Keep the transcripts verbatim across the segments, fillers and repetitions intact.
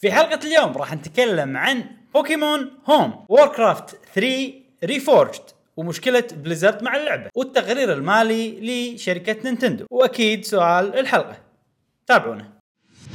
في حلقة اليوم راح نتكلم عن بوكيمون هوم ووركرافت ثري ريفورجد ومشكلة بليزرد مع اللعبة والتقرير المالي لشركة نينتندو، وأكيد سؤال الحلقة. تابعونا.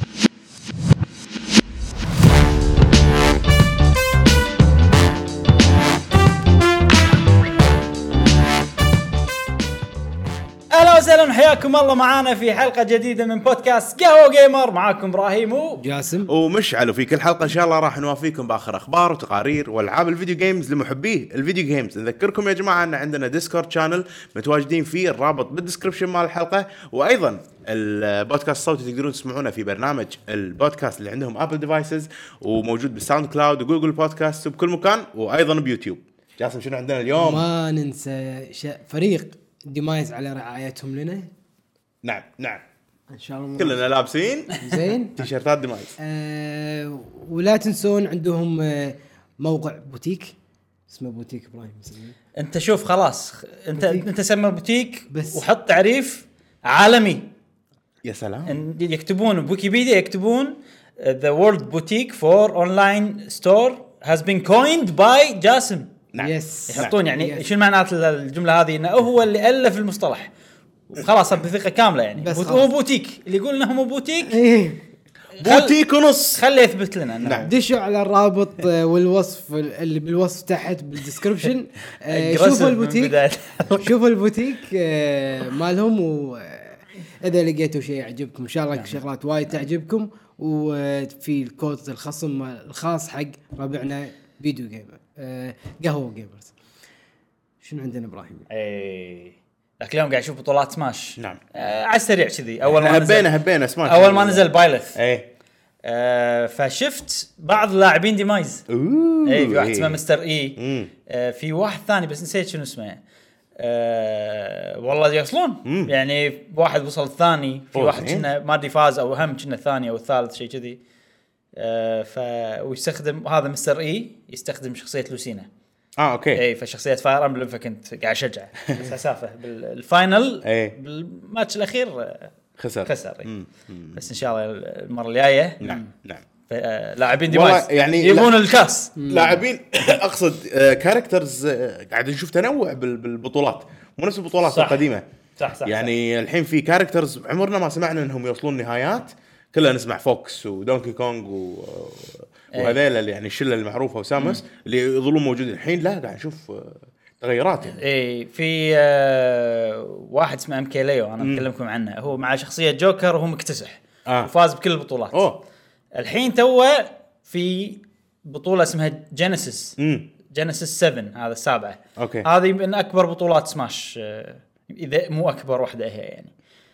أهلا وسهلا، حياكم الله معانا في حلقة جديدة من بودكاست قهوة جيمر. معاكم إبراهيم وجاسم ومشعل، وفي كل حلقة إن شاء الله راح نوافيكم بآخر أخبار وتقارير والعاب الفيديو جيمز لمحبيه الفيديو جيمز. نذكركم يا جماعة أن عندنا ديسكورد شانل متواجدين فيه، الرابط بالديسكريبشن مال الحلقة، وأيضا البودكاست الصوتي تقدرون تسمعونه في برنامج البودكاست اللي عندهم أبل ديفايسز، وموجود بالساوند كلاود وجوجل بودكاست وبكل مكان، وأيضا بيوتيوب. جاسم شنو عندنا اليوم؟ ما ننسى فريق ديمايز على رعايتهم لنا. نعم نعم ان شاء الله كلنا لابسين زين تيشيرتات ديمايز. آه ولا تنسون عندهم آه موقع بوتيك اسمه بوتيك ابراهيم. انت شوف خلاص انت بوتيك. انت سمى بوتيك بس. وحط تعريف عالمي. يا سلام. إن يكتبون بويكيبيديا يكتبون the world boutique for online store has been coined by جاسم. نعم. يس. يحطون يعني يس. شو معنات الجملة هذه؟ انه هو اللي ألف المصطلح وخلاص بثقة كاملة يعني. بس بوت- خلاص. هو بوتيك اللي يقول انه مو بوتيك ايه بوتيك ونص. خليه يثبت لنا انه نعم. دشوا على الرابط آه، والوصف اللي بالوصف تحت بالديسكربشن. آه، aggressive شوفوا من البوتيك بداية. شوفوا البوتيك آه، مالهم، واذا لقيتوا شيء يعجبكم ان شاء الله شغلات وايد تعجبكم، وفي الكود الخصم الخاص حق ربعنا فيديو جيمر آه، قهوة جيمرز. شنو عندنا ابراهيم؟ اي لكن اليوم قاعد اشوف بطولات سماش. نعم. آه على السريع كذي. اول ما نزل هبينا هبينا سماش اول ما نزل بايلث. ايه آه فشفت بعض اللاعبين ديمايز. اي في واحد اسمه مستر اي. آه في واحد ثاني بس نسيت شنو اسمه. آه والله يوصلون يعني واحد وصل الثاني، في واحد كنا ما ادري فاز او هم كنا الثاني او الثالث شيء كذي. آه ف ويستخدم هذا مستر اي يستخدم شخصيه لوسينا. اه اوكي. اي فشخصيه فاير امبلم، فكنت قاعد اشجع بس اسافه بالفاينل. اي بالماتش الاخير خسر خسر. بس ان شاء الله المره الجايه. نعم نعم. لاعبين ديمايز يعني يبون الكاس. لاعبين اقصد كاركترز قاعد نشوف تنوع بالبطولات، مو نفس البطولات صح. القديمه. صح صح يعني صح. الحين في كاركترز عمرنا ما سمعنا انهم يوصلون نهايات، كلنا نسمع فوكس ودونكي كونغ و... وهذيل اللي يعني الشله المعروفه وسامس اللي يظلون موجودين. الحين لا قاعد نشوف تغيرات يعني. اي في آه واحد اسمه ام كي ليو انا بكلمكم عنه، هو مع شخصيه جوكر وهو مكتسح آه. وفاز بكل البطولات. اوه الحين توه في بطوله اسمها جينيسيس. امم جينيسيس سبعة، هذا السابعه. اوكي. هذه من اكبر بطولات سماش، آه اذا مو اكبر واحده هي يعني.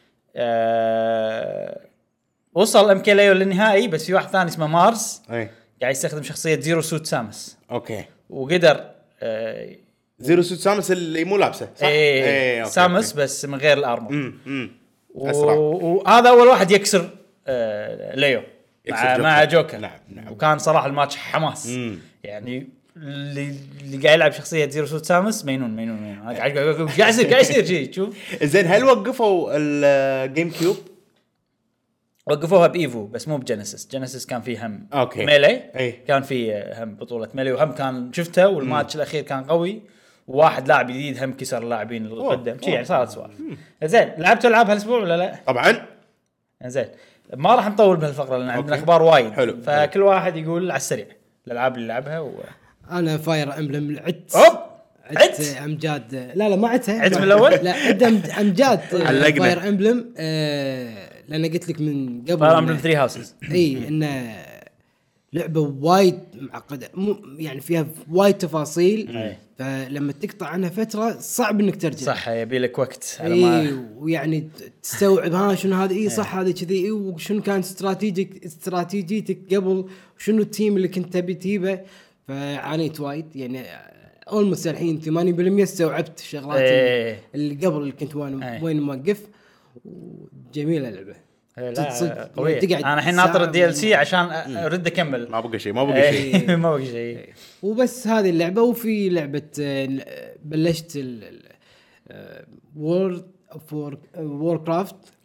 آه وصل ام كي ليو للنهائي، بس في واحد ثاني اسمه مارس اي قاعد يستخدم شخصيه زيرو سوت سامس، اوكي. وقدر آه زيرو سوت سامس اللي مو لابسه صح؟ ايه إيه، سامس أوكي. بس من غير الارمر. امم امم و- اسرع. وهذا اول واحد يكسر آه ليو يكسر مع, جوكر. مع جوكر. نعم، نعم. وكان صراحه الماتش حماس. مم. يعني اللي اللي قاعد يلعب شخصيه زيرو سوت سامس مينون مينون مينون. أنا قاعد قاعد قاعد يصير قاعد يصير شيء. شوف زين هل وقفوا الجيم كيوب؟ وقفوها بايفو بس مو بجينيسيس. جينيسيس كان فيه هم أوكي. ميلي. أي. كان فيه هم بطوله ميلي وهم كان شفته، والماتش الاخير كان قوي، وواحد لاعب جديد هم كسر اللاعبين اللي قدام شيء يعني. صارت سوالف. زين لعبتوا العاب هالاسبوع ولا لا؟ طبعا. زين ما راح نطول بهالفقره لان عندنا أوكي. اخبار وايد. حلو. فكل واحد يقول على السريع الالعاب اللي لعبها و... انا فاير امبلم عدت اوب عدت عدت امجاد. لا لا ما عدتها. عدت من الأول؟ لا عد أم- امجاد علقنا. فاير امبلم آه لان قلت لك من قبل فاير امبلم إن- ثري هاوسز. اي انه لعبه وايد معقده، مو يعني فيها وايد تفاصيل، أي. فلما تقطع عنها فتره صعب انك ترجع. صح يبي لك وقت على اي ما ويعني تستوعب ها شنو هذا. اي صح هذا كذي. اي وشنو كان استراتيجيك استراتيجيتك قبل، وشنو التيم اللي كنت تبي تجيبه. فعانيت وايد يعني اولموست الحين ثمانين بالمئة استوعبت الشغلات إيه. اللي قبل اللي كنت وين أي. وين موقف. وجميله اللعبه. لا صدق قوية. تقعد انا الحين ناطر ساعة الدي ال سي عشان ارد اكمل. ما بقى شيء ما بقى شيء. إيه، ما بقى شيء. وبس هذه اللعبه. وفي لعبه آه، بلشت وورد فور ووركرافت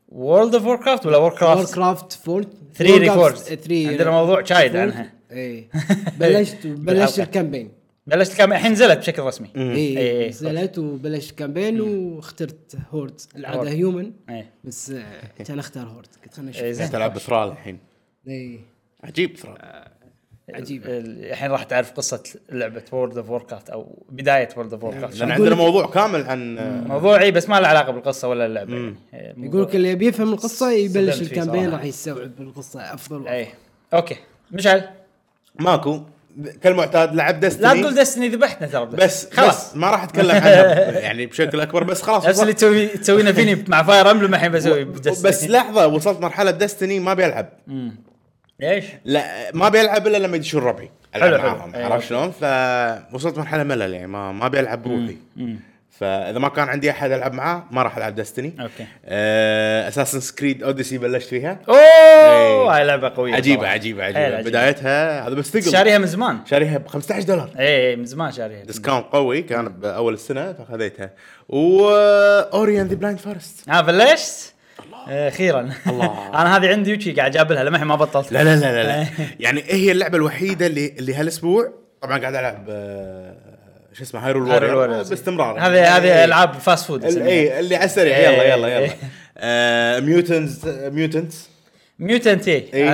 وورلد اوف ووركرافت ولا ووركرافت ووركرافت فور ثري ريفورد عندنا موضوع شايد عنها. اي بلشت بلشت الكامبين بلشت الكامبين الحين نزلت بشكل رسمي. اي نزلت وبلشت الكامبين واخترت هورد العاده هيومن بس كان اختار هورد كنت خلنا نشوف تلعب بثرال الحين. اي عجيب ثرال عجيب. الحين راح تعرف قصة لعبة وورلد اوف ووركرافت او بداية وورلد اوف ووركرافت لان عندنا موضوع كامل عن موضوعي بس ما له علاقة بالقصة ولا اللعبة. يقول لك اللي بيفهم القصة يبلش الكامبين راح يستوعب القصة افضل. اي اوكي مشعل ماكو كالمعتاد لعب دستني. لا تقول دستني ذبحتنا ترى بس خلاص ما راح اتكلم عنها يعني بشكل اكبر بس خلاص نفس اللي تسوي تسوينا فيني مع فاير امبلم الحين بسوي بس لحظة وصلت مرحلة دستني ما بيلعب. ليش؟ لا ما بيلعب الا لما يدشون ربعي حلو معاهم عرفت شلون فوصلت مرحله ملل يعني ما ما بيلعب بروحي. فاذا ما كان عندي احد العب معاه ما راح العب دستني. اوكي اساسن سكريد اوديسي بلشت فيها. اوه هاي لعبه قويه عجيبه عجيبه عجيبه بدايتها هذا بس ثقل شاريها من زمان شاريها ب خمسة عشر دولار. اي من زمان شاريها ديسكاونت قوي كان باول السنه فاخذتها. واوري اند ذا بلايند فورست ها بلشت اخيرا. انا هذه عندي وشي قاعد اجابلها لما ما بطلت. لا لا لا لا يعني هي اللعبه الوحيده اللي اللي هالاسبوع طبعا قاعد العب شو اسمه هايرول وورير باستمرار. هذه هذه العاب فاست فود اي اللي على السريع يلا يلا يلا ميوتنتس ميوتنتس ميوتنت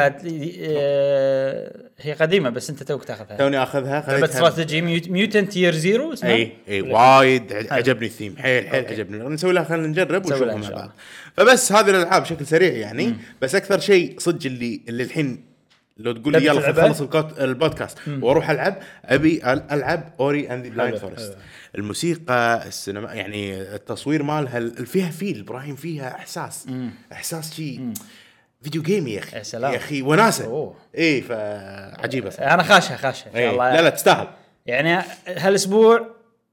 هي قديمه بس انت توك تاخذها. توني اخذها لعبه استراتيجي ميوتنت يير زيرو اسمها. اي اي وايد عجبني الثيم حيل حيل عجبني. نسوي لها خلينا نجرب ونشوفها مع بعض. فبس هذه الالعاب بشكل سريع يعني مم. بس اكثر شيء صدق اللي اللي الحين لو تقول لي يلا خلص البودكاست واروح العب ابي العب اوري اند ذا بلايند فورست. الموسيقى السينما يعني التصوير مالها فيها فيل ابراهيم فيها احساس مم. احساس شيء فيديو جيم يا اخي يا اخي وناسه. اي فعجيبه انا خاشها خاشها ان شاء الله. لا لا تستاهل يعني هالاسبوع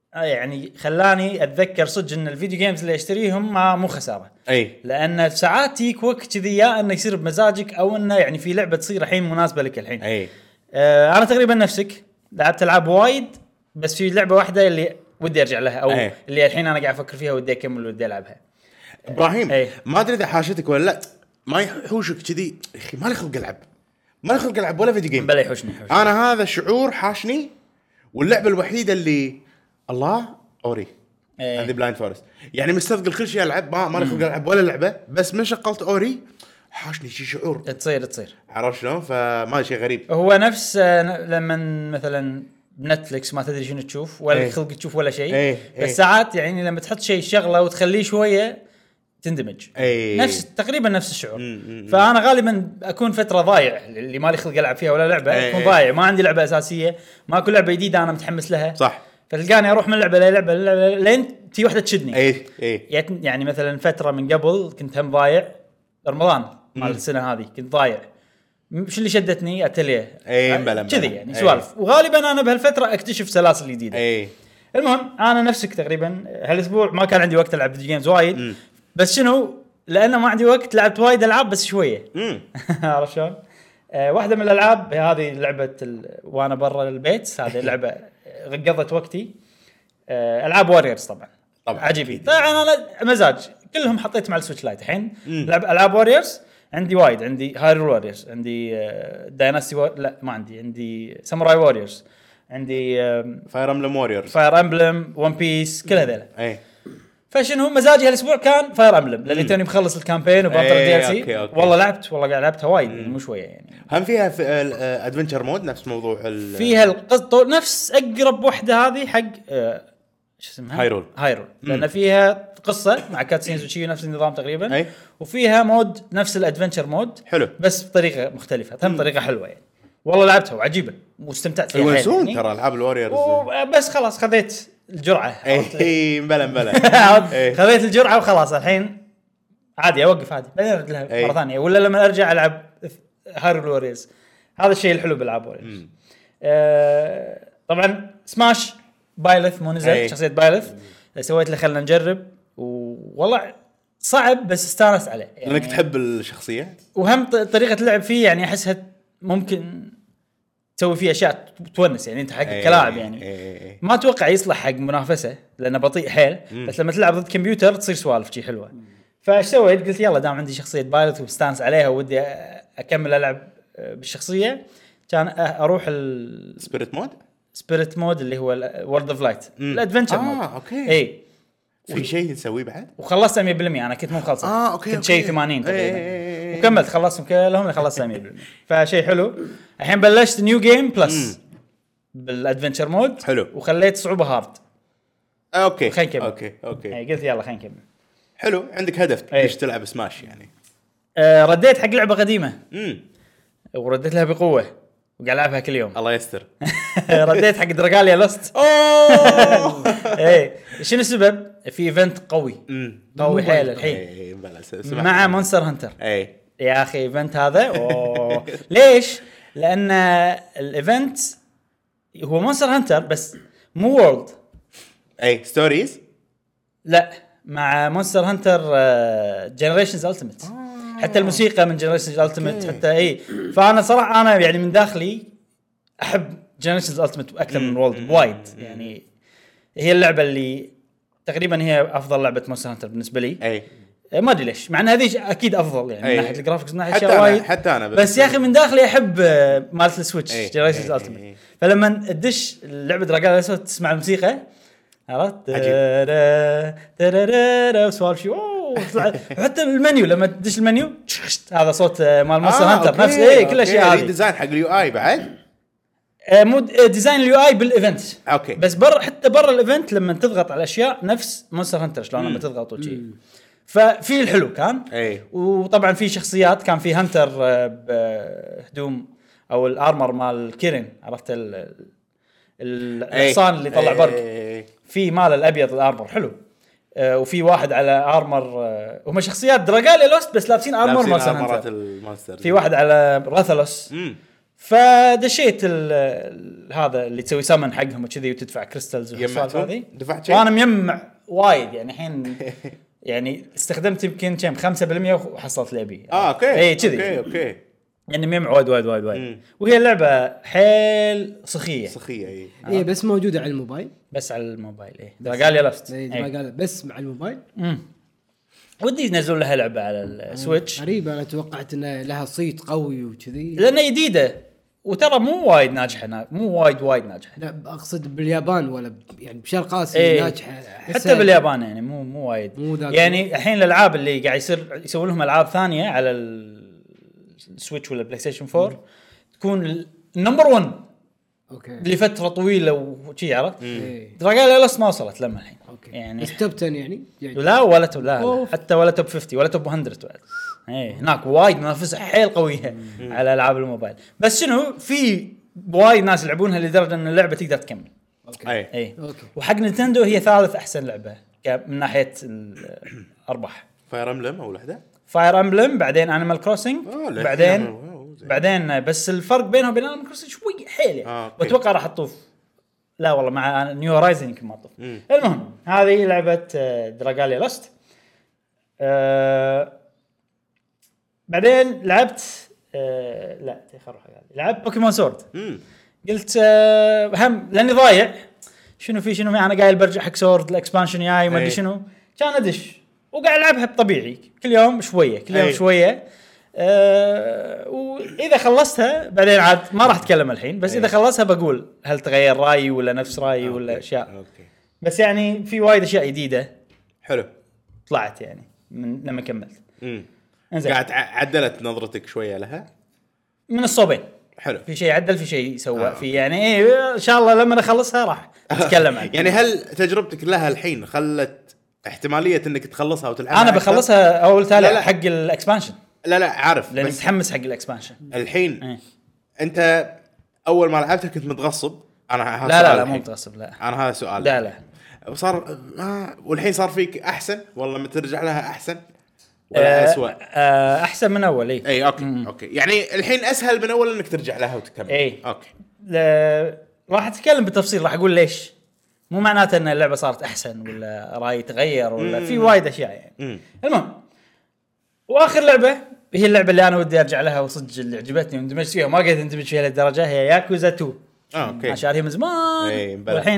يعني خلاني اتذكر صدق ان الفيديو جيمز اللي اشتريهم ما مو خساره. اي لان ساعات تيك وقت كذي يا انه يصير بمزاجك او انه يعني في لعبه تصير الحين مناسبه لك الحين. اي آه انا تقريبا نفسك لعبت العاب وايد بس في لعبه واحده اللي ودي ارجع لها او أي. اللي الحين انا قاعد افكر فيها ودي اكمل ودي العبها. ابراهيم أي. ما ادري اذا حاشتك ولا لا ما يحوشك كذي اخي ما لي خلق العب ما لي خلق العب ولا فيديو جيم. بلا يحوشني, يحوشني انا هذا الشعور حاشني. واللعبه الوحيده اللي الله اوري هذه بلايند فورست يعني مستثقل كل شيء العب ما ما لي خلق العب ولا لعبه بس من شغلت اوري حاشني شيء شعور تصير تصير عرفت شلون فما شيء غريب. هو نفس لما مثلا نتفليكس ما تدري شنو تشوف ولا ايه. خلق تشوف ولا شيء ايه. بس ايه. ساعات يعني لما تحط شيء شغله وتخليه شويه تندمج. ايه. نفس تقريبا نفس الشعور. مم. فانا غالبا اكون فتره ضايع اللي ما لي خلق العب فيها ولا لعبه ايه. اكون ضايع ما عندي لعبه اساسيه ما كل لعبه جديده انا متحمس لها صح. فتلقاني اروح من لعبه للعبه لين في واحده تشدني. ايه. ايه. يعني مثلا فتره من قبل كنت هم ضايع رمضان مال السنه هذه كنت ضايع مش اللي شدتني اتليه ايه كذي يعني سوالف ايه. وغالبا انا بهالفتره اكتشف سلاسل جديده. ايه. المهم انا نفسك تقريبا هالاسبوع ما كان عندي وقت العب فيديو جيمز وايد م. بس شنو لانه ما عندي وقت لعبت وايد العاب بس شويه. عرفت شلون؟ آه واحده من الالعاب هذه لعبه ال... وانا برا البيت هذه لعبه قضت وقتي آه العاب واريورز طبعا طبعا عجيبه طبعا انا مزاج كلهم حطيت مع السويتش لايت الحين لعب العاب واريورز عندي وايد عندي هايرول واريورز عندي آه دايناستي و... لا ما عندي عندي ساموراي واريورز عندي فاير امبلم واريورز فاير امبلم ون بيس كل هذول. اي فشنو مزاجي هالاسبوع كان فاير امبلم لاني توني مخلص الكامبين وبنطر الدي ال سي والله لعبت والله قاعد لعبتها وايد مو شويه يعني. هم فيها في ادفنتشر مود نفس موضوع فيها القصه نفس اقرب وحده هذه حق آه شو اسمها هايرول هايرول لان فيها قصه مع كاتسينز وشي نفس النظام تقريبا أي. وفيها مود نفس الادفنتشر مود حلو بس بطريقه مختلفه هم طريقه حلوه يعني والله لعبتها وعجيبه واستمتعت فيها حيل يعني. ترى العاب الواريورز بس خلاص خذيت الجرعه اي مبلا مبلا خذيت الجرعه وخلاص الحين عادي اوقف عادي بعدين ارد لها مره ثانيه ولا لما ارجع العب هايرول واريورز. هذا الشيء الحلو بالالعاب واريورز. آه طبعا سماش بايلث مو نزل شخصيه بايلث سويت له خلنا نجرب والله صعب بس استانست عليه يعني لانك تحب الشخصيه وهم طريقه اللعب فيه يعني احسها ممكن تسوي فيه اشياء تونس يعني انت حق أيه كلاعب يعني أيه ما اتوقع يصلح حق منافسه لانه بطيء حيل بس لما تلعب ضد كمبيوتر تصير سوالف شيء حلوه فايش سويت؟ قلت يلا دام عندي شخصيه بايلوت ومستانس عليها ودي اكمل العب بالشخصيه، كان اروح سبيريت مود سبيريت مود اللي هو وورد اوف لايت الادفنتشر آه، مود. اوكي. اي في شيء نسويه بعد وخلصت مية بالمية. انا كنت مو مخلصه اه اوكي كنت شيء ثمانين تقريبا ايه ايه ايه. وكملت خلصتهم كلهم خلصت مية بالمية. فشيء حلو. الحين بلشت نيو جيم بلس بالادفنتشر مود حلو. وخليت صعوبه هارد. اوكي خلينا نكمل. اوكي اوكي يعني قلت يلا خلينا نكمل. حلو. عندك هدف ايه. ليش تلعب سماش يعني؟ آه رديت حق لعبه قديمه امم ورديت لها بقوه وقاعد العبها كل يوم. الله يستر. رديت حق دراغاليا لوست. اوه ايه شنو السبب؟ في ايفنت قوي امم قوي حيل الحين ايه بلا سمح. مع مونستر هانتر. ايه يا اخي ايفنت هذا أوه. ليش؟ لان الايفنت هو مونستر هانتر بس مو وورلد. ايه ستوريز. لا مع مونستر هانتر جنريشنز التيمت. حتى الموسيقى من جنريشنز التيمت حتى اي. فانا صراحه انا يعني من داخلي احب جنريشنز التيمت اكثر من وورلد وايد. يعني هي اللعبه اللي تقريبا هي افضل لعبه مونستر هانتر بالنسبه لي. اي ما ادري ليش، مع ان هذه اكيد افضل يعني أي. من ناحيه الجرافيكس من ناحيه حتى اشياء أنا وايد. حتى انا بس يا اخي من داخلي احب آه، مالت السويتش أي. جنريشنز أي. التيمت. أي. فلما تدش لعبه دراجون ليسو تسمع الموسيقى عرفت ترى وسوالف شيء حتى المنيو لما تدش المنيو هذا صوت آه، مال مونستر آه، هانتر أوكي. نفس ايه كل الاشياء أوكي. هذه. ديزاين حق اليو اي بعد. آه، مو آه، ديزاين اليو اي بالايفنت اوكي. بس برا حتى برا الايفنت لما تضغط على اشياء نفس مونستر هانتر شلون لما تضغط وشي. ففي الحلو كان. اي وطبعا في شخصيات كان في هانتر آه، بهدوم او الارمر مال كيرين عرفت ال الحصان اللي يطلع برق. اي. في مال الابيض الارمر حلو. آه، وفي واحد على ارمر آه، هم شخصيات دراجاليا لوست بس لابسين ارمر لابسين مال أرمرات هانتر. المونستر. في واحد على راثلوس. امم فدشيت ال- هذا اللي تسوي سمن حقهم وكذي وتدفع كريستالز والسوالف جمعتهم؟ هذه. دفعت شيء؟ وانا مجمع وايد يعني الحين يعني استخدمت يمكن كم خمسة بالمية وحصلت لعبي. اه اوكي اي كذي اوكي اوكي يعني مجمع وايد وايد وايد وايد. مم. وهي اللعبه حيل سخيه سخيه اي. ايه بس موجوده على الموبايل. بس على الموبايل. ايه دراجاليا لوست. إيه، إيه. ما قال بس مع الموبايل. امم ودي ينزلون لها لعبه على السويتش غريبه انا توقعت ان لها صيت قوي وكذي. لانها جديده وترى مو وايد ناجحه نا- مو وايد وايد ناجحه. لا اقصد باليابان ولا ب- يعني بشرق اسيا إيه. ناجحه. حتى باليابان يعني مو مو وايد. مو ذاك يعني الحين الالعاب اللي قاعد يصير يسوون لهم العاب ثانيه على السويتش ولا بلاي ستيشن فور تكون النمبر واحد اوكي. لفتره طويله وشي عرفت. إيه. دراجاليا لوست ما وصلت لما الحين اوكي يعني بس توب عشرة يعني, يعني لا ولا توب لا, لا أوف. حتى ولا توب خمسين ولا توب مية بعد. ايه هناك وايد منافسه حيل قويه على العاب الموبايل. بس شنو في وايد ناس يلعبونها لدرجه ان اللعبه تقدر تكمل. اوكي اي اي اوكي. وحق نينتندو هي ثالث احسن لعبه ك- من ناحيه الارباح. فاير امبلم اول وحده. فاير امبلم بعدين انيمال كروسنج آه، لا، بعدين أوه، زين. بعدين بس الفرق بينها وبين انيمال كروسنج شوي حيل يعني. آه، أوكي. واتوقع راح اطوف لا والله مع نيو هورايزن يمكن ما اطوف. مم. المهم هذه لعبه دراجاليا لوست. أه بعدين لعبت أه لا تخرج هذه لعبت بوكيمون سورد. امم قلت أه هم لاني ضايع شنو في شنو انا قايل برجع حق سورد الاكسبانشن جاي ما ادري أي. شنو كان ادش وقاعد العبها بطبيعي كل يوم شويه كل يوم أي. شويه. أه واذا خلصتها بعدين عاد ما راح اتكلم الحين بس أي. اذا خلصها بقول هل تغير رايي ولا نفس رايي ولا أوكي. اشياء. اوكي بس يعني في وايد اشياء جديده حلو. طلعت يعني من لما كملت. امم انزين قاعد ع- عدلت نظرتك شويه لها. من الصوبين حلو. في شيء عدل في شيء سوى آه. في يعني ايه ان شاء الله لما اخلصها راح اتكلم عنه. يعني هل تجربتك لها الحين خلت احتماليه انك تخلصها وتلعبها انا أكثر؟ بخلصها اول لا، تالي لا. حق الاكسبانشن لا لا عارف لاني بس متحمس حق الاكسبانشن. الحين إيه. انت اول ما لعبتها كنت متغصب. انا هذا لا لا سؤال لا مو الحين. متغصب لا انا هذا سؤال. لا لا وصار آه والحين صار فيك احسن والله ما ترجع لها احسن ولا آه، اسوء؟ آه احسن من اول اي اي اوكي مم. اوكي يعني الحين اسهل من اول انك ترجع لها وتكمل. إي. اوكي لا- راح اتكلم بالتفصيل راح اقول ليش. مو معناته ان اللعبه صارت احسن ولا رايي تغير ولا مم. في وايد اشياء يعني. مم. المهم واخر لعبه هي اللعبه اللي انا ودي ارجع لها وصدق اللي عجبتني واندمجت فيها ما قدرت اندمج فيها للدرجه هي ياكوزا تو. اه اوكي عشان هي من زمان إي، بلى. والحين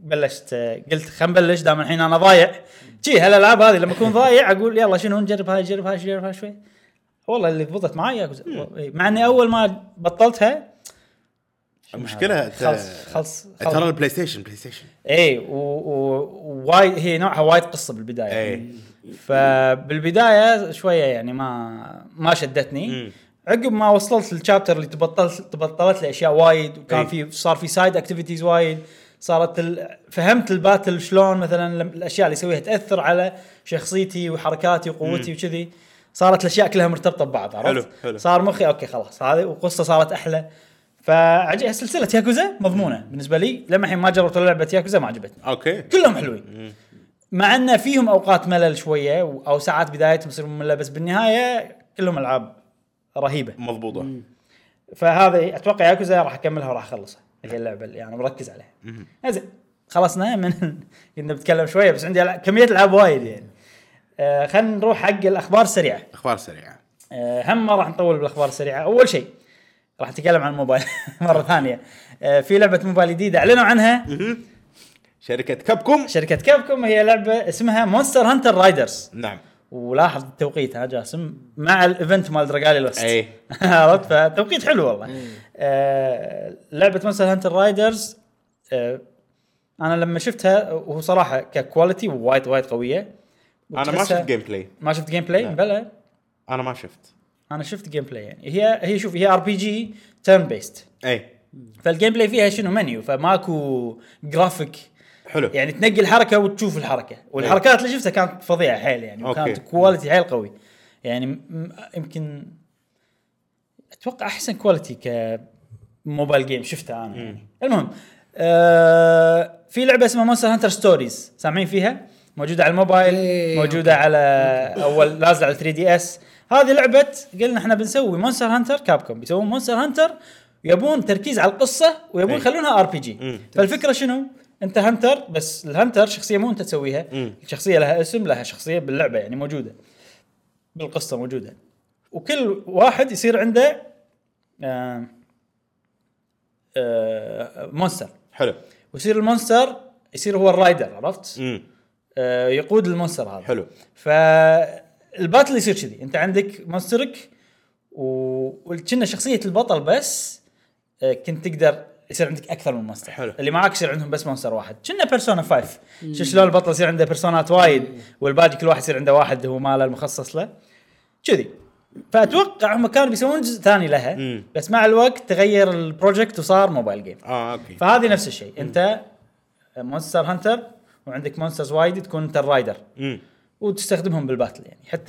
بلشت قلت خلينا نبلش دام الحين انا ضايع شي هالالعاب هذه لما اكون ضايع اقول يلا شنو نجرب هاي نجرب هاي نجرب هاي شوي والله اللي ضبطت معي ياكوزا مع اني اول ما بطلتها المشكله خلص خلص ترى البلاي ستيشن بلاي ستيشن اي ووايد هي نوعها وايد قصه بالبدايه اي فبالبدايه شويه يعني ما ما شدتني عقب ما وصلت للشابتر اللي تبطلت تبطلت لي اشياء وايد وكان في صار في سايد اكتيفيتيز وايد صارت ال... فهمت الباتل شلون مثلا الاشياء اللي يسويها تاثر على شخصيتي وحركاتي وقوتي وكذي صارت الاشياء كلها مرتبطه ببعض عرفت حلو حلو. صار مخي اوكي خلاص هذه وقصه صارت احلى فعجبها سلسله ياكوزا مضمونه بالنسبه لي لما الحين ما جربت لعبه ياكوزا ما عجبتني اوكي كلهم حلوين مع ان فيهم اوقات ملل شويه او ساعات بدايتهم تصير ممله بس بالنهايه كلهم العاب رهيبه مضبوطه فهذا اتوقع ياكوزا راح اكملها وراح اخلصها هي اللعبه اللي انا مركز عليها زين خلصنا من كنا بنتكلم شويه بس عندي ألع... كميه العاب وايد يعني آه خلينا نروح حق الاخبار السريعه اخبار سريعه آه هم ما راح نطول بالاخبار السريعه اول شيء راح نتكلم عن الموبايل مره ثانيه آه في لعبه موبايل جديده اعلنوا عنها شركه كابكوم شركه كابكوم هي لعبه اسمها مونستر هانتر رايدرز نعم ولاحظ التوقيت ها جاسم مع الايفنت مال دراجالي لوست اي عرفت فتوقيت حلو والله آه لعبه مونستر هانتر رايدرز آه انا لما شفتها وهو صراحه ككواليتي وايد وايد قويه انا ما شفت جيم بلاي ما شفت جيم بلاي بلا انا ما شفت انا شفت جيم بلاي يعني هي هي شوف هي ار بي جي تيرن بيست اي فالجيم بلاي فيها شنو منيو فماكو جرافيك حلو يعني تنقي الحركه وتشوف الحركه والحركات اللي شفتها كانت فظيعه حيل يعني وكانت كواليتي حيل قوي يعني يمكن اتوقع احسن كواليتي كموبايل جيم شفتها انا يعني. المهم آه في لعبه اسمها مونستر هانتر ستوريز سامعين فيها موجوده على الموبايل موجوده على اول نازله على ثري دي اس هذه لعبه قلنا احنا بنسوي مونستر هانتر كابكوم بيسوون مونستر هانتر يبون تركيز على القصه ويبون يخلونها ار بي جي فالفكره شنو انت هانتر بس الهانتر شخصيه مو انت تسويها الشخصيه لها اسم لها شخصيه باللعبه يعني موجوده بالقصه موجوده وكل واحد يصير عنده آه آه مونستر حلو ويصير المونستر يصير هو الرايدر عرفت امم آه يقود المونستر هذا حلو فالباتل يصير كذي انت عندك مونسترك وكنا شخصيه البطل بس آه كنت تقدر يصير عندك اكثر من مونستر حلو. اللي معاك يصير عندهم بس مونستر واحد كنا بيرسونا فايف شو شلون البطل يصير عنده بيرسونات وايد والباقي كل واحد يصير عنده واحد هو ماله المخصص له كذي فاتوقع هم كانوا بيسوون جزء ثاني لها مم. بس مع الوقت تغير البروجكت وصار موبايل جيم اه اوكي فهذه نفس الشيء انت مونستر هانتر وعندك مونسترز وايد تكون انت الرايدر امم وتستخدمهم بالباتل يعني حتى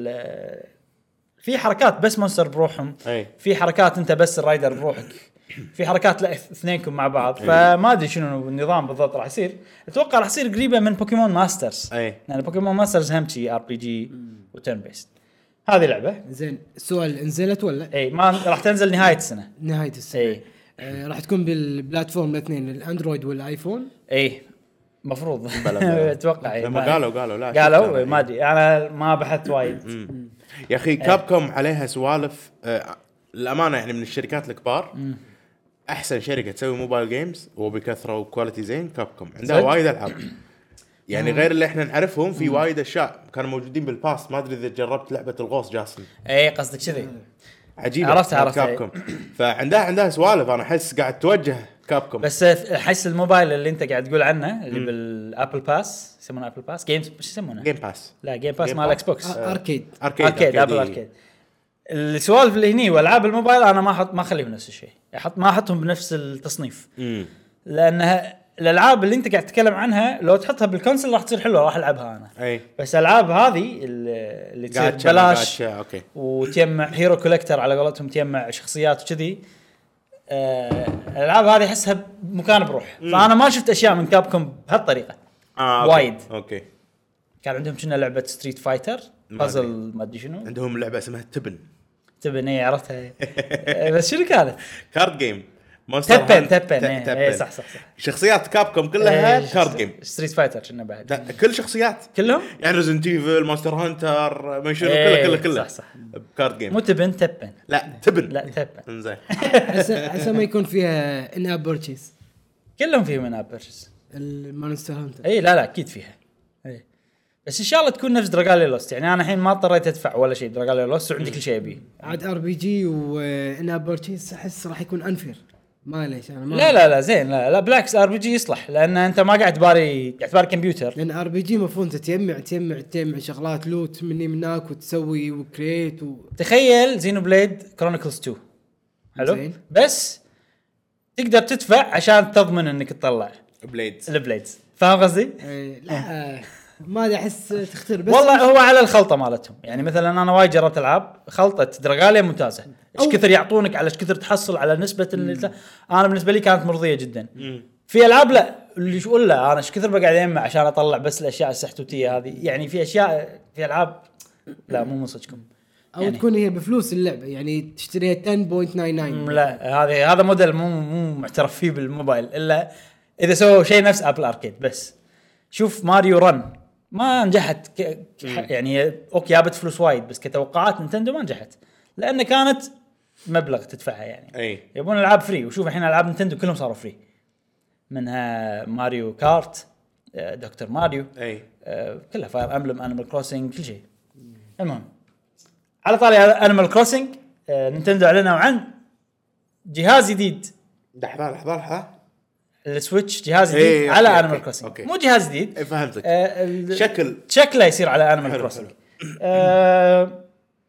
في حركات بس مونستر بروحهم أي. في حركات انت بس الرايدر بروحك في حركات لا اثنينكم مع بعض فما ادري شنو النظام بالضبط راح يصير اتوقع راح يصير قريبه من بوكيمون ماسترز أي. يعني بوكيمون ماسترز هم شي ار بي جي وتيرن بيست هذه لعبه زين السؤال نزلت ولا اي ما راح تنزل نهايه السنه نهايه السنه اي آه راح تكون بالبلاتفورم الاثنين الاندرويد والايفون اي مفروض بلا. اتوقع إيه. لما قالوا قالوا لا قالوا شفتها. ما ادري انا ما بحثت وايد يا اخي كابكوم عليها سوالف آه الامانه يعني من الشركات الكبار احسن شركه تسوي موبايل جيمز وبكثره وكواليتي زين كابكوم عندها صدق؟ وايد العاب يعني غير اللي احنا نعرفهم في وايد اشياء كانوا موجودين بالباست ما ادري اذا جربت لعبه الغوص جاسم اي قصدك كذي عجيبه عرفت- عرفت، كابكوم فعندها عندها سوالف انا احس قاعد توجه كابكوم بس احس الموبايل اللي انت قاعد تقول عنه اللي بالابل باس يسمونه ابل باس جيمز مش يسمونه جيم باس لا جيم باس جيم مال باس؟ اكس بوكس آه، اركيد اركيد اركيد ابل اركيد السوالف اللي هني والعاب الموبايل انا ما احط ما اخليهم نفس الشيء احط ما احطهم بنفس التصنيف امم لانها الالعاب اللي انت قاعد تتكلم عنها لو تحطها بالكونسل راح تصير حلوه راح العبها انا اي بس العاب هذه اللي اللي تصير قاعد ببلاش اوكي وتجمع هيرو كولكتر على قولتهم تجمع شخصيات وكذي آه الالعاب هذه احسها بمكان بروح فانا ما شفت اشياء من كابكوم بهالطريقه آه، أوكي. وايد. اوكي كان عندهم كنا لعبه ستريت فايتر ما بازل ما ادري شنو عندهم لعبه اسمها تبن تبني عرفتها آه، بس شنو كانت كارد جيم مونستر تبن هانت. تبن ت- إيه، تبن. إيه، صح صح صح شخصيات كابكوم كلها إيه، كارد جيم ستريت فايتر كنا بعد لا كل شخصيات كلهم يعني ريزنت ايفل مونستر هانتر ما شنو إيه، كله كله كله صح، صح. كارد جيم مو تبن تبن لا تبن لا تبن انزين عسى عسى ما يكون فيها ان اب بيرتشيز كلهم فيهم من ابرز المونستر هانتر. اي لا لا اكيد فيها. اي بس ان شاء الله تكون نفس دراجالي لوست. يعني انا الحين ما اضطريت ادفع ولا شيء دراجالي لوست وعندي كل شيء ابيه. عاد ار بي جي وانا بورتشيز احس راح يكون انفير. ما ليش انا ما لا لا لا زين. لا لا بالعكس ار بي جي يصلح لان انت ما قاعد تباري قاعد تباري كمبيوتر. لان ار بي جي مفروض تجمع تجمع تجمع شغلات لوت مني من هناك وتسوي وكريت و... تخيل زينو بليد كرونيكلز تو حلو زين. بس تقدر تدفع عشان تضمن انك تطلع بليدز البليدز. فاهم قصدي؟ إيه، لا ما ادري احس تختار بس والله هو على الخلطه مالتهم. يعني مثلا انا وايد جربت العاب خلطه دراجاليا ممتازه. ايش كثر يعطونك على ايش كثر تحصل على نسبه اللي انا بالنسبه لي كانت مرضيه جدا. في العاب لا اللي شو لا انا ايش كثر بقعد يجمع عشان اطلع بس الاشياء السحتوتيه هذه. يعني في اشياء في العاب لا مو من صدقكم او يعني تكون هي بفلوس اللعبه يعني تشتريها عشرة فاصلة تسعة وتسعين. لا هذا هذا موديل مو مو معترف فيه بالموبايل الا اذا سووا شيء نفس ابل اركيد. بس شوف ماريو رن ما نجحت ك... يعني اوكي جابت فلوس وايد بس كتوقعات نينتندو ما نجحت لان كانت مبلغ تدفعها. يعني اي يبون العاب فري. وشوف الحين العاب نينتندو كلهم صاروا فري منها ماريو كارت دكتور ماريو اي كلها فاير امبلم انيمال كروسنج كل شيء. المهم على طاري انيمال كروسنج نينتندو اعلنوا عن جهاز جديد. لحظه لحظه لحظه السويتش جهاز جديد إيه على أوكي، انيمال أوكي، كروسنج أوكي. مو جهاز جديد. اي فهمتك. آه شكل شكله يصير على انيمال حلو، كروسنج. حلو. آه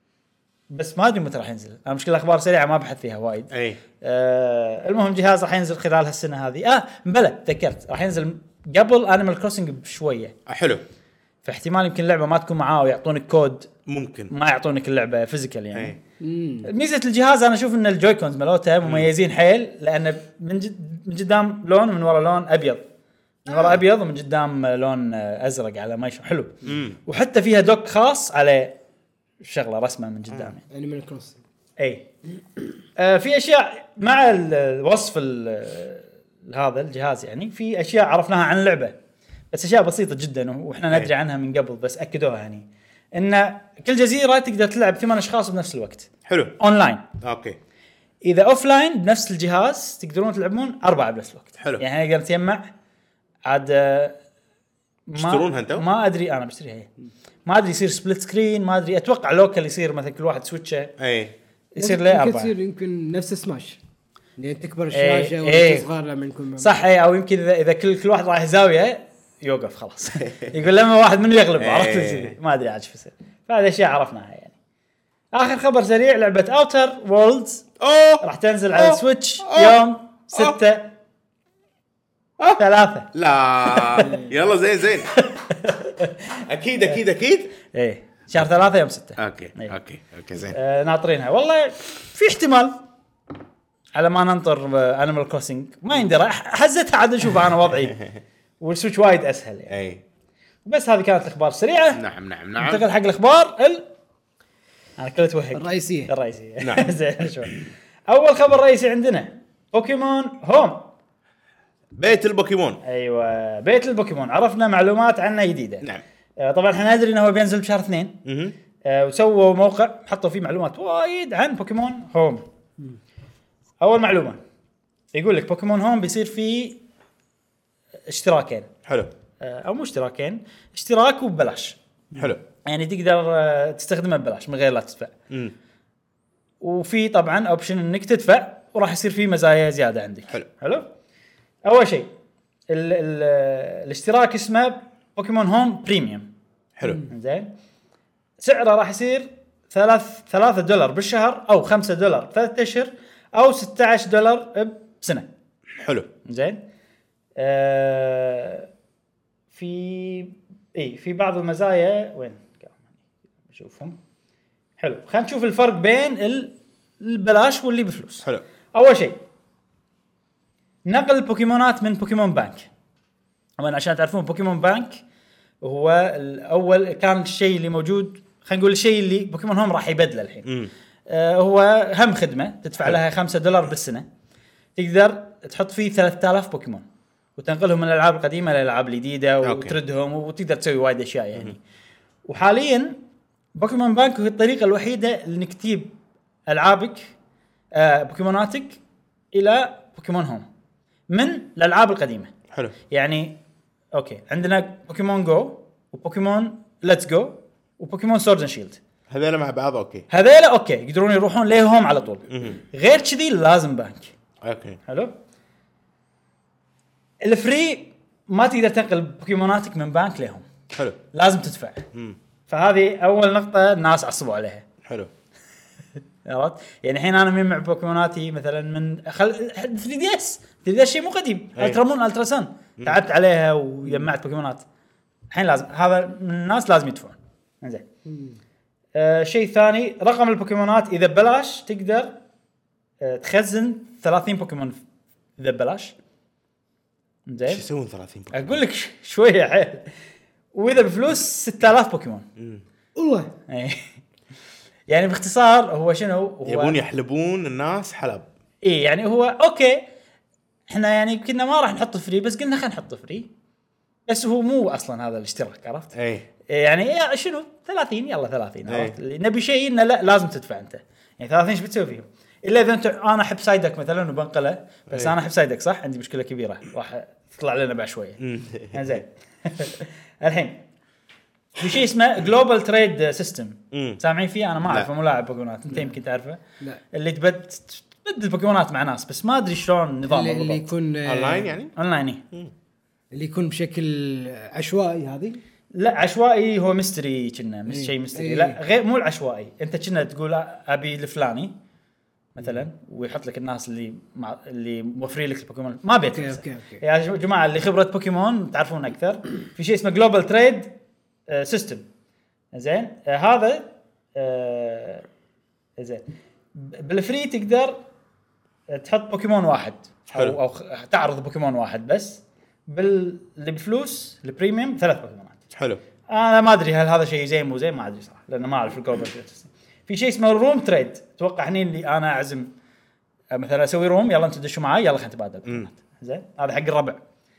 بس ما ادري متى راح ينزل. انا مشكله اخبار سريعه ما بحث فيها وايد. اي آه المهم جهاز راح ينزل خلال هالسنه هذه. اه مبلى تذكرت راح ينزل قبل انيمال كروسنج بشويه. حلو فاحتمال يمكن اللعبه ما تكون معاه ويعطونك كود ممكن. ما يعطونك اللعبه فيزيكال يعني. اي ميزه الجهاز انا اشوف ان الجويكونز مالوته مميزين حيل لان من جد من قدام لون ومن ورا لون ابيض. من ورا ابيض ومن قدام لون ازرق على ما يشوف حلو. مم. وحتى فيها دوك خاص على شغله رسمه من قدام يعني. انيمال كروسنج. اي آه في اشياء مع الوصف ال- هذا الجهاز يعني في اشياء عرفناها عن اللعبه بس اشياء بسيطه جدا واحنا ندري عنها من قبل بس اكدوها يعني ان كل جزيره تقدر تلعب ثمان اشخاص بنفس الوقت حلو اونلاين. اوكي اذا اوفلاين بنفس الجهاز تقدرون تلعبون اربعه بنفس الوقت. حلو. يعني نقدر نتجمع عاد آه، ما تشترونها انتم؟ ما ادري انا بشتريها هي. ما ادري يصير سبليت سكرين ما ادري اتوقع لوكال يصير مثلا كل واحد سويتشه اي يصير له يمكن اربعه تصير يمكن نفس سماش لين تكبر إيه، الشاشه إيه. وتصغر لما نكون صح اي او يمكن اذا اذا كل كل واحد رايح زاويه يوقف خلاص يقول لما واحد منه يغلب عرفت إيه. ما ادري عاد شو يصير. فهذه اشياء عرفناها يعني. اخر خبر سريع لعبه اوتر وورلدز اوه راح تنزل على أوه. السويتش أوه. يوم ستة ثلاثة. لا يلا زين زين اكيد اكيد اكيد ايه شهر ثلاثة يوم ستة. اوكي إيه. اوكي اوكي زين. آه ناطرينها والله. في احتمال على ما ننطر انيمال كروسنج ما يندرى حزتها عاد نشوف انا وضعي والسويتش وايد اسهل يعني. اي بس هذه كانت الاخبار السريعه. نعم نعم نعم. ننتقل حق الاخبار ال انا كله توهق الرئيسيه. الرئيسيه نعم. زين شوي. اول خبر رئيسي عندنا بوكيمون هوم. بيت البوكيمون. ايوه بيت البوكيمون عرفنا معلومات عنه جديده. نعم. آه طبعا احنا ندري انه هو بينزل بشهر اثنين. اها آه وسووا موقع حطوا فيه معلومات وايد عن بوكيمون هوم. اول معلومه يقول لك بوكيمون هوم بيصير فيه اشتراكين حلو آه او مو اشتراكين اشتراك وببلاش. حلو. يعني تقدر آه تستخدمه ببلاش من غير لا تدفع. امم وفي طبعا اوبشن انك تدفع وراح يصير فيه مزايا زياده عندك. حلو. حلو. اول شيء ال ال الاشتراك اسمه بوكيمون هوم بريميوم. حلو. زين سعره راح يصير ثلاث ثلاثة دولار بالشهر او خمسة دولار ثلاثة اشهر او ستة عشر دولار بسنه. حلو. زين آه في اي في بعض المزايا وين نشوفهم. حلو خلينا نشوف الفرق بين ال- البلاش واللي بفلوس. حلو. اول شيء نقل البوكيمونات من بوكيمون بانك. طبعا عشان تعرفون بوكيمون بانك هو الاول كان الشيء اللي موجود خلينا نقول الشيء اللي بوكيمون هوم راح يبدله الحين. امم آه هو هم خدمه تدفع حلو. لها خمسة دولار بالسنه تقدر تحط فيه ثلاثة آلاف بوكيمون وتنقلهم من الالعاب القديمه للالعاب الجديده أوكي. وتردهم وتقدر تسوي وايد اشياء يعني. وحاليا بوكيمون بانك هي الطريقه الوحيده انك تجيب العابك آه بوكيموناتك الى بوكيمون هوم من الالعاب القديمه. حلو. يعني اوكي عندنا بوكيمون جو وبوكيمون ليتس جو وبوكيمون سورد اند شيلد، هذول مع بعض اوكي. هذيلا اوكي يقدرون يروحون ليهم على طول. غير كذي لازم بانك. اوكي حلو. الفري ما تقدر تنقل بوكيموناتك من بانك لهم، حلو. لازم تدفع. مم. فهذه اول نقطه الناس عصبوا عليها. حلو. عرفت؟ يعني الحين انا مجمع بوكيموناتي مثلا من خل ثري دي اس، ثري دي اس شيء مو قديم، أي. الترامون الترا سن تعبت عليها وجمعت بوكيمونات. الحين لازم هذا من الناس لازم يدفعون. زين. آه شيء ثاني رقم البوكيمونات اذا ببلاش تقدر آه تخزن ثلاثين بوكيمون اذا ببلاش. زين. ايش يسوون ثلاثين بوكيمون؟ اقول لك شويه حيل. واذا بفلوس ستة آلاف بوكيمون. والله أي. يعني باختصار هو شنو هو يبون يحلبون الناس حلب. اي يعني هو اوكي احنا يعني كنا ما راح نحط فري بس قلنا خلينا نحط فري، بس هو مو اصلا هذا الاشتراك. عرفت؟ اي يعني شنو ثلاثين يلا ثلاثين. أي. عرفت؟ اللي نبي شيء انه لا لازم تدفع انت. يعني ثلاثين ايش بتسوي فيهم؟ الا اذا انت انا احب سايدك مثلا وبنقله، بس أي. انا احب سايدك صح عندي مشكله كبيره راح تطلع لنا بعد شويه. زين. الحين في شيء اسمه جلوبال تريد سيستم، سامعين فيه؟ انا ما اعرفه، مو لاعب بوكيمونات. انت يمكن تعرفه. لا. اللي تبد تبدل بوكيمونات مع ناس، بس ما ادري شلون نظامه اللي, اللي بالضبط. يكون آه، اونلاين يعني؟ اونلاين. اللي يكون بشكل عشوائي هذه. لا عشوائي هو ميستري كنا مس إيه. شيء ميستري. إيه. لا غير مو العشوائي، انت كنا تقول ابي الفلاني مثلا ويحط لك الناس اللي مع اللي موفرين لك البوكيمون ما بيت. اوكي اوكي اوكي. يا جماعه اللي خبره بوكيمون تعرفون اكثر، في شيء اسمه جلوبال تريد سيستم. زين. آه هذا آه زين بالفري تقدر تحط بوكيمون واحد حلو. او, أو خ- تعرض بوكيمون واحد بس. بال اللي بفلوس البريميوم ثلاث بوكيمونات. حلو. انا ما ادري هل هذا شيء زين مو زين، ما ادري صراحه لانه ما اعرف الجلوبال تريد سيستم. في شيء اسمه روم تريد، اتوقع هني اللي انا اعزم مثلا اسوي روم يلا انتم دشوا معي يلا خلينا نتبادل بوكيمونات. زين هذا حق الربع.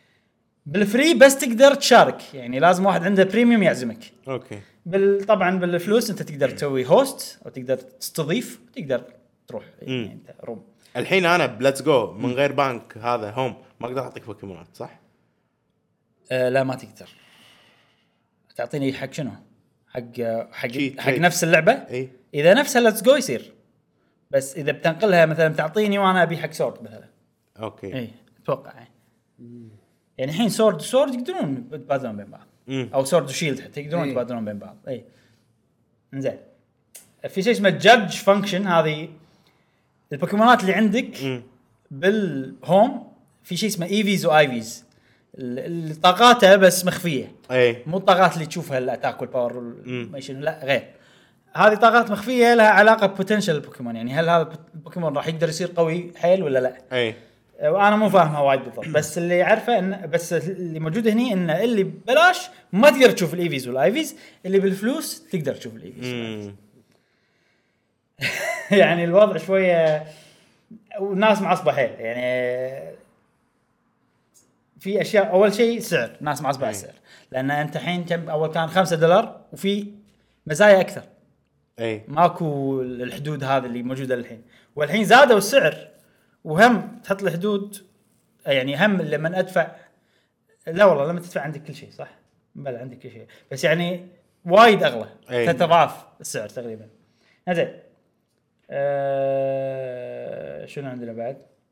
بالفري بس تقدر تشارك، يعني لازم واحد عنده بريميوم يعزمك. اوكي. بال طبعا بالفلوس انت تقدر تسوي هوست او تقدر تستضيف وتقدر تروح يعني انت روم. الحين انا بليتس جو من غير بانك هذا هوم ما اقدر اعطيك بوكيمونات صح؟ آه لا ما تقدر تعطيني حق شنو؟ حق حق شي حق trade. نفس اللعبه. اي. اذا نفسها ليتس جو يصير، بس اذا بتنقلها مثلا تعطيني وانا ابي حق سورد مثلا. اوكي. اي اتوقع يعني يعني الحين سورد سورد يقدرون يتبادلون بين بعض. مم. او سورد وشيلد حتى يقدرون إيه. يتبادلون بين بعض. اي انزين. في شيء اسمه جادج فانكشن، هذه البوكيمونات اللي عندك مم. بالهوم في شيء اسمه ايفيز وايفيز، الطاقاته بس مخفيه، اي. مو الطاقات اللي تشوفها الاتاك والباور والميشن، لا غير. هذه طاقات مخفيه لها علاقه ببوتنشل البوكيمون، يعني هل هذا البوكيمون راح يقدر يصير قوي حيل ولا لا. اي. وانا مو فاهمها وايد بالضبط، بس اللي عارفه ان بس اللي موجود هني ان اللي ببلاش ما تقدر تشوف الايفيز والايفيز، اللي بالفلوس تقدر تشوف الايفيز. مم. يعني الوضع شويه والناس معصبه حيل يعني. في اشياء اول شيء سعر، ناس معصبه على السعر لان انت الحين كم اول كان خمسة دولار وفي مزايا اكثر. اي. ماكو الحدود هذه اللي موجوده الحين، والحين زادوا السعر وهم تحط الحدود. يعني هم لما ادفع، لا والله لما تدفع عندك كل شيء صح، بلا عندك كل شيء بس يعني وايد اغلى، ثلاث اضعاف السعر تقريبا. زين. أه شنو عندنا بعد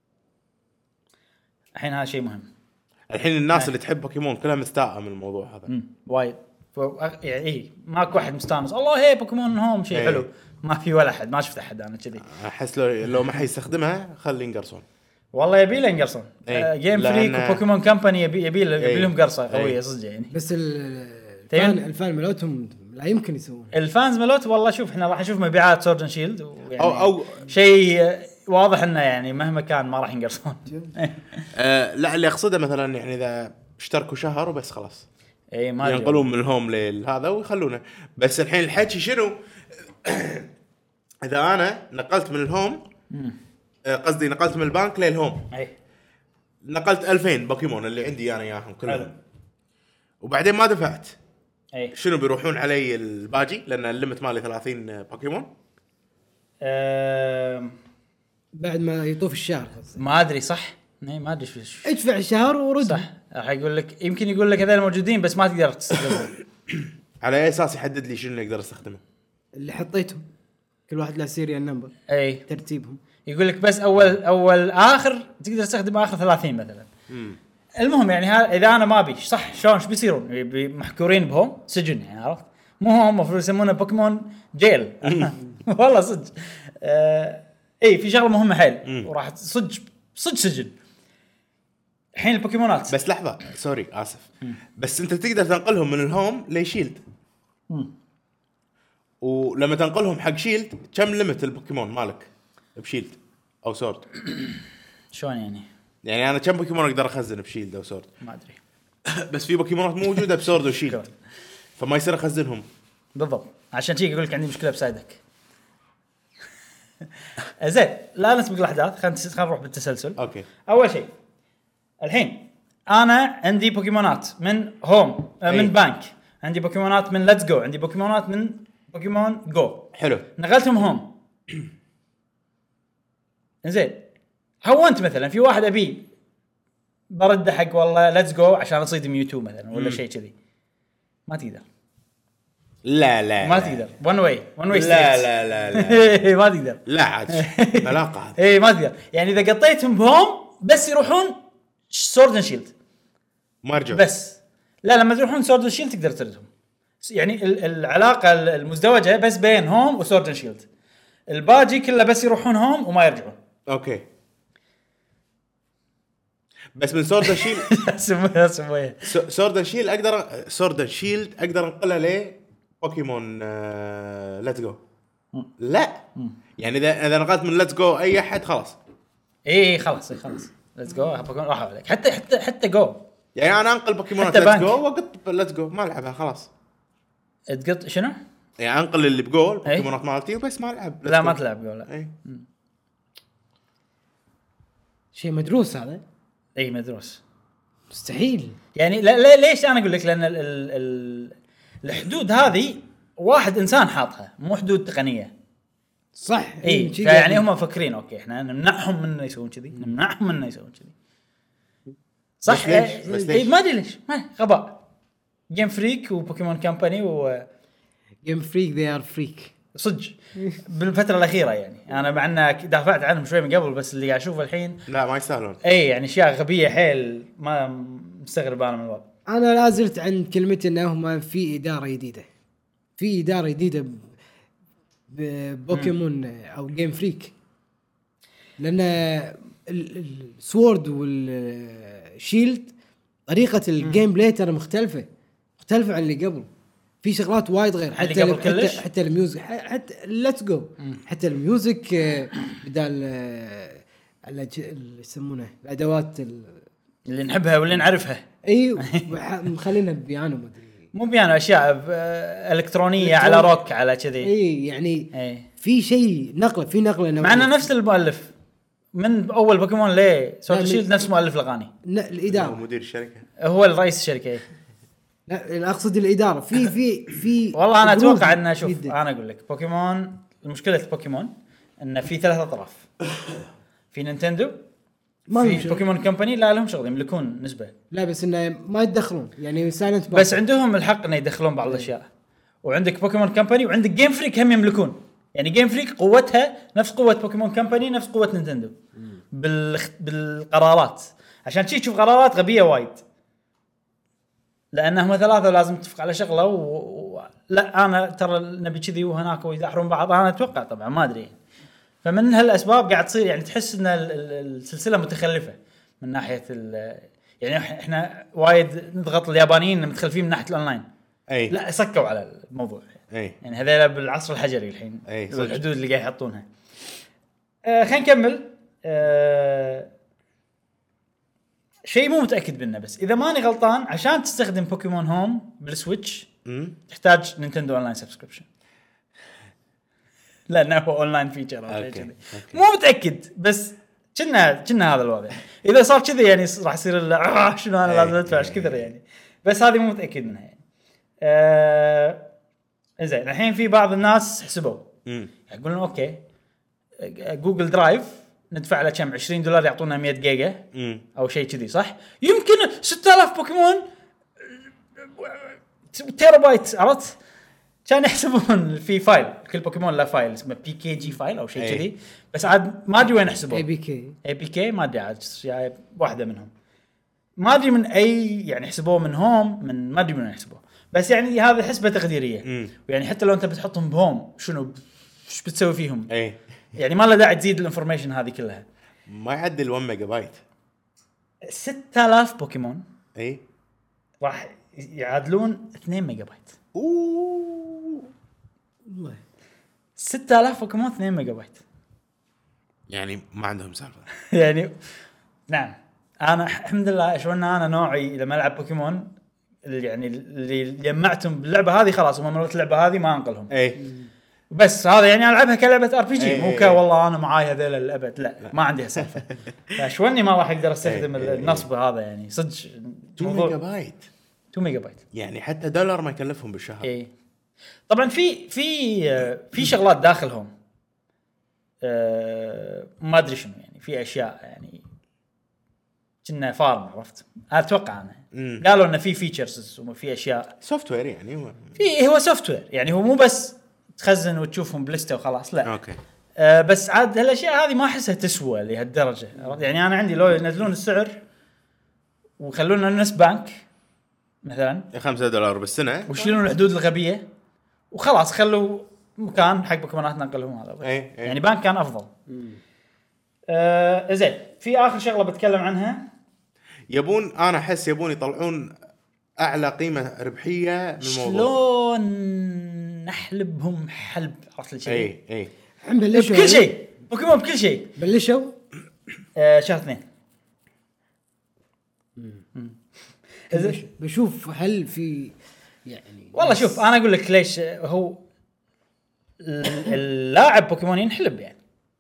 الحين؟ هذا شيء مهم. الحين الناس اللي تحب بوكيمون كلها مستاءة من الموضوع هذا. امم وايد ف... يعني ايه ماكو واحد مستانس الله هي بوكيمون هوم شيء ايه. حلو، ما في ولا احد، ما شفت احد انا كذي. احس لو لو ما حيستخدمها خلي ينقرصون. والله يبي له ينقرصون. ايه. آه جيم لأن- فريك وبوكيمون كامباني يبي يبي له- ايه. يبي لهم قرصه ايه. قويه صدق يعني. بس ال- تبين؟ الفان الفان ملوتهم لا يمكن يسوون. الفانز ملوت والله شوف احنا راح نشوف مبيعات سورد اند شيلد ويعني أو- أو- شيء آه، واضح انه يعني مهما كان ما راح ينقرصون. آه لا اللي اقصده مثلا يعني اذا اشتركوا شهر وبس خلاص اي ما أدري. ينقلون من الهوم لهذا ويخلونه. بس الحين الحكي شنو؟ اذا انا نقلت من الهوم آه، قصدي نقلت من البنك للهوم، اي نقلت ألفين بوكيمون اللي عندي انا اياهم حلو. كلهم، وبعدين ما دفعت، اي شنو بيروحون علي الباجي لان الليمت مالي ثلاثين بوكيمون؟ أه بعد ما يطوف الشهر قصدي. ما ادري صح اي ما ادري ايش ادفع شهر ورد. صح راح يقول لك يمكن يقول لك هذول موجودين بس ما تقدر تستخدمهم. على اي اساس يحدد لي شنو اللي اقدر استخدمه؟ اللي حطيتهم كل واحد له سيريال نمبر اي ترتيبهم. يقول لك بس اول اول اخر تقدر تستخدم اخر ثلاثين مثلا. امم المهم يعني ها اذا انا ما ابي صح شلون ايش بيصيرون يبي محكورين بهم سجن يعني عرفت مو هم المفروض يسمونه بوكيمون جيل. والله صدق آه اي في شغله مهمه حيل وراح صدق صدق سجن الحين البوكيمونات. بس لحظه سوري اسف مم. بس انت تقدر تنقلهم من الهوم لشيلد مم. ولما تنقلهم حق شيلد كم ليمت البوكيمون مالك بشيلد او سورد؟ شلون يعني؟ يعني انا كم بوكيمون اقدر اخزن بشيلد او سورد؟ ما ادري. بس في بوكيمونات موجوده بسورد وشيلد فما يصير اخزنهم. بالضبط عشان شيء اقول لك عندي مشكله بسايدك. زين لا نسبق الاحداث خلينا خلينا نروح بالتسلسل. اوكي اول شيء الحين انا عندي بوكيمونات من هوم من أي. بانك عندي بوكيمونات من ليتس جو عندي بوكيمونات من بوكيمون جو. حلو نقلتهم هوم. زين هونت مثلا في واحد ابي برد حق والله ليتس جو عشان اصيد ميوتو مثلا ولا شيء كذي ما تقدر. لا لا ما لا. تقدر ون واي ون واي لا لا لا لا ما تقدر. لا عاد علاقه هذه. اي ما تقدر يعني اذا قطيتهم بهوم بس يروحون سورد اند شيلد ما رجعوا بس. لا لما تروحون سورد اند شيلد تقدر تردهم يعني العلاقه المزدوجه بس بين هوم وسورد اند شيلد. الباقي كله بس يروحون هوم وما يرجعون. اوكي بس من سورد شيل سموها سموها سورد شيل اقدر سورد شيلد اقدر انقله ل بوكيمون آه... ليتس جو. لا يعني اذا اذا نقلت من ليتس جو اي احد خلاص. اي خلاص اي خلاص ليتس جو بوكيمون راح عليك حتى حتى حتى جو يعني انا انقل بوكيمونات ليتس جو واقط ليتس جو ما العبها خلاص. تقط شنو يعني انقل اللي بجو البوكيمونات مالتي وبس ما العب. لا ما تلعب جو لا اي شيء مدروس هذا. اي مدروس مستحيل يعني لا, لا ليش انا اقول لك لان ال ال ال الحدود هذه واحد انسان حاطها مو حدود تقنيه. صح اي يعني هم مفكرين اوكي احنا نمنعهم من يسوون كذي نمنعهم من يسوون كذي صح. اي ما ادري ليش ما غباء. جيم فريك وبوكيمون كامباني و جيم فريك ذي ار فريك صدق بالفتره الاخيره يعني انا مع انك دافعت عنهم شوي من قبل بس اللي قاعد اشوفه الحين لا ما يستاهلون. اي يعني اشياء غبيه حيل ما مستغرب انا من الوضع. انا لازلت عند كلمتي انهم في اداره جديده في اداره جديده ببوكيمون او جيم فريك لان السورد والشيلد طريقه الجيم بلاي ترى مختلفه مختلفه عن اللي قبل. في شغلات وايد غير حتى قبل حتى, كلش؟ حتى الميوزك حتى ليتس جو حتى الميوزك بدال اللي يسمونه الادوات اللي نحبها واللي نعرفها. اي مخلينا بيانو ما ادري مو بيانو اشياء الكترونيه على روك على كذي. اي يعني أي. في شيء نقله في نقله مع انه نفس المؤلف من اول بوكيمون ليه سورد شيلد نفس مؤلف الاغاني. الاداره مدير الشركه هو الرئيس الشركه. لا انا اقصد الاداره في في في والله انا اتوقع ان اشوف جداً. انا اقول لك بوكيمون المشكله البوكيمون ان في ثلاث اطراف في نينتندو في شغل. بوكيمون كمباني لا لهم شغل يملكون نسبه لا بس انه ما يتدخلون يعني سايلنت بس عندهم الحق انه يدخلون بعض الاشياء. وعندك بوكيمون كمباني وعندك جيم فريك هم يملكون يعني جيم فريك قوتها نفس قوه بوكيمون كمباني نفس قوه نينتندو بال... بالقرارات عشان شي تشوف قرارات غبيه وايد لانهم ثلاثه لازم نتفق على شغله و... و... لا انا ترى نبي كذي وهناك ويدحرون بعض انا اتوقع طبعا ما ادري. فمن هالاسباب قاعد تصير يعني تحس ان السلسله متخلفه من ناحيه ال... يعني احنا وايد نضغط اليابانيين متخلفين من ناحيه الاونلاين. أي. لا سكوا على الموضوع. أي. يعني هذول بالعصر الحجري الحين أي. الحدود اللي قاعد يحطونها. آه خلينا نكمل. آه شيء مو متاكد منه بس اذا ماني غلطان عشان تستخدم بوكيمون هوم بالسويتش م? تحتاج نينتندو اونلاين سبسكريبشن لانه هو اونلاين فيتشر او شيء مو متاكد بس كنا كنا هذا الوضع. اذا صار كذا يعني راح يصير آه شنو انا لازم ادفع ايش كثر يعني بس هذه مو متاكد منها يعني. آه زين الحين في بعض الناس حسبوا يقولون اوكي جوجل درايف ندفع له كم عشرين دولار يعطونا مية جيجا امم او شيء كذي صح. يمكن ستة آلاف بوكيمون تيرا بايت عرفت. كان يحسبون في فايل كل بوكيمون له فايل اسمه بي كي جي فايل او شيء كذي بس عاد ما ادري وين يحسبون اي بي كي اي بي كي ما ادري عاد يعني واحده منهم ما ادري من اي يعني يحسبوه من هوم من ما ادري من يحسبوه بس يعني هذا حسبه تقديريه يعني حتى لو انت بتحطهم بهوم شنو ايش بتسوي فيهم اي يعني ما له داعي تزيد الانفورميشن هذه كلها. ما يعدل واحد ميجا بايت. ستة آلاف بوكيمون اي راح يعادلون اثنين ميجا بايت. اوه والله ستة آلاف بوكيمون اثنين ميجا بايت يعني ما عندهم سالفه. يعني نعم انا الحمد لله شو ان انا نوعي لما العب بوكيمون اللي يعني اللي جمعتهم باللعبه هذه خلاص هم مرات اللعبه هذه ما انقلهم اي بس هذا يعني العبها كلعبه ار بي جي مو إيه. ك والله انا معاي هذول الابد لا, لا ما عندي سالفه. فشوني ما راح اقدر استخدم إيه. النصب هذا يعني صدق اثنين ميجا بايت اثنين ميجا بايت يعني حتى دولار ما يكلفهم بالشهر. اي طبعا في في في شغلات داخلهم أه ما ادري شنو يعني في اشياء يعني كنا فارم عرفت اتوقع انا مم. قالوا انه في فيتشرز وفي اشياء سوفت وير يعني هو في هو سوفت وير يعني هو مو بس تخزن وتشوفهم بلسته وخلاص لا اوكي أه بس عاد هالاشياء هذه ما احسها تسوى لهالدرجه يعني انا عندي لو ينزلون السعر ويخلونا نفس بنك مثلا خمسة دولار بالسنه ويشيلون الحدود الغبيه وخلاص خلوا مكان حق بوكيمونات ننقلهم هذا اي اي يعني بنك كان افضل. آه زين في اخر شغله بتكلم عنها يبون انا احس يبون يطلعون اعلى قيمه ربحيه من الموضوع. شلون نحلبهم حلب عرفت الشيء اي اي الحين بلشوا بكل شيء بوكيمون بكل شيء بلشوا آه شهر اثنين. بش- بشوف هل في يعني والله شوف انا اقول لك ليش هو ال- اللاعب بوكيمون ينحلب يعني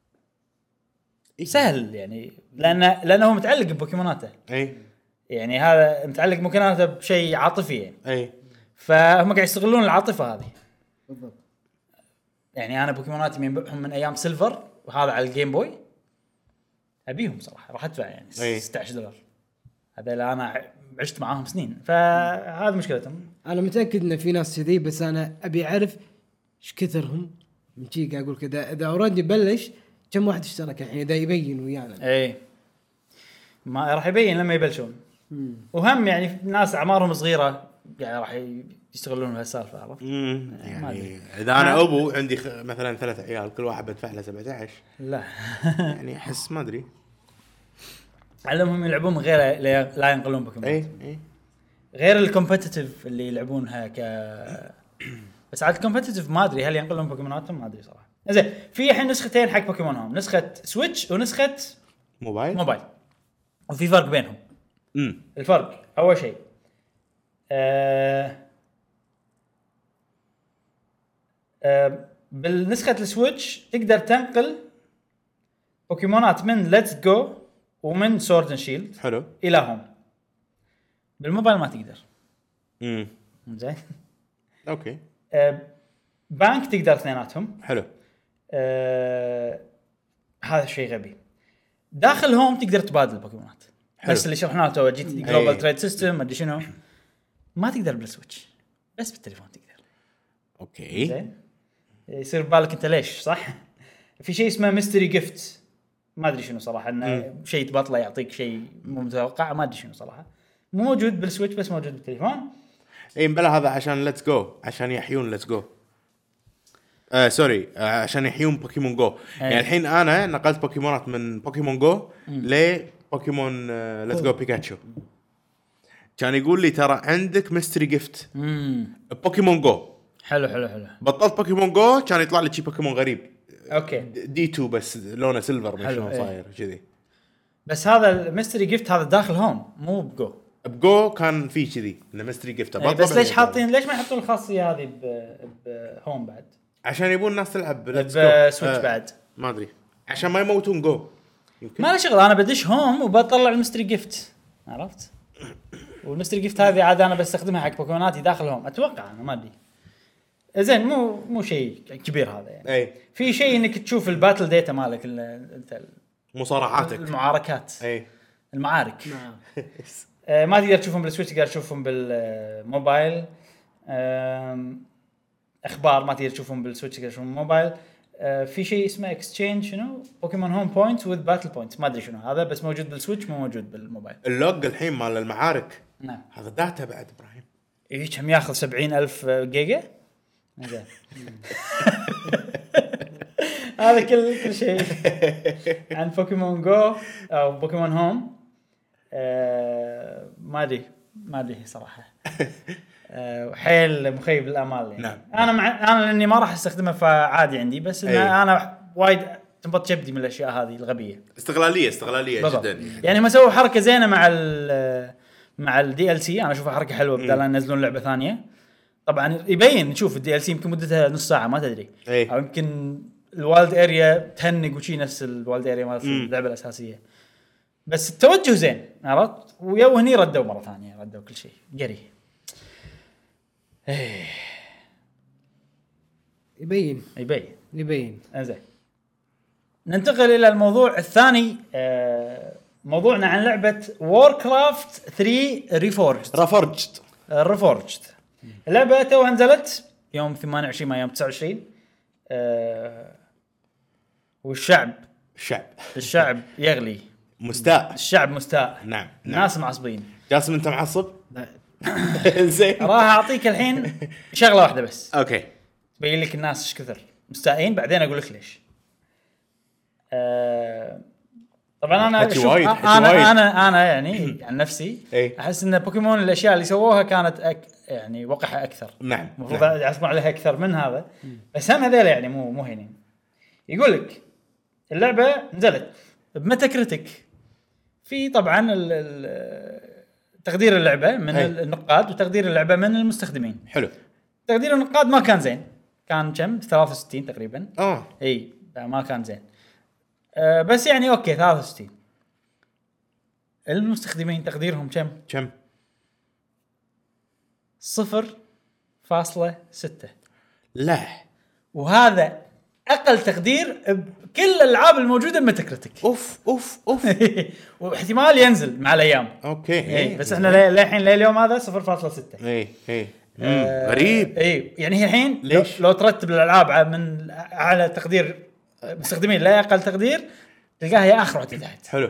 سهل يعني لان لانه هو متعلق ببوكيموناته اي يعني هذا متعلق ببوكيموناته بشيء عاطفي يعني اي فهم قاعد يستغلون العاطفه هذه بالضبط. يعني انا بوكيموناتي منبعهم من ايام سيلفر وهذا على الجيم بوي ابيهم صراحه راح ادفع يعني أي. ستة عشر دولار هذا اللي انا عشت معاهم سنين فهذا مشكلتهم. انا متاكد ان في ناس كذي بس انا ابي اعرف ايش كثرهم من شي قاعد اقول كذا اذا اوريدي بلش كم واحد اشترك الحين اذا يبين ويانا اي ما راح يبين لما يبلشون وهم يعني ناس اعمارهم صغيره يعني راح يشتغلون بهالسالفه عرفت. امم ما يعني أدري. اذا انا ابو عندي خ... مثلا ثلاث عيال كل واحد بدفع له سبعة عشر لا يعني احس ما ادري. علمهم يلعبون من غير لا لا ينقلون بوكيمون اي اي غير الكومبتيتيف اللي يلعبونها ك بس على الكومبتيتيف ما ادري هل ينقلون بوكيموناتهم ما ادري صراحه. زين في الحين نسختين حق بوكيمون هوم نسخه سويتش ونسخه موبايل موبايل وفي فرق بينهم. امم الفرق اول شيء آه آه بالنسخه السويتش تقدر تنقل بوكيمونات من ليتس جو ومن سورد اند شيلد حلو الى هوم. بالموبايل ما تقدر. امم زين اوكي آه بانك تقدر اثنيناتهم. حلو آه هذا شيء غبي. داخل هوم تقدر تبادل بوكيمونات حلو. بس اللي شرحناه تو جي تي جلوبال أي. تريد سيستم ما ادري شنو ما تقدر بالسويتش بس بالتليفون تقدر. اوكي زين يصير ببالك انت ليش صح. في شيء اسمه ميستري جيفت ما ادري شنو صراحه انه شيء تبطله يعطيك شيء مو متوقع ما ادري شنو صراحه مو موجود بالسويتش بس موجود بالتليفون. اي مبلا هذا عشان ليتس جو عشان يحيون ليتس جو آه سوري آه عشان يحيون بوكيمون جو. يعني الحين انا نقلت بوكيمونات من بوكيمون جو لبوكيمون آه ليتس جو بيكاتشو كان يقول لي ترى عندك ميستري جيفت امم بوكيمون جو. حلو حلو حلو بطلت بوكيمون جو كان يطلع لي شي بوكيمون غريب اوكي دي تو بس لونه سيلفر ما حلو، شلون إيه. صاير كذي. بس هذا الميستري جيفت هذا داخل هوم مو بجو. بجو كان في كذي انه ميستري جيفت يعني بس ليش حاطين ليش ما يحطون الخاصيه هذه ب- بهوم بعد عشان يبون الناس تلعب Let's Go. بسويتش آه، بعد ما ادري عشان ما يموتون جو يمكن. ما له شغل انا بدش هوم وبطلع الميستري جيفت عرفت. والميستري جيفت هذه عاد انا بستخدمها حق بوكيموناتي داخل هوم اتوقع انا ما ادري. زين مو مو شيء كبير هذا يعني. اي في شيء انك تشوف الباتل ديتا مالك ال- انت ال- مصارعاتك المعاركات اي المعارك نعم. آه ما تقدر تشوفهم بالسويتش، تقدر تشوفهم بالموبايل. آه اخبار ما تقدر تشوفهم بالسويتش، تقدر تشوفهم بالموبايل. آه في شيء اسمه اكسشينج شنو بوكيمون هوم بوينتس وذ باتل بوينتس، ما ادري شنو هذا، بس موجود بالسويتش مو موجود بالموبايل. اللوج الحين مال المعارك نعم هذا داتا بعد ابراهيم. ايه كم ياخذ سبعين ألف جيجا زين. هذا كل كل شيء عن بوكيمون جو او بوكيمون هوم. آه ما ادري ما ادري صراحه. آه حيل مخيب الامال يعني. نعم. انا مع انا لاني ما راح استخدمه فعادي عندي، بس إن أي. انا وايد تنبط جبدي من الاشياء هذه الغبيه. استغلاليه استغلاليه بالضبط. جدا يعني. يعني ما سووا حركه زينه مع ال مع الدي ال سي، انا اشوفها حركه حلوه بدل ان ينزلون لعبه ثانيه. طبعا يبين نشوف الدي ال سي يمكن مدتها نص ساعه ما تدري، أي. او يمكن الوالد اريا تهنق وشي نفس الوالد اريا مال اللعبه الاساسيه، بس التوجه زين عرفت. ويا وهني ردوا مره ثانيه، ردوا كل شيء قري. ايه يبين يبين يبين زين. ننتقل الى الموضوع الثاني. آه موضوعنا عن لعبه ووركرافت ثري ريفورجد. رافورجت ريفورجد اللعبه توها نزلت يوم ثمانية وعشرين ما يوم تسعة وعشرين. آه والشعب الشعب الشعب يغلي، مستاء. الشعب مستاء. نعم الناس معصبين. جاسم انت معصب؟ لا. زين راح اعطيك الحين شغله واحده بس اوكي تبين لك الناس ايش كثر مستائين، بعدين اقول لك ليش. آه طبعا انا حكي أشوف وايد، حكي انا وايد. انا انا يعني عن نفسي إيه. احس ان بوكيمون الاشياء اللي سووها كانت أك يعني وقحه اكثر. نعم المفروض نعم. يعصبون عليها اكثر من هذا، بس هم هذول يعني مو مو هينين. يقول لك اللعبه نزلت بميتا كريتيك، في طبعا ال- ال- تقدير اللعبه من هي. النقاد وتقدير اللعبه من المستخدمين. حلو تقدير النقاد ما كان زين، كان كم ثلاثة وستين تقريبا. اه اي ما كان زين. أه بس يعني اوكي ثلاثة وستين. المستخدمين تقديرهم كم؟ كم؟ صفر فاصلة ستة. لا وهذا اقل تقدير بكل الالعاب الموجوده بميتاكريتيك. اوف اوف اوف واحتمال ينزل مع الايام. اوكي اي بس احنا للحين لليوم هذا صفر فاصلة ستة. اي اي آه غريب. اي يعني هي الحين ليش؟ لو, لو ترتب الالعاب على- من على تقدير مستخدمين لا اقل تقدير تلقاها هي اخر واحده تحت. حلو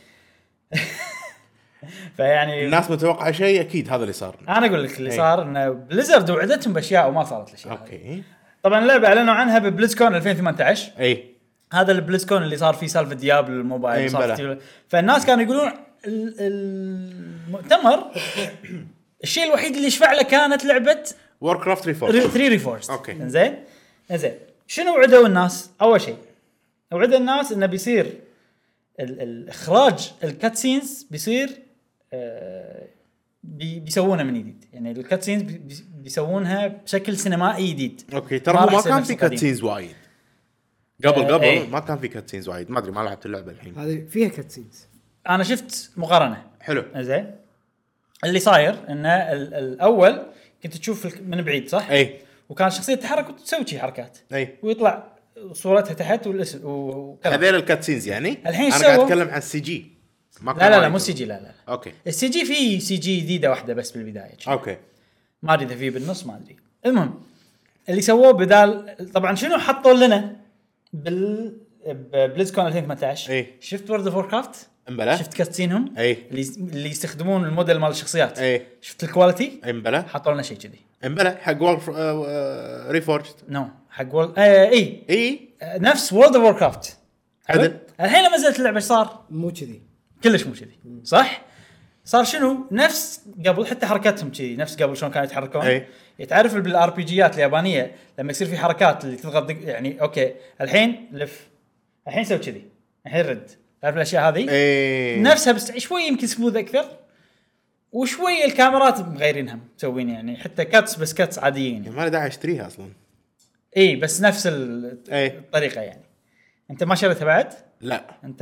فيعني الناس متوقعه شيء اكيد هذا اللي صار. انا اقول لك اللي إيه. صار ان بليزرد وعدتهم باشياء وما صارت الاشياء. اوكي طبعا اللعبه اعلنوا عنها ببليزكون ألفين وثمانية عشر. اي هذا البليزكون اللي صار فيه سالفه ديابل الموبايل. إيه، صار بلى. فيه- فالناس كانوا يقولون ال- المؤتمر الشيء الوحيد اللي يشفع له كانت لعبه ووركرافت ريفورد. ثري ريفورس. أوكي. زين زين شنو وعدوا الناس؟ اول شيء وعد الناس انه بيصير ال- الاخراج الكاتسينز بيصير آه بي بيسوونه من جديد، يعني الكاتسينز بي بي- بيسوونها بشكل سينمائي جديد. اوكي ترى ما هو راح ما يصير كان نفس في القديم. كاتسينز وايد قبل آه، قبل إيه. ما كان في كاتسينز وايد، ما ادري ما لعبت اللعبه الحين. هذه فيها كاتسينز. انا شفت مقارنه. حلو زين اللي صاير انه ال- الاول كنت تشوف الك- من بعيد صح؟ اي وكان الشخصيه تتحرك وتسوي شي حركات اي ويطلع صورتها تحت والاسم وكذا. هذول الكاتسينز يعني. الحين انا سووا- قاعد اتكلم عن السي جي. ما كان لا لا لا وايد. مو سي جي، لا لا اوكي السي جي في سي جي جديده واحده بس بالبدايه. اوكي ما ادري اذا في بالنص ما ادري. المهم اللي سووه بدال طبعا شنو حطوا لنا بال بليزكون ألفين وثمانية عشر. إيه. شفت وورد اوف ووركرافت؟ امبلا شفت كاتسينهم إيه. اللي اللي يستخدمون الموديل مال الشخصيات. إيه. شفت الكواليتي؟ امبلا حطوا لنا شيء كذي. امبلا حق وورك ريفورجد. نو حق وورد آه اي اي آه نفس وورد اوف ووركرافت. عدل. الحين لما نزلت اللعبه ايش صار؟ مو كذي. كلش مو كذي صح؟ صار شنو نفس قبل، حتى حركاتهم كذي نفس قبل شلون كانوا يتحركون. أي. يتعرف بالار بي جيات اليابانيه لما يصير في حركات اللي تضغط دق... يعني اوكي الحين لف الحين سوي كذي الحين رد، تعرف الاشياء هذه اي نفسها بس شوي يمكن سموث اكثر وشوي الكاميرات مغيرينها مسوين يعني حتى كاتس بس كاتس عاديين يعني. ما له داعي اشتريها اصلا. اي بس نفس ال- أي. الطريقه يعني. انت ما شريتها بعد؟ لا انت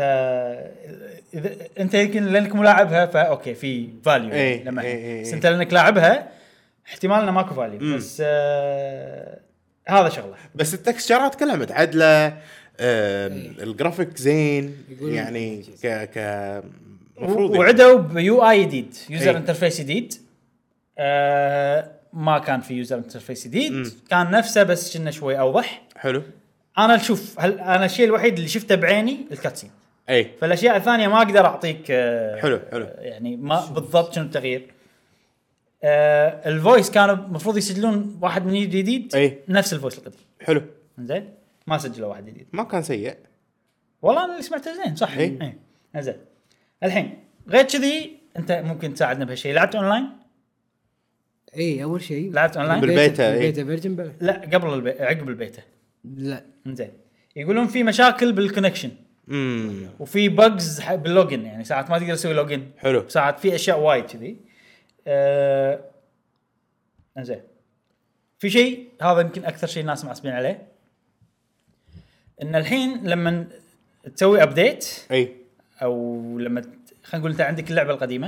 اذا انت يمكن لانك ملاعبها فاوكي في فاليو إيه، لما إيه، إيه، بس إيه. انت لانك لاعبها احتمال انه ماكو فاليو. بس آه هذا شغله. بس التكستشرات كلها متعدله. آه الجرافيك زين يعني ك ك مفروض وعدوا بيو اي جديد يوزر انترفيس جديد آه ما كان في يوزر انترفيس جديد م. كان نفسه بس كنا شوي اوضح. حلو. انا اشوف هل انا الشيء الوحيد اللي شفته بعيني الكاتسين اي فالاشياء الثانيه ما اقدر اعطيك آه حلو حلو يعني ما بالضبط شنو التغيير. آه الفويس كانوا المفروض يسجلون واحد من جديد أي. نفس الفويس القديم. حلو زين ما سجلوا واحد جديد ما كان سيء والله انا اللي سمعته زين صح. اي اي زين. الحين غير كذي انت ممكن تساعدنا بهالشيء. لعبت اونلاين؟ اي اول شيء لعبت اونلاين بالبيتا. بالبيتا فيرجن بل... لا قبل البي... عقب البيتا لا زين. يقولون في مشاكل بالكونكشن امم وفي بجز باللوجن يعني ساعات ما تقدر تسوي لوجن. حلو. ساعات في اشياء وايد كذي آه... زين. في شيء هذا يمكن اكثر شيء الناس معصبين عليه ان الحين لما تسوي ابديت اي او لما خلينا نقول انت عندك اللعبه القديمه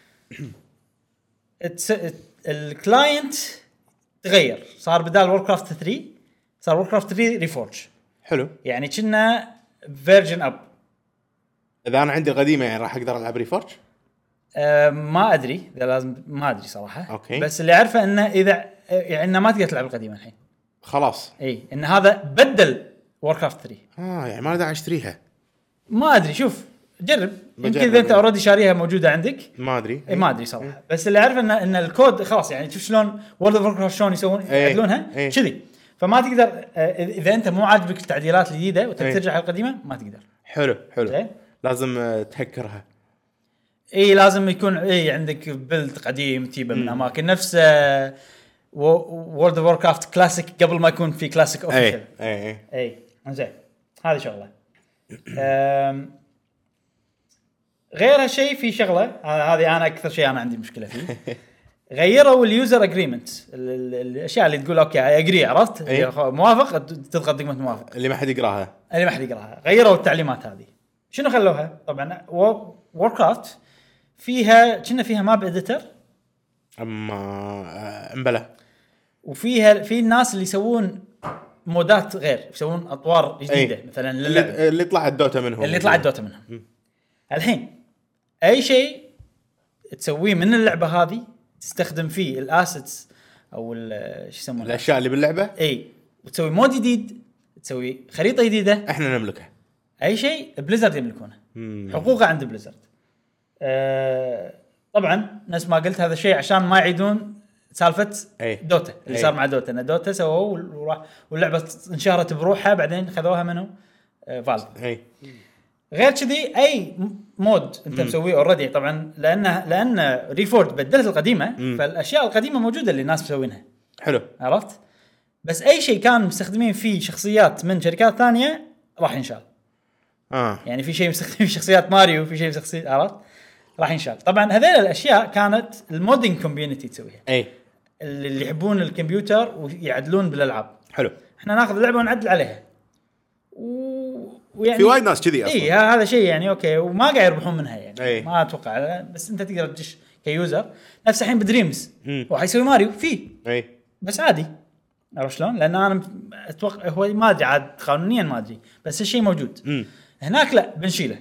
الكلاينت تغير صار بدال ووركرافت ثري صار ووركرافت ثري ريفورج. حلو. يعني كنا فيرجن اب. اذا انا عندي القديمه يعني راح اقدر العب ريفورج أه ما ادري اذا لازم ما ادري صراحه. أوكي. بس اللي اعرفه انه اذا يعني إنه ما تقدر تلعب القديمه الحين خلاص. اي ان هذا بدل ووركرافت ثري. اه يعني ما داعي اشتريها. ما ادري شوف جرب يمكن اذا انت اوريدي شاريها موجوده عندك ما ادري. إيه ما ادري صراحه. بس اللي اعرف ان ان الكود خلاص يعني شوف شلون وورد اوف ووركرافت شلون يسوون يعدلونها كذي. فما تقدر اذا انت مو عاجبك التعديلات الجديده وترجع القديمه ما تقدر. حلو حلو. زين لازم تهكرها. اي لازم يكون اي عندك بيلد قديم تجيبه من اماكن نفس وورد اوف ووركرافت كلاسيك قبل ما يكون في كلاسيك اوفيشال. اي اي اي زين هذه شغله. غير هالشيء في شغله هذه انا اكثر شيء انا عندي مشكله فيه. غيروا اليوزر اجريمنت الاشياء اللي تقول اوكي اي اجري عرفت أيه؟ موافق تضغط دقمه موافق اللي ما حد يقراها اللي ما حد يقراها. غيروا التعليمات هذه. شنو خلوها؟ طبعا ووركرافت فيها كنا فيها ماب اديتر اما امبلا وفيها في الناس اللي يسوون مودات غير يسوون اطوار جديده. أيه؟ مثلا اللي, اللي طلع الدوتا منهم اللي طلع الدوتا منهم م. الحين اي شيء تسويه من اللعبه هذه تستخدم فيه الاسيتس او شو يسمونه الاشياء اللي باللعبه. اي وتسوي مود جديد تسوي خريطه جديده احنا نملكها. اي شيء بليزرد يملكونه حقوقه عند بليزرد. أه طبعا نفس ما قلت هذا الشيء عشان ما يعيدون سالفه أي. دوتا اللي أي. صار مع دوتا ان دوتا سووا وراح واللعبه انشهرت بروحها بعدين خذوها منه أه فالف. اي غير كذي اي مود انت مسويه اوريدي طبعا لانه لان ريفورد بدلت القديمه مم. فالاشياء القديمه موجوده اللي الناس مسوينها. حلو. عرفت. بس اي شيء كان مستخدمين فيه شخصيات من شركات ثانيه راح ينشال. اه يعني في شيء مستخدمين فيه شخصيات ماريو في شيء شخصيات عرفت راح ينشال. طبعا هذول الاشياء كانت المودينج كوميونتي تسويها. اي اللي يحبون الكمبيوتر ويعدلون بالالعاب. حلو. احنا ناخذ اللعبه ونعدل عليها و... ويعني في وايد ناس كذي اصلا. اي هذا شيء يعني اوكي وما قاعد يربحون منها يعني. أي. ما اتوقع بس انت تقدر تدش كيوزر نفس الحين بدريمز وحيسوي ماريو فيه. اي بس عادي عرفت شلون لان انا اتوقع هو ما ادري عاد قانونيا ما ادري بس الشيء موجود. مم. هناك لا بنشيله.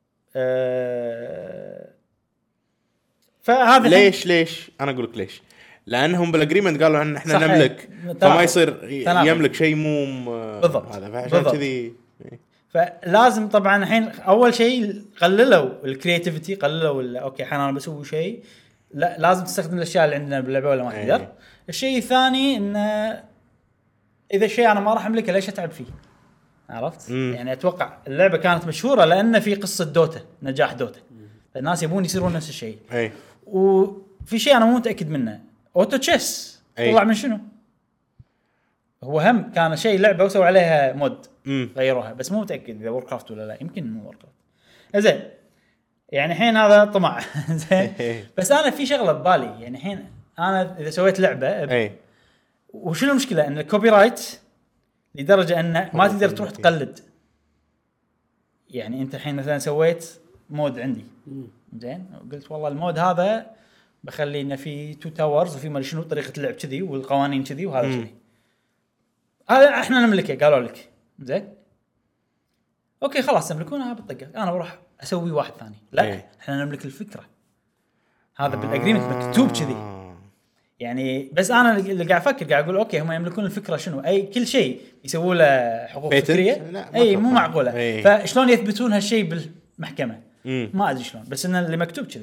أه... فهذا ليش ليش انا اقول لك ليش لانهم بالاجريمنت قالوا ان احنا صحيح. نملك فما يصير تناقض. يملك شيء مو بالضبط هذا فعشان كذي. فلازم طبعا الحين اول شيء قللوا الكرياتيفيتي قللوا اوكي الحين انا بسوي شيء لا لازم تستخدم الاشياء اللي عندنا باللعبه ولا ما تقدر. أيه. الشيء الثاني انه اذا شيء انا ما راح املكه ليش اتعب فيه عرفت. مم. يعني اتوقع اللعبه كانت مشهوره لان في قصه دوتا نجاح دوتا الناس يبون يصيرون نفس الشيء. اي وفي شيء انا مو متاكد منه اوتو تشيس طلع من شنو هو هم كان شيء لعبه وسووا عليها مود مم. غيروها بس مو متاكد اذا ووركرافت ولا لا يمكن مو ووركرافت. زين يعني الحين هذا طمع زين بس انا في شغله ببالي يعني الحين انا اذا سويت لعبه اي وشنو المشكله ان الكوبي رايت لدرجه ان ما تقدر تروح تقلد. يعني انت الحين مثلا سويت مود عندي زين قلت والله المود هذا بخلي انه في تو تاورز وفي ما شنو طريقه اللعب كذي والقوانين كذي وهذا كذي هذا احنا نملكه قالوا لك زين اوكي خلاص تملكونها بالطقه، انا بروح اسوي واحد ثاني. لا إيه. احنا نملك الفكره، هذا بالاجريمنت مكتوب كذي. يعني بس انا اللي قاعد افكر قاعد اقول اوكي هم يملكون الفكره شنو، اي كل شيء يسووا له حقوق Patent؟ فكريه. لا، ما اي أتوقع. مو معقوله. إيه. فشلون يثبتون هالشيء بالمحكمه؟ مم. ما ادري شلون، بس ان اللي مكتوب كذي.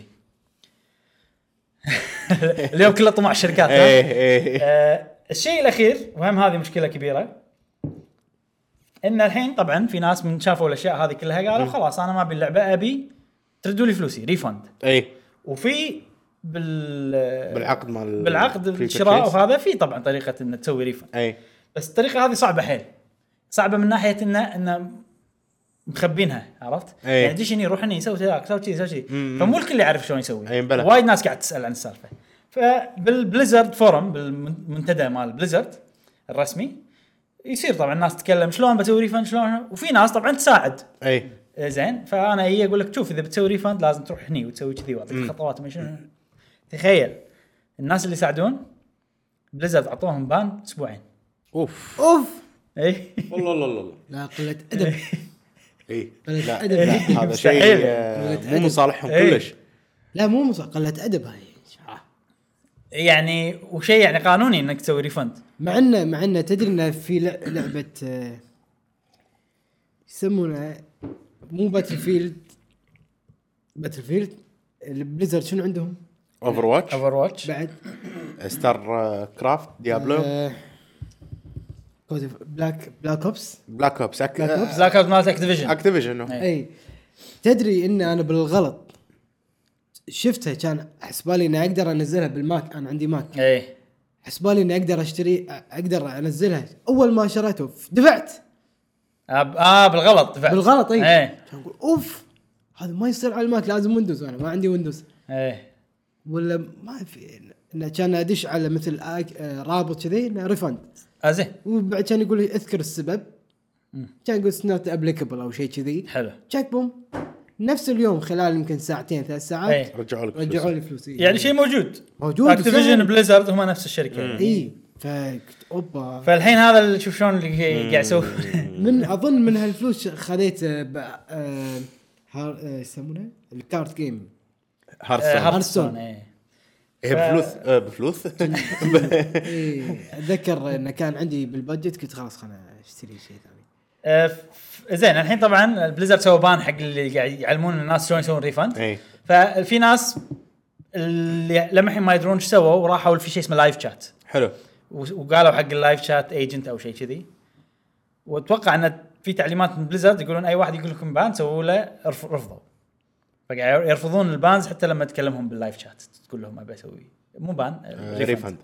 اليوم كله طمع الشركات. ها؟ ايه ايه آه الشيء الاخير وهم هذه مشكله كبيره، ان الحين طبعا في ناس من شافوا الاشياء هذه كلها قالوا خلاص انا ما ابي اللعبه، ابي تردوا لي فلوسي ريفند. ايه وفي بال بالعقد مال بالعقد الشراء وهذا في طبعا طريقه ان تسوي ريفند. اي بس الطريقه هذه صعبه حيل، صعبه من ناحيه انه انه مخبينها، عرفت؟ أي. يعني ديش يروح هني يسوي كذا يسوي كذا يسوي كذا، مم. فمو الكل يعرف شلون يسوي. أي بلى. وايد ناس قاعد تسال عن السالفه. فبالبليزرد فورم بالمنتدى مال بليزرد الرسمي يصير طبعا الناس تتكلم شلون بسوي ريفند شلون، وفي ناس طبعا تساعد. اي زين فانا هي اقول لك شوف اذا بتسوي ريفند لازم تروح هني وتسوي كذي واعطيك خطوات من شنو. تخيل الناس اللي يساعدون بليزرد عطوهم بان اسبوعين. اوف اوف اي والله الله الله لا قله ادب. اي قلة لا أدب. لا، هذا شيء مستحيل. آه، قلة مو أدب. من صالحهم إيه. كلش. لا مو مص قله ادب هاي. يعني وشيء يعني قانوني انك تسوي ريفند. مع انه مع انه تدري انه في لع- لعبه آه، يسمونها مو باتل فيلد باتل فيلد البليزرد شنو عندهم اوفر واتش، اوفر واتش بعد ستار كرافت، ديابلو، آه، كود أوف- بلاك بلاك اوبس. بلاك اوبس، Black Ops. بلاك اوبس مالت اكتيفيجن. اكتيفيجن. إيه. اي تدري ان انا بالغلط شفتها كان حسبالي اني اقدر انزلها بالماك، انا عندي ماك، اي حسبالي اني اقدر اشتري اقدر انزلها. اول ما شريته دفعت اه, آه بالغلط دفعت. بالغلط. اي اي كان اقول اوف هذا ما يصير على الماك، لازم ويندوز، انا ما عندي ويندوز. اي ولا ما في انه كان ادش على مثل آك- آه، رابط كذي انه ريفند، آه زين وبعد كان يقول لي اذكر السبب، كان يقول نوت ابليكابل او شيء كذي. حلو. تشيك بوم نفس اليوم خلال يمكن ساعتين ثلاث ساعات اي رجعوا لك رجعوا فلوس. لي فلوسي. يعني شيء موجود موجود اكتيفيجن وسهل. بليزرد هم نفس الشركه. اي فكنت اوبا فالحين هذا اللي شوف شلون اللي قاعد يسوي. من اظن من هالفلوس خذيت آه، ب- آه، هار- آه، يسمونه الكارت جيم. هارستون. هارستون. اي هي بفلوس آه، بفلوس اي اتذكر انه كان عندي بالبادجت كنت خلاص خلنا اشتري شيء ثاني. آه، ف- زين الحين طبعا بليزرد سووا بان حق اللي قاعد يعلمون الناس شلون يسوون ريفند. اي ففي ناس اللي لما الحين ما يدرون ايش سووا راحوا في شيء اسمه لايف شات، حلو. وقالوا حق اللايف شات ايجنت او شيء كذي، واتوقع ان في تعليمات من بليزرد يقولون اي واحد يقول لكم بان سووا له رف- رفضوا، فقاعد يرفضون البانز حتى لما تكلمهم باللايف شات تقول لهم ابي اسوي مو بان آه، ريفند.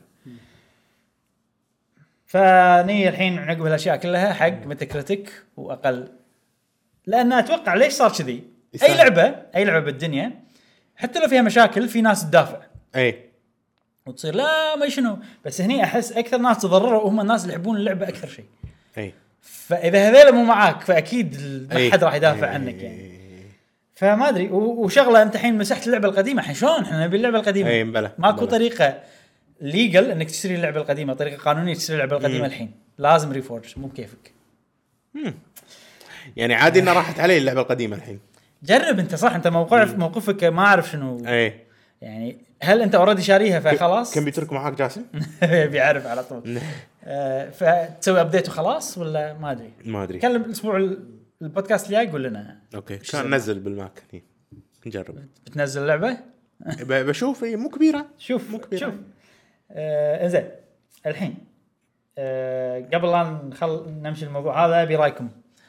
فني الحين عقب الاشياء كلها حق ميتا كريتيك واقل، لان اتوقع ليش صار كذي. اي يستاهل. لعبه اي لعبه بالدنيا حتى لو فيها مشاكل في ناس تدافع اي وتصير لا ما شنو، بس هني احس اكثر ناس تضرروا هم الناس اللي يحبون اللعبه اكثر شيء. اي فاذا هذول مو معاك فاكيد ما أي. حد راح يدافع أي. عنك يعني. فما ادري و- وشغله انت الحين مسحت اللعبه القديمه، الحين شلون احنا نبي اللعبه القديمه؟ أي بلى. ماكو بلى. طريقه ليجل انك تشتري اللعبه القديمه، طريقه قانونيه تشتري اللعبه القديمه الحين لازم ريفورج مو بكيفك. يعني عادي انه راحت علي اللعبه القديمه الحين. جرب انت صح، انت موقف موقفك ما اعرف شنو اي يعني، هل انت اوريدي شاريها فخلاص كمبيوترك معاك جاسم؟ بيعرف على طول آه فتسوي ابديت وخلاص ولا ما ادري. ما ادري. كلم الاسبوع ال- البودكاست اللي جاي قول لنا اوكي كان نزل بالماك هني نجرب. بتنزل لعبه. ب- بشوف هي مو كبيره. شوف مو كبيرة. شوف آه زين الحين آه قبل لا نخل نمشي الموضوع هذا ابي رايكم.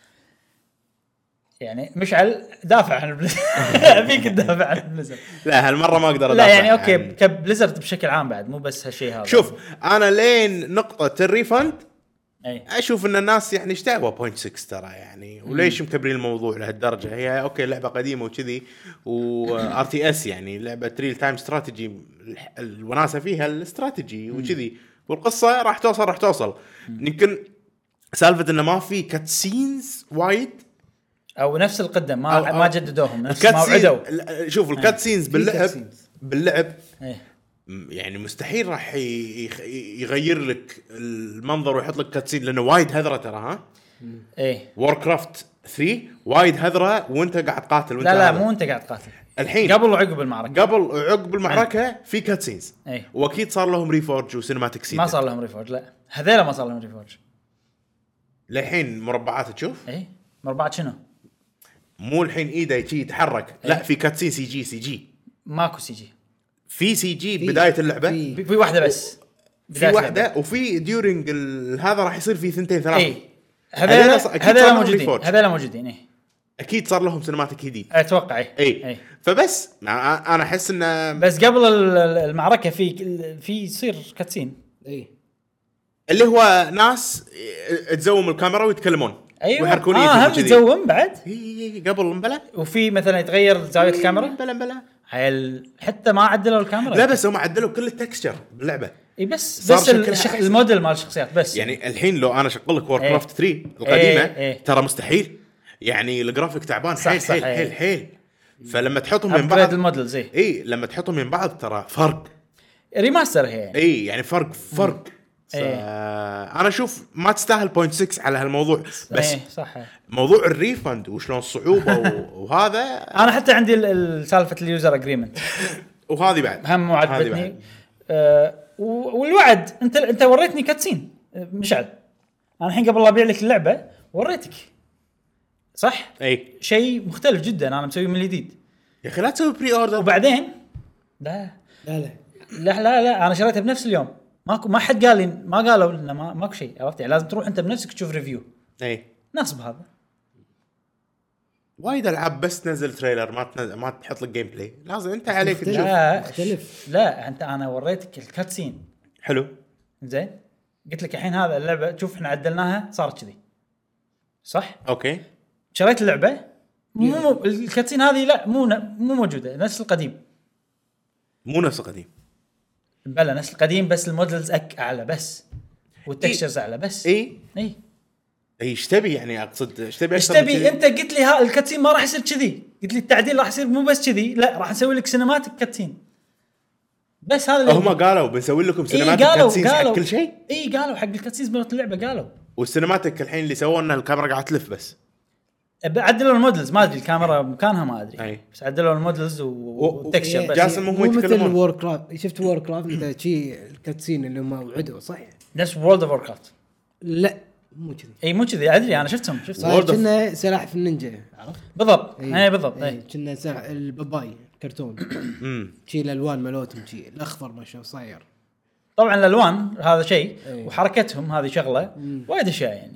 يعني مشعل دافع عن بليزرد ابيك تدافع عن بليزرد. لا هالمره ما اقدر لا أدافع يعني اوكي عن- كبليزرد بشكل عام بعد مو بس هالشيء هذا. شوف انا لين نقطه الريفند اي اشوف ان الناس يعني اشتاقوا بوينت ستة ترى يعني، وليش مكبرين الموضوع لهالدرجه؟ هي اوكي لعبه قديمه وكذي وار تي اس يعني لعبه ريل تايم استراتيجي، الوناسه فيها الاستراتيجي وكذي، والقصه راح توصل راح توصل يمكن سالفه انه ما في كات سينز وايد او نفس القدم ما أو- أو- ما جددوهم نفس الكات ما سين- وعدوا. لا، شوف الكات سينز في باللعب cutscenes. باللعب ايه م- يعني مستحيل راح ي- يخ- يغير لك المنظر ويحط لك كاتسين لانه وايد هذره ترى. ها ايه وور كرافت ثلاثة وايد هذره وانت قاعد تقاتل وانت لا لا هذا. مو انت قاعد تقاتل الحين قبل وعقب المعركه قبل وعقب المعركه في كاتسينز أي. واكيد صار لهم ريفورج وسينماتيك سيت ما صار لهم ريفورج لا هذيلا ما صار لهم ريفورج للحين مربعات تشوف اي مربعات شنو مو الحين ايده يجي يتحرك لا في كاتسين سي جي سي جي ماكو سي جي في سي جي بدايه اللعبه في- في, في واحده بس في واحده وفي ديورينج هذا راح يصير في ثنتين ثلاثه اي هذيلا ص- أكيد هذيلا صار لهم موجودين ريفورج. هذيلا موجودين اي اكيد صار لهم سينماتيك جديد اتوقع اي اي اي فبس انا انا احس انه بس قبل ال- ال- المعركه في في يصير كاتسين اي اللي هو ناس تزوم الكاميرا ويتكلمون ايوه ويحركون اه ايدهم هم كذي. يتزوم بعد اي قبل مبلا وفي مثلا يتغير زاويه الكاميرا مبلا مبلا هاي حتى ما عدلوا الكاميرا لا بس هم عدلوا كل التكستشر باللعبه اي بس صار بس شكلها الشخ... أحسن. الموديل مال الشخصيات بس يعني الحين لو انا اشغل لك وور إيه. كرافت ثلاثة القديمه إيه، إيه. ترى مستحيل يعني الجرافيك تعبان صح، حيل صح، حيل إيه. حيل حيل فلما تحطهم من ابجريد بعض الموديل زي اي لما تحطهم من بعض ترى فرق ريماستر هي يعني اي يعني فرق فرق ف... إيه. انا اشوف ما تستاهل بوينت ستة على هالموضوع بس إيه، صح موضوع الريفند وشلون الصعوبه و... وهذا انا حتى عندي ال- ال- سالفه اليوزر اجريمنت وهذه بعد هم مو هذه عجبتني بعد. آه و- والوعد انت انت وريتني كاتسين آه، مشعل انا الحين قبل لا ابيع لك اللعبه وريتك صح اي شيء مختلف جدا انا مسويه من الجديد يا اخي لا تسوي بري اوردر وبعدين لا لا لا لا لا لا انا شريتها بنفس اليوم ماكو ما حد قال لي ما قالوا لنا ما ماكو شيء عرفت يعني لازم تروح انت بنفسك تشوف ريفيو اي نصب هذا وايد العاب بس تنزل تريلر ما تنزل ما تحط لك جيم بلاي لازم انت عليك مختلف. تشوف لا مختلف. لا انت انا وريتك الكاتسين حلو زين قلت لك الحين هذا اللعبه شوف احنا عدلناها صارت كذي صح اوكي شريت اللعبه مو مو الكاتسين هذه لا مو مو موجوده نفس القديم مو نفس القديم بلا نفس القديم بس المودلز أك اعلى بس والتكستشرز اعلى بس اي اي اي ايش تبي يعني اقصد ايش تبي ايش أكثر من تبي كذي؟ انت قلت لي ها الكاتسين ما راح يصير كذي قلت لي التعديل راح يصير مو بس كذي لا راح نسوي لك سينماتيك كاتسين بس هذا اللي هم قالوا بنسوي لكم إيه سينماتيك قالوا كاتسينز حق قالوا كل شيء اي قالوا حق الكاتسينز مالت اللعبه قالوا والسينماتيك الحين اللي سووا لنا الكاميرا قاعده تلف بس عدلوا المودلز ما ادري الكاميرا مكانها ما ادري أي. بس عدلوا المودلز والتكستشر بس جاسم هم مو مثل يتكلمون. وور كرافت شفت وور كرافت انت شي الكاتسين اللي هم وعدوا صح؟ نفس وورلد اوف ووركرافت لا مو كذي اي مو كذي ادري انا شفتهم شفتهم صار كنا سلاحف النينجا عرفت؟ بالضبط إيه. اي بالضبط إيه، اي كنا سلاح الباباي كرتون شي الالوان مالوتهم شي الاخضر ما شو صاير طبعا الالوان هذا شيء إيه. وحركتهم هذه شغله وايد اشياء يعني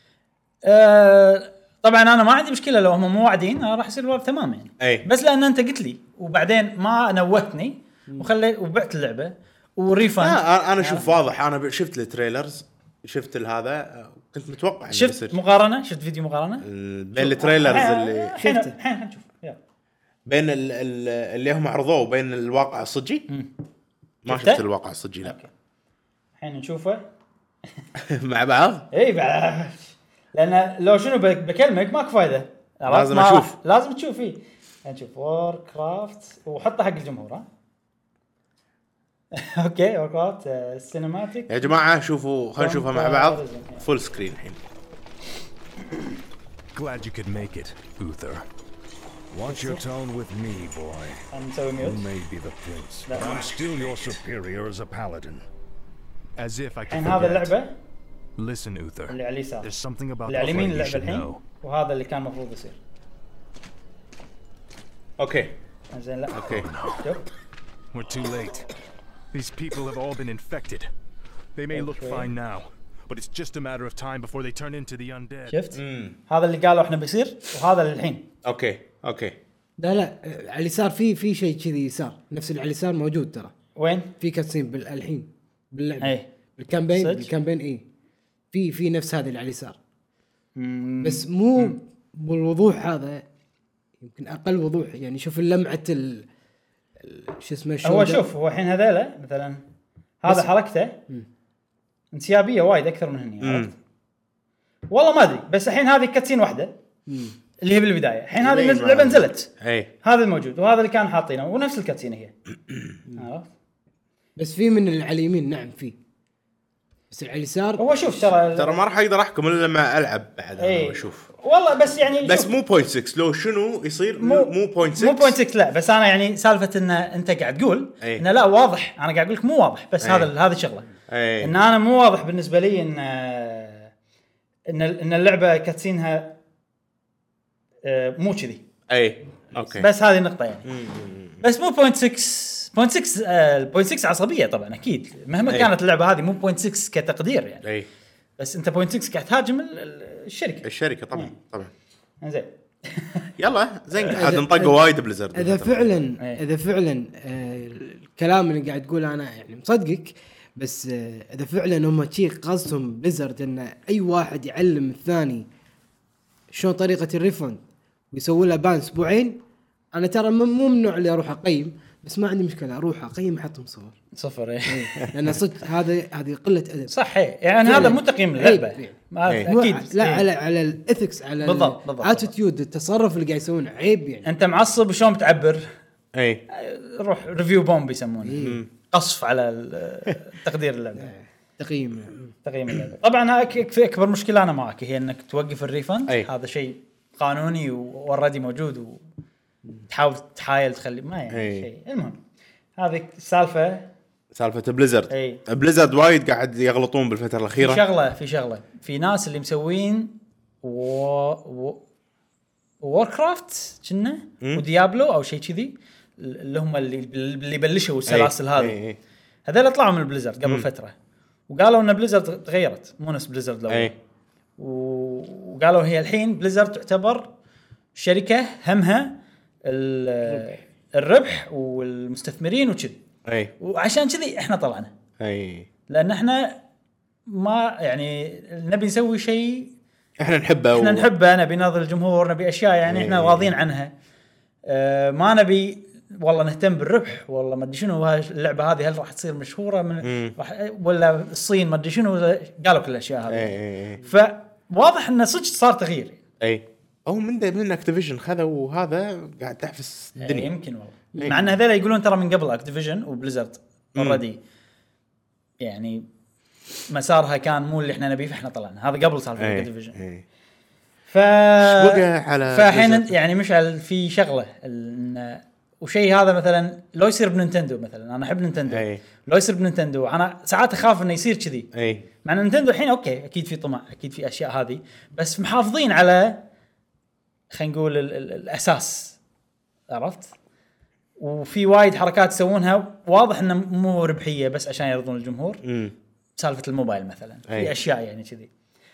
أه طبعا انا ما عندي مشكله لو هم مو واعدين راح يصير الوضع تمام يعني أي. بس لان انت قلت لي وبعدين ما نوتني وخليت وبعت اللعبه وريفند آه انا اشوف واضح انا ب- شفت التريلرز شفت هذا آه، كنت متوقع إنه شفت بيصير. مقارنه شفت فيديو مقارنه ال- بين التريلرز اللي الحين شفته. الحين حنشوف يلا بين ال- ال- اللي هم عرضوه وبين الواقع الصجي ما شفته؟ شفت الواقع الصجي لا اوكي الحين نشوفه مع بعض اي بعد لان لو شنو بك- بكلمك ماكو فايده عرفت؟ لازم ما راح- أشوف. لازم تشوف فيه نشوف وور كرافت وحطه حق الجمهور ها اوكي وور كرافت السينماتيك يا جماعه شوفوا خلينا نشوفها مع بعض فول سكرين الحين Glad you could make it, Uther. Watch your tone with me, boy. نسوي You ميوت may be the prince, No. but I'm still your superior as a paladin. As if I could الحين هذا forget. اللعبه Listen, Uther. اللي على اليسار There's something about اللي على اليمين Buffalo you اللعبه should الحين know. وهذا اللي كان المفروض يصير اوكي زين لا اوكي شوف We're too late. These people have all been infected. They may look Okay. fine now, but it's just a matter of time before they turn into the undead. شفت هذا اللي قالوا احنا بيصير وهذا اللي الحين اوكي اوكي لا لا آه، على اليسار في في شيء كذي يسار نفس اللي على اليسار موجود ترى وين في كاتسين بال- الحين باللعبه اي بالكامبين صدق؟ بالكامبين اي في في نفس هذه اللي على اليسار بس مو بالوضوح هذا يمكن اقل وضوح يعني شوف اللمعه ال ال- شو اسمه هو الشولدر. شوف هو الحين هذيلا مثلا هذا حركته انسيابيه وايد اكثر من هني عرفت والله ما ادري بس الحين هذه كاتسين واحده اللي هي بالبدايه الحين هذه لين نزل- ما- اللعبه نزلت اي هذا الموجود وهذا اللي كان حاطينه ونفس الكاتسين هي عرفت بس في من اللي على اليمين نعم في بس على اليسار هو شوف ترى ترى ما راح اقدر احكم الا لما العب بعد ايه. انا واشوف. والله بس يعني بس شوف. مو صفر فاصلة ستة لو شنو يصير مو مو صفر فاصلة ستة مو بوينت ستة لا بس انا يعني سالفه ان انت قاعد تقول أي. انه لا واضح انا قاعد اقول لك مو واضح بس أي. هذا هذا شغله أي. ان انا مو واضح بالنسبه لي ان ان ان اللعبه كاتسينها مو كذي اي اوكي بس هذه النقطه يعني بس مو بوينت ستة بوينت ستة بوينت ستة عصبيه طبعا اكيد مهما أي. كانت اللعبه هذه مو بوينت ستة كتقدير يعني اي بس انت بوينت ستة قاعد تهاجم ال- ال- الشركه الشركه طبعا طبعا زين يلا زين إذا- عاد نطقوا وايد بليزرد اذا فعلا إيه. اذا فعلا آه، الكلام اللي قاعد تقوله انا يعني مصدقك بس آه، اذا فعلا هم شي قصدهم بليزرد ان اي واحد يعلم الثاني شلون طريقه الريفند ويسوي له بان اسبوعين انا ترى م- مو من النوع اللي اروح اقيم بس ما عندي مشكله اروح اقيم احطهم صور صفر إيه. لان صدق هذا هذه قله ادب صح إيه. يعني هذا مو تقييم عيب. اللعبه ما إيه. مو- اكيد لا إيه. على على الاثكس على بالضبط، بالضبط. الاتيتيود التصرف اللي قاعد يسوونه عيب يعني انت معصب وشلون بتعبر اي روح ريفيو بومب يسمونه قصف على ال- تقدير اللعبه تقييم تقييم اللعبه طبعا هاك- في اكبر مشكله انا معك هي انك توقف الريفند أي. هذا شيء قانوني واوريدي موجود وتحاول تحايل تخلي ما يعني أي. شيء المهم هذه السالفه سالفه بليزرد أي. بليزرد وايد قاعد يغلطون بالفتره في الاخيره شغله في شغله في ناس اللي مسوين و... و... ووركرافت كنا وديابلو او شيء كذي اللي هم اللي اللي بلشوا السلاسل أي. هذه أي. هذول طلعوا من بليزرد قبل فتره وقالوا ان بليزرد تغيرت مو نفس بليزرد الاول اي و- وقالوا هي الحين بليزرد تعتبر شركه همها ال- الربح والمستثمرين وكذي اي وعشان كذي احنا طلعنا اي لان احنا ما يعني نبي نسوي شيء احنا نحبه احنا و... نحبه نبي نرضي الجمهور نبي اشياء يعني احنا إيه. راضين عنها اه ما نبي والله نهتم بالربح والله ما ادري شنو هاي اللعبه هذه هل راح تصير مشهوره من راح ولا الصين ما ادري شنو قالوا كل الاشياء هذه اي اي اي فواضح انه صدق صار تغيير اي او من ده من اكتيفيجن خذوا هذا قاعد تحفز يعني الدنيا يمكن والله إيه. مع ان هذول يقولون ترى من قبل اكتيفيجن وبليزرد اوريدي يعني مسارها كان مو اللي احنا نبيه فاحنا طلعنا هذا قبل سالفه اي اكتيفيجن اي ف بقى على فالحين Blizzard. يعني مشعل في شغله إن وشيء هذا مثلا لو يصير بنينتندو مثلا انا احب نينتندو أي. لو يصير بنينتندو انا ساعات اخاف انه يصير كذي اي مع ان نينتندو الحين اوكي اكيد في طمع اكيد في اشياء هذه بس محافظين على خلينا نقول ال ال الاساس عرفت وفي وايد حركات يسوونها واضح انه مو ربحيه بس عشان يرضون الجمهور امم سالفه الموبايل مثلا أي. في اشياء يعني كذي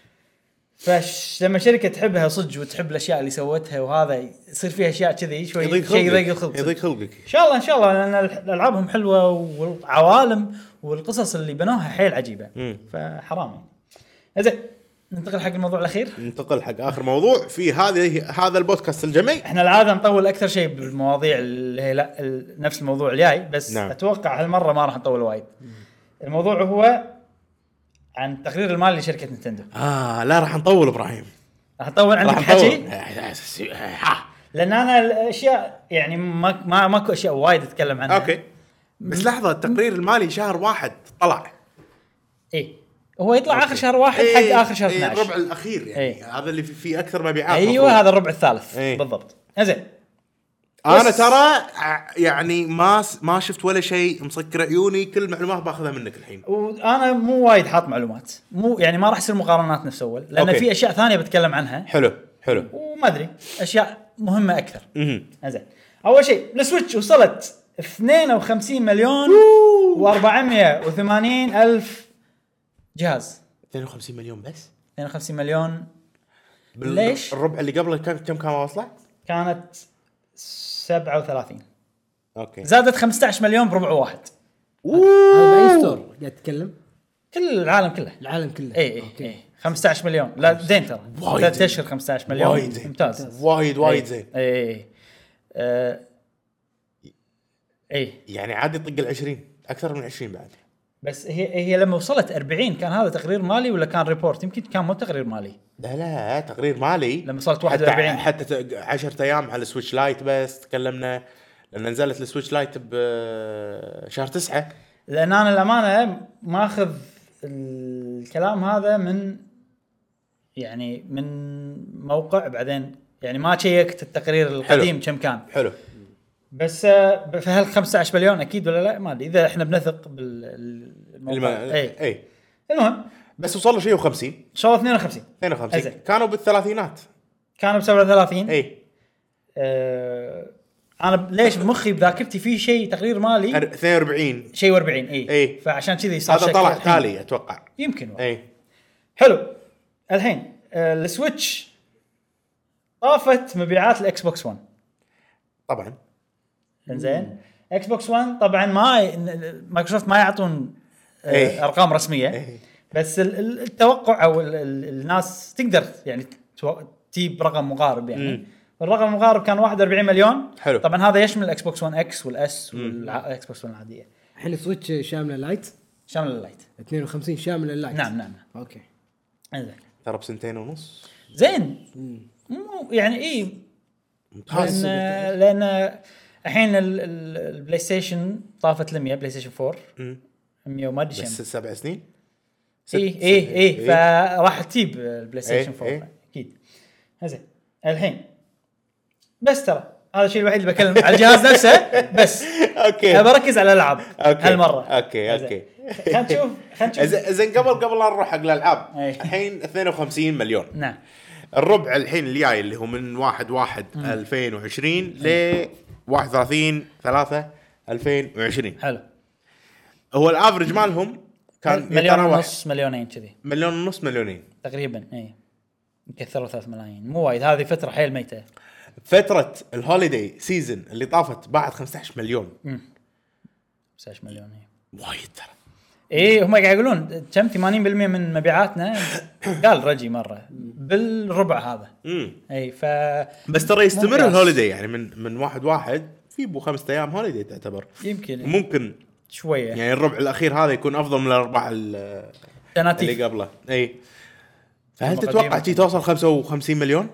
فش لما شركه تحبها صدق وتحب الاشياء اللي سوتها وهذا يصير فيها اشياء كذي شوي يضيق شيء يضيق خلقك الخلق يضيق خلقك ان شاء الله ان شاء الله لان العابهم حلوه والعوالم والقصص اللي بنوها حيل عجيبه مم. فحرام يعني زين ننتقل حق الموضوع الاخير ننتقل حق اخر موضوع في هذه هذا البودكاست الجميع احنا العاده نطول اكثر شيء بالمواضيع اللي هي لا ال- نفس الموضوع الجاي بس نعم. اتوقع هالمره ما راح نطول وايد الموضوع هو عن التقرير المالي لشركه نينتندو اه لا راح نطول ابراهيم راح نطول عندك راح حكي نطول ها. لان انا الاشياء يعني ما ما ماكو اشياء وايد اتكلم عنها اوكي بس لحظه التقرير المالي شهر واحد طلع ايه هو يطلع أوكي. اخر شهر واحد إيه، حق اخر شهر إيه، اثنا عشر الربع الاخير يعني إيه. هذا اللي في- فيه اكثر مبيعات ايوه مفروض. هذا الربع الثالث إيه. بالضبط زين انا بس- ترى ع- يعني ما س- ما شفت ولا شيء مسكر عيوني كل معلومات باخذها منك الحين وانا مو وايد حاط معلومات مو يعني ما راح يصير مقارنات نفس اول لان أوكي. في اشياء ثانيه بتكلم عنها حلو حلو وما ادري اشياء مهمه اكثر مهم. زين اول شيء السويتش وصلت اثنين وخمسين مليون وأربعمية وثمانين الف جهاز اثنين وخمسين مليون بس اثنين وخمسين مليون بال- ليش؟ الربع اللي قبله كم كم كان واصله كانت سبعة وثلاثين اوكي زادت خمسة عشر مليون بربع واحد هذا اي ستور قاعد تتكلم كل العالم كله العالم كله اي اي اي خمسة عشر مليون لا زين ترى وايد ثلاث زين. اشهر خمسة عشر مليون وايد زين. ممتاز وايد وايد إي. زين اي اي آه، اي يعني عادي يطق ال عشرين اكثر من عشرين بعد بس هي هي لما وصلت أربعين كان هذا تقرير مالي ولا كان ريبورت يمكن كان مو تقرير مالي لا لا تقرير مالي لما وصلت واحد وأربعين. حتى, حتى عشرة ايام على السويتش لايت بس تكلمنا لان نزلت السويتش لايت بشهر تسعة لان انا الامانه ماخذ ال- الكلام هذا من يعني من موقع بعدين يعني ما شيكت التقرير القديم كم كان حلو بس في هال خمسة عشر مليون اكيد ولا لا ما ادري اذا احنا بنثق بالموقع اي اي المهم بس وصل له شيء و50 شهر اثنين وخمسين اثنين وخمسين كانوا بالثلاثينات كانوا ب سبعة وثلاثين اي آه انا ليش مخي بذاكرتي في شيء تقرير مالي اثنين وأربعين شيء وأربعين اي اي فعشان كذي صار هذا طلع تالي اتوقع يمكن اي حلو الحين آه السويتش طافت مبيعات الاكس بوكس ون طبعا زين اكس بوكس ون طبعا ما مايكروسوفت ما يعطون آه أي. ارقام رسميه أي. بس التوقع او ال ال الناس تقدر يعني تجيب رقم مقارب يعني مم. الرقم المقارب كان واحد وأربعين مليون حلو. طبعا هذا يشمل الاكس بوكس ون اكس والاس والاكس بوكس ون العاديه الحين سويتش شامله لايت شامل اللايت اثنين وخمسين شامل اللايت نعم نعم اوكي زين ترى بسنتين ونص زين مو يعني ايه ممتاز لان لان الحين ال- ال- البلاي ستيشن طافت ل مية بلاي ستيشن فور مم. مية وما ادري بس كم سبع سنين ست- اي ست- اي اي فراح تجيب البلاي ستيشن إيه، فور إيه. اكيد زين الحين بس ترى هذا الشيء الوحيد اللي بكلم على الجهاز نفسه بس اوكي ابى اركز على الالعاب اوكي هالمره اوكي زين. اوكي خلينا نشوف خلينا نشوف زين زين قبل قبل لا نروح حق الالعاب أي. الحين اثنين وخمسين مليون نعم الربع الحين اللي جاي اللي هو من واحد واحد ألفين وعشرين ل واحد وثلاثين ثلاثة ألفين وعشرين حلو هو الافرج مالهم كان مليون يتراوح ونص مليونين كذي مليون ونص مليونين تقريبا اي كثروا ثلاث ملايين مو وايد هذه فتره حيل ميته فترة الهوليداي سيزن اللي طافت بعد خمسة عشر مليون خمسة عشر مليون اي وايد ترى ايه هم قاعد يقولون كم ثمانين بالمية من مبيعاتنا قال رجي مره بالربع هذا امم اي ف بس ترى يستمر ممتاز. الهوليداي يعني من من واحد واحد في بو خمسة ايام هوليداي تعتبر يمكن ممكن شويه يعني الربع الاخير هذا يكون افضل من الاربعه ال- تناتيف اللي قبله اي فهل المقدمة. تتوقع شي توصل خمسة وخمسين مليون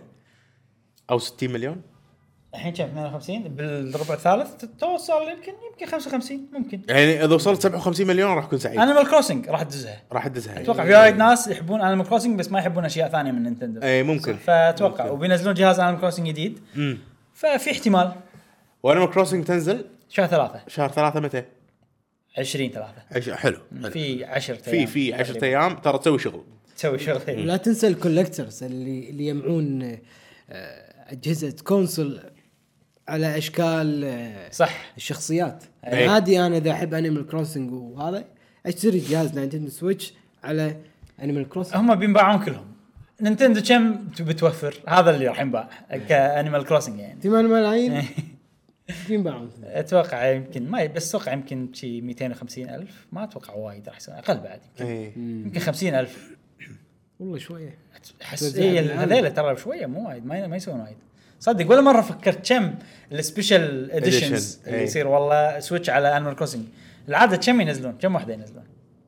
او ستين مليون الحين كم اثنين وخمسين بالربع الثالث توصل يمكن يمكن خمسة وخمسين ممكن يعني اذا وصلت سبعة وخمسين مليون راح اكون سعيد انيمال كروسنج راح تدزها راح ادزها اتوقع في وايد ناس يحبون انيمال كروسنج بس ما يحبون اشياء ثانيه من نينتندو اي ممكن فاتوقع ممكن. وبينزلون جهاز انيمال كروسنج جديد امم ففي احتمال وانيمال كروسنج تنزل شهر ثلاثة شهر ثلاثة متى؟ عشرين ثلاثة عش... حلو في عشرة في في عشرة ايام ترى تسوي شغل تسوي شغل ولا تنسى الكولكترز اللي اللي يجمعون آه، اجهزه كونسول على اشكال آه، صح الشخصيات أي. يعني عادي انا اذا احب انيمال كروسنج وهذا اشتري جهاز نينتندو سويتش على انيمال كروسنج هم بينباعون كلهم نينتندو كم تبي توفر هذا اللي راح ينباع كانيمال كروسنج يعني ثمانية ملايين ينباعون اتوقع يمكن ما بس اتوقع يمكن شي مئتين وخمسين الف ما اتوقع وايد راح يصير اقل بعد يمكن اي يمكن خمسين الف والله شويه احس توزيع اي بالعالم. هذول ترى شويه مو وايد ما ما يسوون وايد صدق ولا مره فكرت كم السبيشال اديشنز Edition. اللي أي. يصير والله سويتش على انيمال كروسنج العاده كم ينزلون كم واحده ينزلون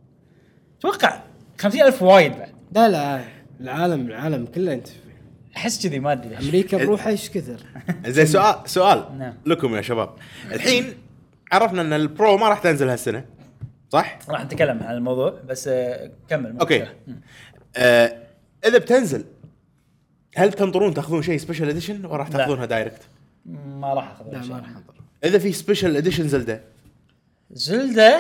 اتوقع خمسين الف وايد بعد لا لا العالم العالم كله انت احس كذي ما ادري ليش امريكا بروحها ايش كثر زين سؤال سؤال نعم. لكم يا شباب الحين عرفنا ان البرو ما راح تنزل هالسنه صح؟ راح نتكلم عن الموضوع بس آه، كمل اوكي آه اذا بتنزل هل تنطرون تاخذون شيء سبيشال اديشن ولا راح لا. تاخذونها دايركت؟ ما راح اخذ لا ولا شيء. ما راح انظر اذا في سبيشال اديشن زلده زلدة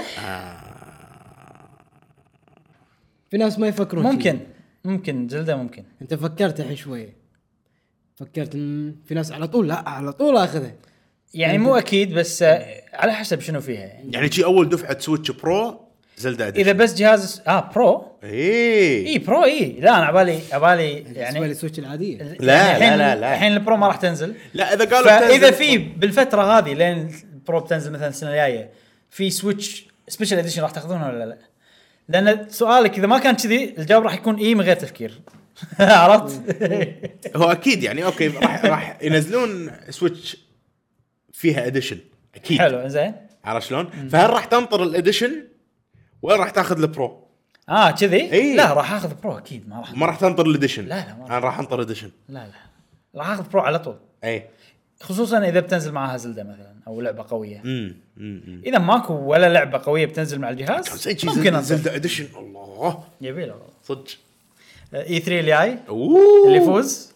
في ناس ما يفكرون ممكن كذا. ممكن زلدة ممكن انت فكرت الحين شويه فكرت مم، في ناس على طول لا على طول اخذها يعني مو اكيد بس آه، على حسب شنو فيها يعني يعني شي اول دفعه سويتش برو زلده اديشن اذا بس جهاز اه برو اي اي برو اي لا انا عبالي عبالي بالنسبه يعني للسويتش العاديه يعني لا، الحين- لا، لا. الحين البرو ما راح تنزل لا اذا قالوا فاذا بتنزل- في بالفتره هذه لين البرو بتنزل مثلا السنه الجايه في سويتش سبيشال اديشن راح تاخذونه ولا لا؟ لان سؤالك اذا ما كان كذي الجواب راح يكون اي من غير تفكير عرفت؟ هو اكيد يعني اوكي راح راح ينزلون سويتش فيها اديشن اكيد حلو زين عرفت شلون؟ فهل راح تنطر الاديشن ولا راح تاخذ البرو؟ اه كذي إيه. لا راح اخذ برو اكيد ما راح ما راح تنطر الاديشن لا، لا، ما راح. انا راح انطر اديشن لا لا راح اخذ برو على طول اي خصوصا اذا بتنزل معها زلدة مثلا او لعبه قويه امم امم اذا ماكو ولا لعبه قويه بتنزل مع الجهاز زين شي ممكن زلده أنصر. زلده اديشن الله اوه يبي له والله. صدق. اي ثلاثة اللي جاي اوه اللي يفوز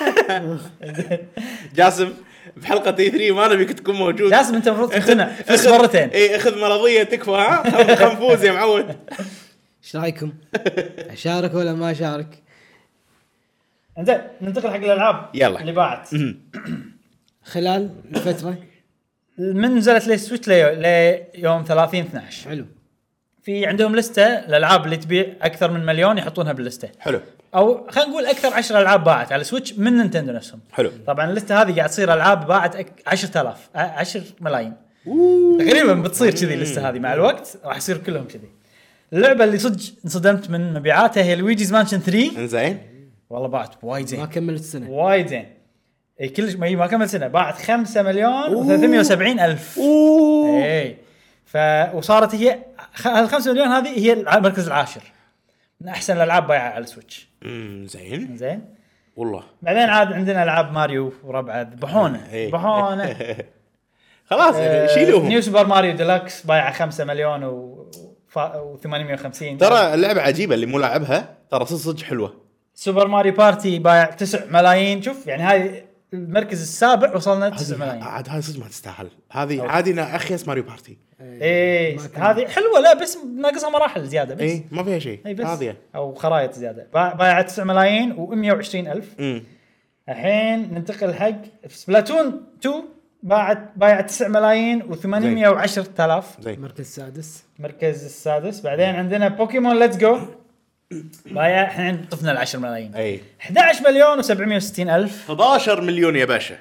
جاسم بحلقه اي ثلاثة ما نبيك تكون موجود. لازم انت المفروض تقتنع فزت مرتين. اي اخذ مرضيه تكفى ها خل نفوز يا معود. ايش رايكم؟ اشارك ولا ما اشارك؟ انزين ننتقل حق الالعاب يلا. اللي باعت خلال الفتره من نزلت لي سويتش لي ليوم ثلاثين اثناشر. حلو. في عندهم لسته الالعاب اللي تبيع اكثر من مليون يحطونها باللسته. حلو. او خلينا نقول اكثر عشر العاب باعت على سويتش من نينتندو نفسهم. حلو. طبعا اللسته هذه قاعد تصير العاب باعت عشرة آلاف عشرة ملايين تقريبا. بتصير كذي اللسته هذه مع الوقت راح يصير كلهم كذي. اللعبه اللي صدق انصدمت من مبيعاتها هي لويجيز مانشن ثلاثة. انزين والله باعت وايد زين ما كملت السنه. وايد زين. اي كل ما ما كمل سنه باعت خمسة مليون وثلاثمية وسبعين الف. اوه اي ف وصارت هي ال خمسة مليون هذه هي المركز العاشر من احسن الالعاب بايعه على السويتش. امم زين زين. والله. بعدين عاد عندنا العاب ماريو وربعه ذبحونا إيه. ذبحونا خلاص شيلوهم. نيو سوبر ماريو ديلكس بايعه خمسة مليون و وثمانمية وخمسين. ترى اللعبه عجيبه اللي مو لاعبها ترى صدق حلوه. سوبر ماريو بارتي بايع تسعة ملايين. شوف يعني هاي المركز السابع وصلنا تسعة ملايين. عاد هاي صدق ما تستاهل. هذه عادي اخيس ماريو بارتي. ايه هذه حلوه لا بس ناقصها مراحل زياده بس. اي ما فيها شيء اي بس هذه او خرائط زياده. بايعه تسعة ملايين ومية وعشرين الف. امم الحين ننتقل حق سبلاتون اثنين باعت بايعه تسعة ملايين وثمانمية وعشرة آلاف. زين المركز السادس. المركز السادس. بعدين عندنا بوكيمون ليتس جو بايع الحين طفنا ال عشرة ملايين. اي أحد عشر مليون وسبعمية وستين الف. أحد عشر مليون يا باشا.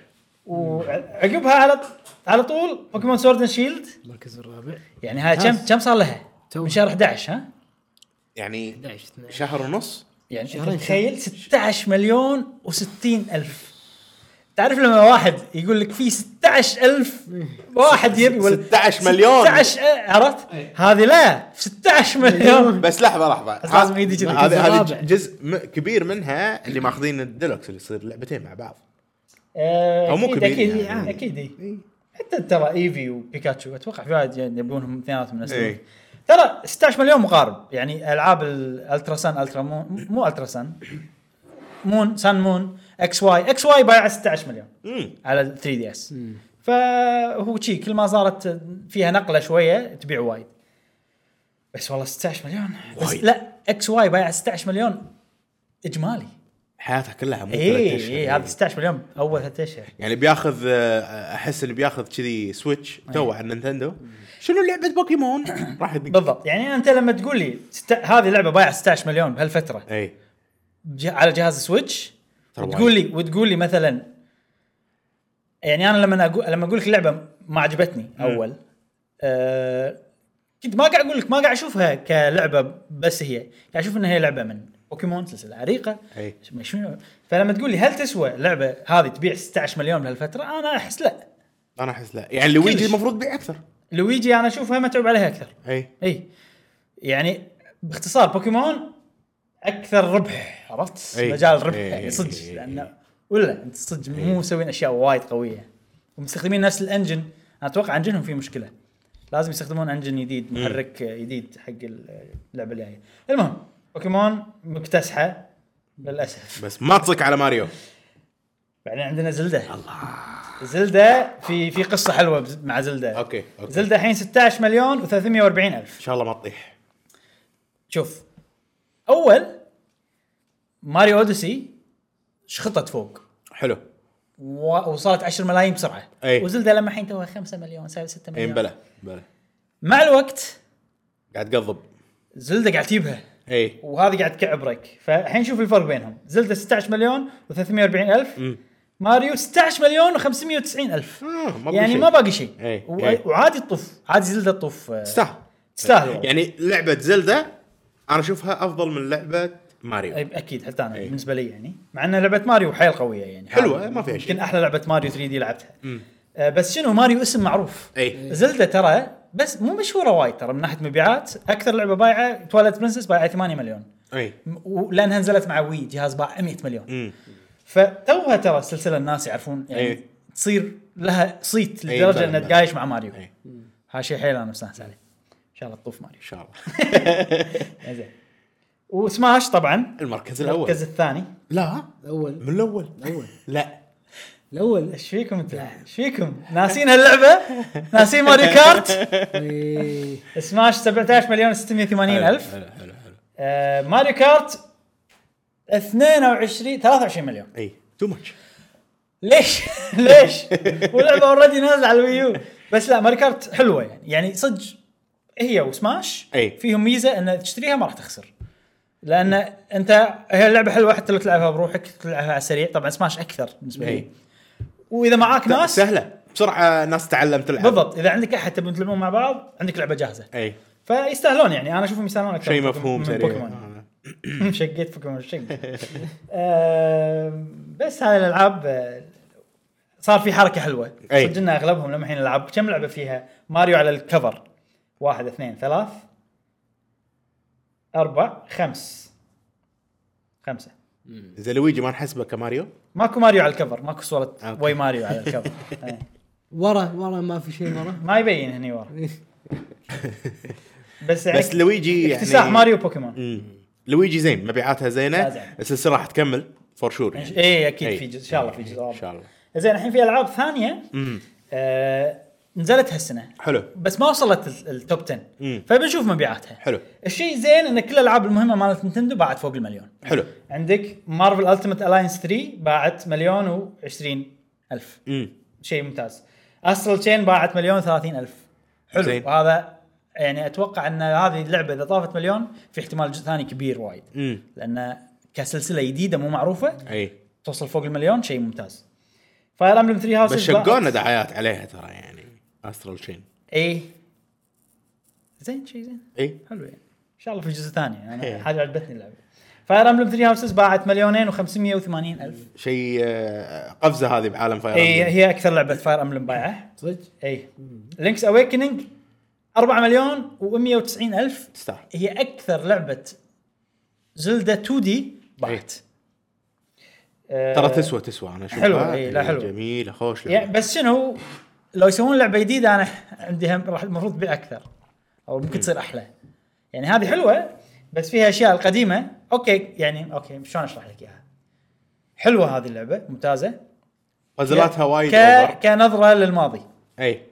وعقبها على على طول بوكيمون سورد اند شيلد المركز الرابع. يعني هاي كم كم صار لها من شهر أحد عشر ها يعني أحد عشر اثنا عشر. شهر ونص. يعني شهرين. تخيل ستة عشر مليون وستين ألف. تعرف لما واحد يقول لك في ستة عشر ألف واحد يبي ولا ستة عشر مليون. ستة عشر عرفت هذه لا ستة عشر مليون. بس لحظه لحظه بس لازم يدي كذي. هذا هذا الرابع. جزء م- كبير منها اللي ماخذين الديلوكس اللي يصير لعبتين مع بعض. آه، أو مو أكيد كبير اكيد يعني. اكيد إيه. حتى ترى ايفي وبيكاتشو اتوقع في واحد يعني يبونهم اثنيناتهم من السنين. إيه. ترى ستة عشر مليون مقارب يعني العاب الالترا سان الترا مون مو الترا سان مون سان مون اكس واي اكس واي بايع ستة عشر مليون امم على ثري دي اس. فهو شيء كل ما صارت فيها نقله شويه تبيع وايد. بس والله ستة عشر مليون بس وايد. لا اكس واي بايع ستة عشر مليون اجمالي. حياتها كلها مو اي ثلاثة أشهر. اي هذا ستة عشر مليون اول ثلاث اشهر. يعني بياخذ آه، احس اللي بياخذ كذي سويتش تو على نينتندو شنو لعبه بوكيمون راح يدق. بالضبط. يعني انت لما تقول لي ست... هذه لعبه بايعه ستة عشر مليون بهالفتره اي ج... على جهاز سويتش ترى وتقول لي وتقول لي مثلا يعني انا لما اقول لما اقول لك لعبه ما عجبتني اول أه... كنت ما قاعد اقول لك ما قاعد اشوفها كلعبه بس هي قاعد اشوف انها هي لعبه من بوكيمون سلسله عريقه. اي شنو فلما تقول لي هل تسوى لعبه هذه تبيع ستة عشر مليون بهالفتره انا احس لا. انا احس لا يعني لويجي كلش. المفروض بيع اكثر. لويجي انا اشوفها متعوب عليها اكثر. اي اي يعني باختصار بوكيمون اكثر ربح عرفت أي. مجال الربح أي. يعني صدق أي. لانه ولا انت صدق مو مسوين اشياء وايد قويه ومستخدمين نفس الانجن. انا اتوقع انجنهم فيه مشكله لازم يستخدمون انجن جديد محرك جديد حق اللعبه الجايه. المهم بوكيمون مكتسحه للاسف. بس ما تصك على ماريو. بعدين عندنا زلدة. الله زلدة في في قصه حلوه مع زلدة. اوكي اوكي زلدة الحين ستة عشر مليون وثلاثمية وأربعين الف. ان شاء الله ما تطيح. شوف اول ماريو اوديسي شخطت فوق حلو ووصلت عشرة ملايين بسرعه. أي. وزلدة لما الحين توها خمسة مليون سالب ستة اي مليون. بلا بلا مع الوقت قاعد تقضب. زلدة قاعد تجيبها اي وهذه قاعد تكعب بريك. فالحين شوف الفرق بينهم. زلدة ستة عشر مليون وثلاثمية وأربعين الف. ماريو ستة عشر مليون وخمسمية وتسعين الف. آه ما يعني شيء. ما باقي شيء. أي. و- أي. وعادي تطوف عادي زلدة تطوف. آه، تستاهل تستاهل والله. يعني لعبه زلدة انا اشوفها افضل من لعبه ماريو. أي اكيد حتى انا أي. بالنسبه لي يعني مع ان لعبه ماريو حيل قويه يعني حلوة، هذه ما فيها شيء. يمكن احلى لعبه ماريو ثري دي لعبتها. آه بس شنو ماريو اسم معروف. أي. زلدة ترى بس مو مشهوره وايد ترى من ناحيه مبيعات. اكثر لعبه بايعه تواليت برنسس بايعه ثمانية مليون اي م- ولانها نزلت مع وي جهاز باع مية مليون. امم فتوها ترى السلسله الناس يعرفون يعني أي. تصير لها صيت أي، لدرجه بلى، انها بلى. تقايش مع ماريو. أي. هذا شيء حيل انا مستانس عليه. ان شاء الله تطوف ماريو. ان شاء الله. زين وسماش طبعا المركز الاول. المركز الثاني. لا الاول من الاول الاول لا الاول ايش فيكم انتم؟ ايش فيكم؟ ناسين هاللعبه؟ ناسين ماريو كارت؟ إيه. سماش سبعة عشر مليون وستمية وثمانين الف. حلو حلو حلو آه ماريو كارت اثنين وعشرين ثلاثة وعشرين مليون. اي تو ماتش. ليش؟ ليش؟ واللعبه اوريدي نازله على الويو. بس لا ماريو كارت حلوه يعني يعني صدق هي وسماش أي. فيهم ميزه ان تشتريها ما راح تخسر، لان انت هي اللعبه حلوه حتى لو تلعبها بروحك تلعبها على السريع. طبعا سماش اكثر بالنسبه لي، أي. واذا معاك ناس سهله بسرعه ناس تعلم تلعب بالضبط. اذا عندك احد تبون تلعبون مع بعض عندك لعبه جاهزه، اي فيستاهلون يعني. انا اشوفهم يستاهلون اكثر شيء من مفهوم من سريع. بوكيمون. شقيت بوكيمون شق. آه بس هاي الالعاب آه، صار في حركه حلوه أي. صدق ان اغلبهم لما الحين العاب كم لعبه فيها ماريو على الكفر؟ واحد اثنين ثلاث أربع خمس خمسة. اذا لويجي ما نحسبه كماريو. ماكو ماريو على الكفر، ماكو صورة أوكي. وي ماريو على الكفر. أي. ورا ورا ما في شيء ورا. ما يبين هني ورا. بس يعني بس لويجي يعني اكتساح ماريو بوكيمون. مم. لويجي زين مبيعاتها لا زينه زين. السلسله راح تكمل فور شور يعني. اي اكيد أي. في جزء ان شاء الله في جزء ان شاء الله. زين. الحين في العاب ثانيه آه نزلت هالسنه حلو بس ما وصلت ال- التوب عشرة، مم. فبنشوف مبيعاتها. حلو الشيء زين ان كل الالعاب المهمه مالت نينتندو باعت فوق المليون. حلو عندك مارفل التيمت الاينس ثلاثة باعت مليون وعشرين الف، امم شيء ممتاز. استرال تشين باعت مليون وثلاثين الف، حلو. زين. وهذا يعني اتوقع ان هذه اللعبه اذا طافت مليون في احتمال جزء ثاني كبير وايد، امم لان كسلسله جديده مو معروفه اي توصل فوق المليون شيء ممتاز. فاير امبلم ثري هاوسز بس شقونا دعايات عليها ترى يعني استرال تشين. اي زين شيء زين اي حلو يعني. ان شاء الله في جزء ثاني يعني إيه. حاجه عجبتني اللعبه. فاير امبلم ثري هاوسز باعت مليونين وخمسمية وثمانين الف. شيء آه، قفزه هذه بعالم فاير اي أمبلم. هي اكثر لعبه فاير امبلم بايعه صدق اي. لينكس اويكننج أربعة مليون ومية وتسعين الف، تستاهل. هي اكثر لعبه زلدة تو دي باعت. آه، ترى تسوى تسوى انا اشوفها حلوة، إي، لا، حلوة. جميله خوش لعبة. يعني بس شنو لو يسوون لعبه جديده انا عندي هم راح المفروض تبيع اكثر او ممكن تصير احلى. يعني هذه حلوه بس فيها اشياء القديمه اوكي يعني اوكي شلون اشرح لك اياها. حلوه هذه اللعبه ممتازه، بازلاتها وايد ك... اوفر. كنظره للماضي. اي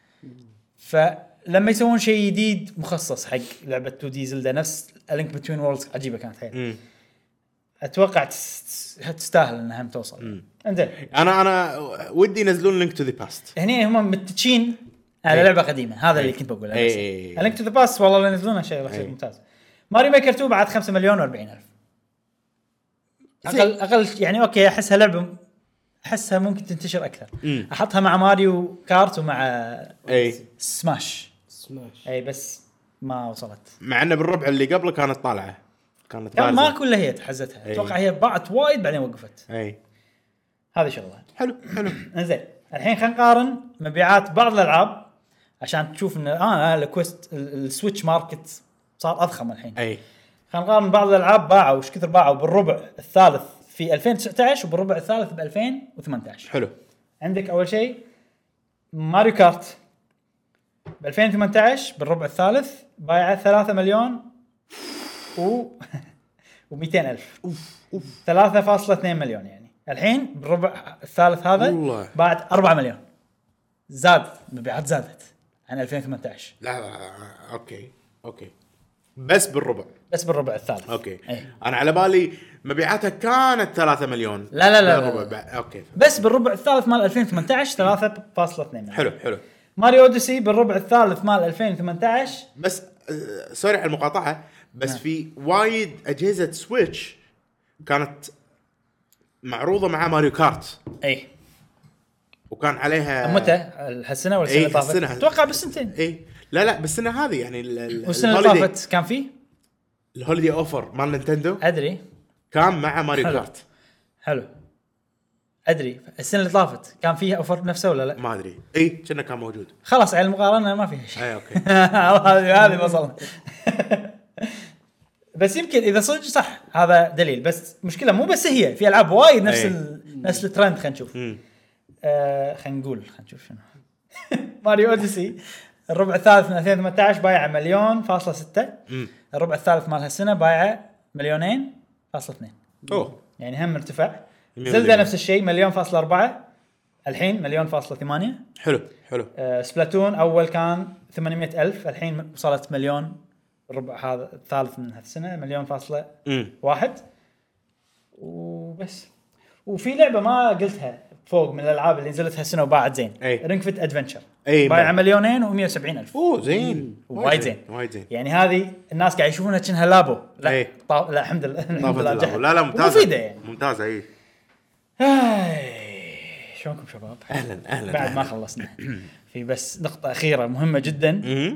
فلما يسوون شيء جديد مخصص حق لعبه تو دي زلدا نفس لينك بتوين وورلدز عجيبه كانت حيل. امم اتوقع تس- تستاهل انها هم توصل. انزين انا انا ودي ينزلون لينك تو ذا باست. هني هم متشين على أي. لعبه قديمه، هذا اللي كنت بقوله. أي، أي، أي. لينك تو ذا باست والله اللي ينزلونه شيء راح يصير أي. ممتاز. ماريو ميكر تو بعد خمسة مليون وأربعين ألف. اقل اقل يعني اوكي احسها لعبه احسها ممكن تنتشر اكثر. مم. احطها مع ماريو كارت ومع اي سماش سماش اي بس ما وصلت. مع انه بالربع اللي قبله كانت طالعه كانت كان بارزة. ماكو الا هي تحزتها. أي. اتوقع هي باعت وايد بعدين وقفت. اي هذه شغله. حلو حلو انزين الحين خلينا نقارن مبيعات بعض الالعاب عشان تشوف ان اه الكويست ال- السويتش ماركت صار اضخم الحين. اي خلينا نقارن بعض الالعاب باعوا وش كثر باعوا بالربع الثالث في ألفين وتسعة عشر وبالربع الثالث ب ألفين وثمانية عشر. حلو عندك اول شيء ماريو كارت ب ألفين وثمانية عشر بالربع الثالث بايعه ثلاثة مليون و و200 الف. ثلاثة فاصلة اثنين مليون يعني. الحين بالربع الثالث هذا والله. بعد أربعة مليون. زاد مبيعات زادت عن ألفين وثمانية عشر لا, لا, لا اوكي اوكي بس بالربع. بس بالربع الثالث. اوكي أي. انا على بالي مبيعاتها كانت ثلاثة مليون. لا لا لا, بالربع لا, لا. بعد. اوكي بس بالربع الثالث مال ألفين وثمانية عشر ثلاثة فاصلة اثنين مليون. حلو حلو ماريو اوديسي بالربع الثالث مال ألفين وثمانية عشر بس آه، سوري على المقاطعه بس نعم. في وايد اجهزه سويتش كانت معروضه مع ماريو كارت اي. وكان عليها متى هالسنه ولا السنه إيه، اللي طافت؟ هالسنة. اتوقع بالسنتين. اي لا لا بالسنه هذه يعني ال- ال- والسنه اللي الهوليدي- طافت كان فيه الهوليدي اوفر مال نينتندو ادري. كان مع ماريو حلو. كارت. حلو ادري السنه اللي طافت كان فيه اوفر نفسه ولا لا؟ ما ادري اي كنا كان موجود. خلاص على المقارنه ما فيها شيء. اي اوكي هذه هذه وصلنا. بس يمكن اذا صدق صح هذا دليل. بس مشكله مو بس هي في العاب وايد نفس أي. ال... نفس الترند. خلينا نشوف. مم. آه خلينا نقول خلينا نشوف شنو. ماريو اوديسي الربع الثالث من ألفين وثمانية عشر بايعه مليون فاصلة ستة. مم. الربع الثالث مال هالسنه بايعه مليونين فاصلة اثنين اوه يعني هم ارتفع. مليون زلدة مليون. نفس الشيء مليون فاصلة أربعة الحين مليون فاصلة ثمانية. حلو حلو. آه سبلاتون أول كان ثمانمائة ألف الحين وصلت مليون ربع هذا الثالث من هالسنة مليون فاصلة امم واحد وبس. وفي لعبة ما قلتها فوق من الألعاب اللي نزلت هالسنة وباعت زين أي. رينج فيت أدفنشر أي بايع نعم. مليونين ومئة وسبعين ألف اوه زين وايد زين وايد زين. يعني هذه الناس قاعد يشوفونها كأنها لابو لا أي. طا... لا الحمد لله الحمد طافت لله الله. جحد. لا لا ممتازه ومفيدة يعني. ممتازه اي. هاي شلونكم شباب؟ اهلا اهلا بعد ما أهلاً. خلصنا في بس نقطة أخيرة مهمة جدا. امم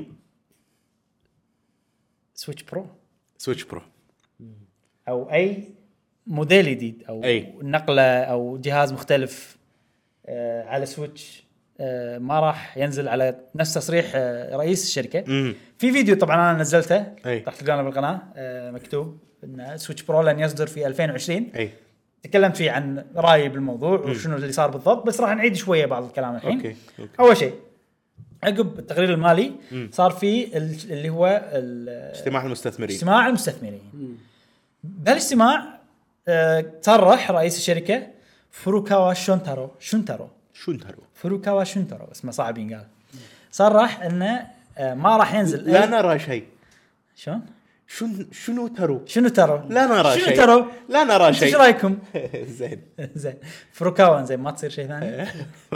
سويتش برو سويتش برو أو أي موديل جديد أو أي. نقلة أو جهاز مختلف آه على سويتش آه ما راح ينزل على نفس تصريح آه رئيس الشركة. امم في فيديو طبعا أنا نزلته أي. راح تلقونه بالقناة آه مكتوب إن سويتش برو لن يصدر في ألفين وعشرين. اي تكلمت فيه عن رأيي بالموضوع وشنو اللي صار بالضبط بس راح نعيد شوية بعض الكلام الحين. اوكي اوكي. أول شيء عقب التقرير المالي صار في ال- اللي هو ال- اجتماع المستثمرين. اجتماع المستثمرين. بهالاجتماع آه، صرح رئيس الشركة فوروكاوا شونتارو شونتارو شونتارو فوروكاوا شونتارو اسمه صعب ينقال. صرح انه آه، ما راح ينزل لا أي- نرى شيء. شلون شن شنو ترو؟ شنو ترى لا نرى شنو شيء. ترى لا نرى ايش شيء. رايكم؟ زين. زين فوروكاوا زين ما تصير شيء ثاني.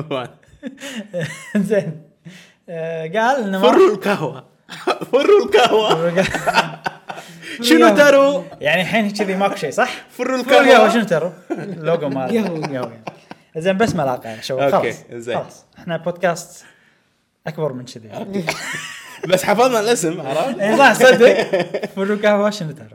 زين آه، قال انه ما راح- فروا القهوة. فروا القهوة. شنو قهوة. ترو؟ يعني الحين كذي ماكو شيء صح؟ فروا القهوة القهوة. شنو ترى؟ اللوجو ماله قهوة. قهوة. زين بس ملاقة شو أوكي، خلاص زين. خلاص احنا بودكاست اكبر من كذي. بس حفظنا الاسم عرفت؟ اي صح صدق فرو قهوة شنو ترى؟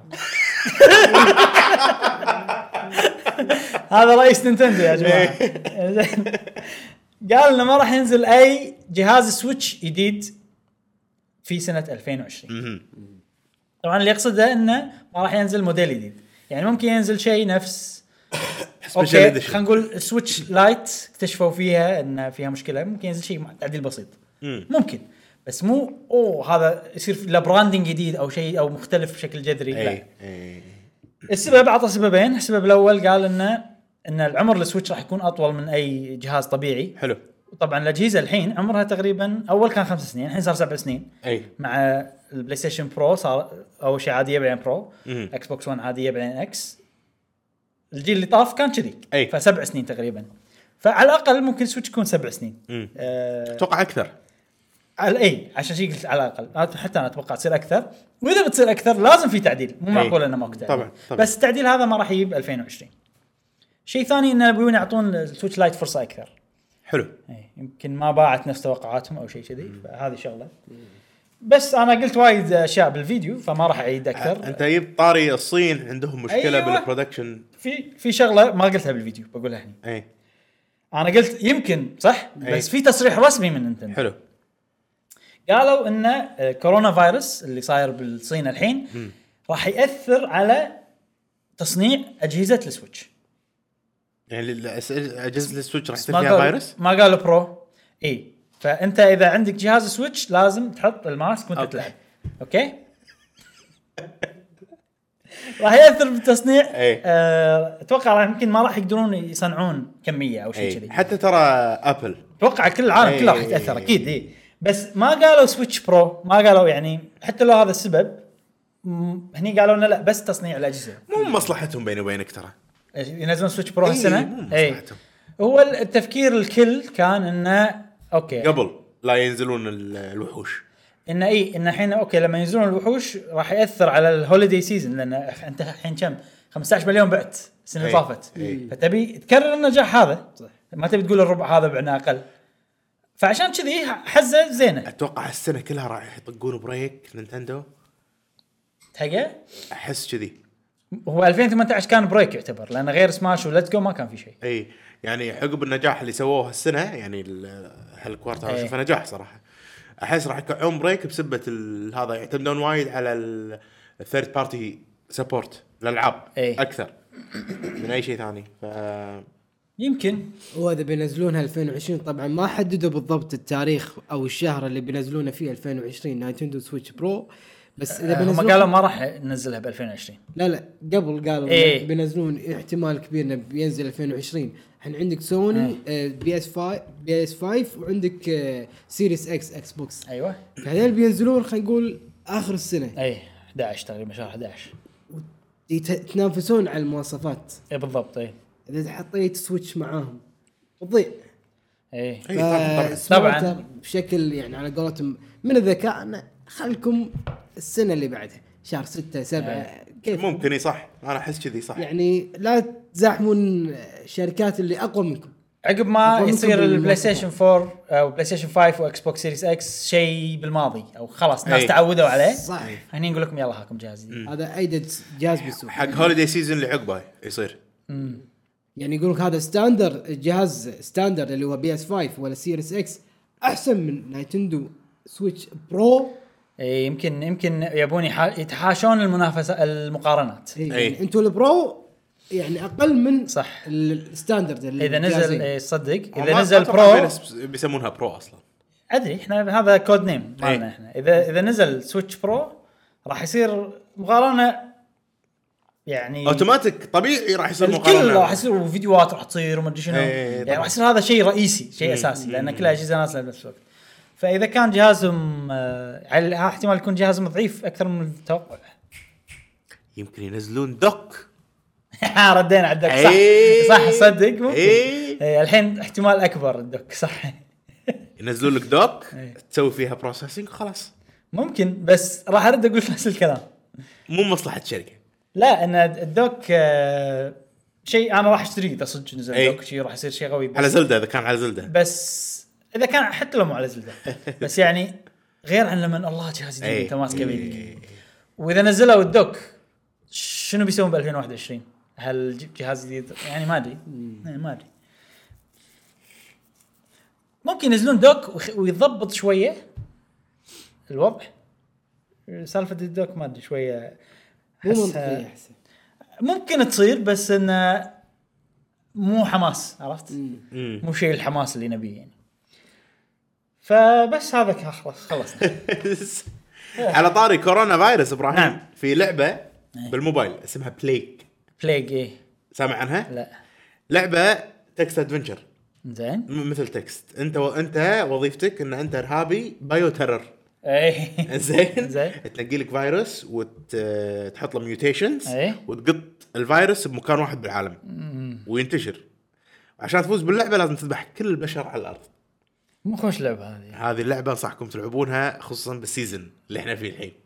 هذا رئيس نينتندو يا جماعة. زين قال انه ما راح ينزل اي جهاز سويتش جديد في سنة ألفين وعشرين. طبعا اللي يقصده انه ما راح ينزل موديل جديد يعني ممكن ينزل شيء نفس اوكي خلينا نقول سويتش لايت اكتشفوا فيها ان فيها مشكله ممكن ينزل شيء تعديل بسيط ممكن بس مو اوه هذا يصير له براندنج جديد او شيء او مختلف بشكل جذري. لا اي اي. السبب اعطى سببين. السبب الاول قال انه ان العمر السويتش راح يكون اطول من اي جهاز طبيعي. حلو. طبعا الاجهزه الحين عمرها تقريبا اول كان خمس سنين الحين صار سبع سنين. اي مع البلاي ستيشن برو صار اول شيء عاديه بعدين برو مم. اكس بوكس ون عاديه بعدين اكس. الجيل اللي طاف كان كذي أي. فسبع سنين تقريبا فعلى الاقل ممكن سويتش يكون سبع سنين. مم. آه اتوقع اكثر. على اي عشان شيء قلت على الاقل أنا حتى انا اتوقع تصير اكثر واذا بتصير اكثر لازم في تعديل مو معقول انه ماكو تعديل. طبعاً، طبعاً. بس التعديل هذا ما راح يجيب ألفين وعشرين. شيء ثاني انه يبون يعطون السويتش لايت فرصه اكثر. حلو. اي يمكن ما باعت نفس توقعاتهم او شيء كذي فهذه شغله. بس انا قلت وايد اشياء بالفيديو فما راح اعيد اكثر. انت جبت طاري الصين عندهم مشكله أيوة. بالبرودكشن. في في شغله ما قلتها بالفيديو بقولها هنا. اي انا قلت يمكن صح أي. بس في تصريح رسمي من نينتندو حلو. قالوا ان آه، كورونا فيروس اللي صاير بالصين الحين راح ياثر على تصنيع اجهزه السويتش. يعني الأس- اجهزه السويتش راح ما يصير فيها قالوا- فيروس. ما قالوا برو اي فانت اذا عندك جهاز سويتش لازم تحط الماسك وانت أوكي. تلعب اوكي. راح ياثر بالتصنيع. أي. آه، اتوقع راح يمكن ما راح يقدرون يصنعون كميه او شيء اي كذي. حتى ترى ابل. اتوقع كل العالم أي. كله راح يتاثر اكيد اي بس ما قالوا سويتش برو ما قالوا يعني حتى لو هذا السبب م- هني قالوا لنا لا بس تصنيع الاجهزه مو من مصلحتهم بيني وبينك ترى. ينزلون سويتش برو إي، هالسنه. مو اي مصلحتهم. هو التفكير الكل كان انه اوكي قبل لا ينزلون ال- الوحوش. انه اي انه الحين اوكي لما ينزلون الوحوش راح ياثر على الهوليداي سيزون لان انت الحين كم خمسة عشر مليون بعت السنه اللي أي. طافت أي. فتبي تكرر النجاح هذا صح. ما تبي تقول الربع هذا بعنا اقل فعشان كذي حزه زينه اتوقع السنه كلها راح يطقون بريك نينتندو. تحقه. احس كذي. هو ألفين وثمانية عشر كان بريك يعتبر لان غير سماش وليتس جو ما كان في شيء. اي يعني عقب النجاح اللي سووه السنه يعني ال- هالكوارتر أي. اشوفه نجاح صراحه. احس راح يقعون بريك بسبه ال- هذا يعتمدون وايد على الثيرد بارتي سبورت الالعاب أي. اكثر من اي شيء ثاني. ف يمكن وهذا بينزلونها ألفين وعشرين طبعا ما حددوا بالضبط التاريخ او الشهر اللي بينزلونه فيه ألفين وعشرين نينتندو سويتش برو بس اذا هم بينزلون قالوا ما راح ننزلها ب ألفين وعشرين. لا لا قبل قالوا إيه. بينزلون احتمال كبير انه بينزل ألفين وعشرين. الحين عندك سوني آه بي اس خمسة بي اس خمسة وعندك آه سيريس اكس اكس بوكس. ايوه فهذول بينزلون خلينا نقول اخر السنه. اي أحد عشر تقريبا شهر أحد عشر. يتنافسون على المواصفات. اي بالضبط. اي اذا حطيت سويتش معاهم تضيع. اي اي طبعا طبعاً. طبعا بشكل يعني على قولتهم من الذكاء أن خلكم السنه اللي بعدها شهر ستة سبعة كيف ممكن اي صح انا احس كذي صح يعني لا تزاحمون الشركات اللي اقوى منكم. عقب ما ممكن يصير بالمواصفات. البلاي ستيشن فور او بلاي ستيشن خمسة واكس بوكس سيريس اكس شيء بالماضي او خلاص الناس أي. تعودوا عليه. صح. هني نقول لكم يلا هاكم جهاز جديد. هذا ايدد جهاز بالسوق حق هوليدي سيزون اللي عقبه يصير يعني يقولون هذا ستاندر جهاز ستاندر اللي هو بي اس خمسة ولا سيريس اكس احسن من نايتندو سويتش برو. إيه يمكن يمكن يبون يح- يتحاشون المنافسه المقارنات. إيه أي. يعني انتوا البرو يعني اقل من صح. الستاندرد اذا نزل إيه صدق هم اذا ما- نزل ما أتوقع في برو ناس بيسمونها برو اصلا ادري احنا هذا كود نيم مالنا أي. احنا اذا اذا نزل سويتش برو راح يصير مقارنه يعني اوتوماتيك طبيعي راح يصير الكل مقارنه راح يصير فيديوهات راح تصير وما ادري شنو إيه، يعني طبعاً. راح يصير هذا شيء رئيسي شيء اساسي لان كل الاجهزه نازله بنفس الوقت. فاذا كان جهازهم آه، على ها احتمال يكون جهازهم ضعيف اكثر من التوقع. يمكن ينزلون دوك ردينا على الدك صح. إيه. صح صدق ممكن. إيه. إيه الحين احتمال اكبر الدك صح. ينزلون لك دوك إيه. تسوي فيها بروسيسنج خلاص ممكن بس راح ارد اقول نفس الكلام. مو مصلحه الشركه لا ان الدوك آه، شيء انا راح اشتريه اذا صدق نزل أي. دوك شيء راح يصير شيء قوي بس على زلده اذا كان على زلده بس اذا كان حتى لو مو على زلده بس يعني غير عن لما الله جهاز جديد أي. انت ماسكه بيدك. واذا نزلوا الدوك شنو بيسوون ب ألفين وواحد وعشرين؟ هل جيب جهاز جديد يعني ما ادري يعني ما ادري. ممكن ينزلون دوك وخ- ويضبط شويه الوضع. سالفه الدوك ما ادري شويه مو أحسها- منطقي احسن. ممكن تصير بس انه مو حماس عرفت مم. مو شيء الحماس اللي نبيه يعني. فبس هذا كان خلاص خلصنا. على طاري كورونا فايروس ابراهيم نعم. في لعبه بالموبايل اسمها بليج بلايج ايه سامع عنها لا لعبه تكست ادفنشر زين م- مثل تكست انت و... انت وظيفتك ان انت ارهابي بايو تيرر ايه زين زين. تنقي لك فيروس وتحط له ميوتيشنز أي. وتقط الفيروس بمكان واحد بالعالم وينتشر. عشان تفوز باللعبه لازم تذبح كل البشر على الارض. مو خوش لعبه هذه. هذه اللعبه انصحكم تلعبونها خصوصا بالسيزون اللي احنا فيه الحين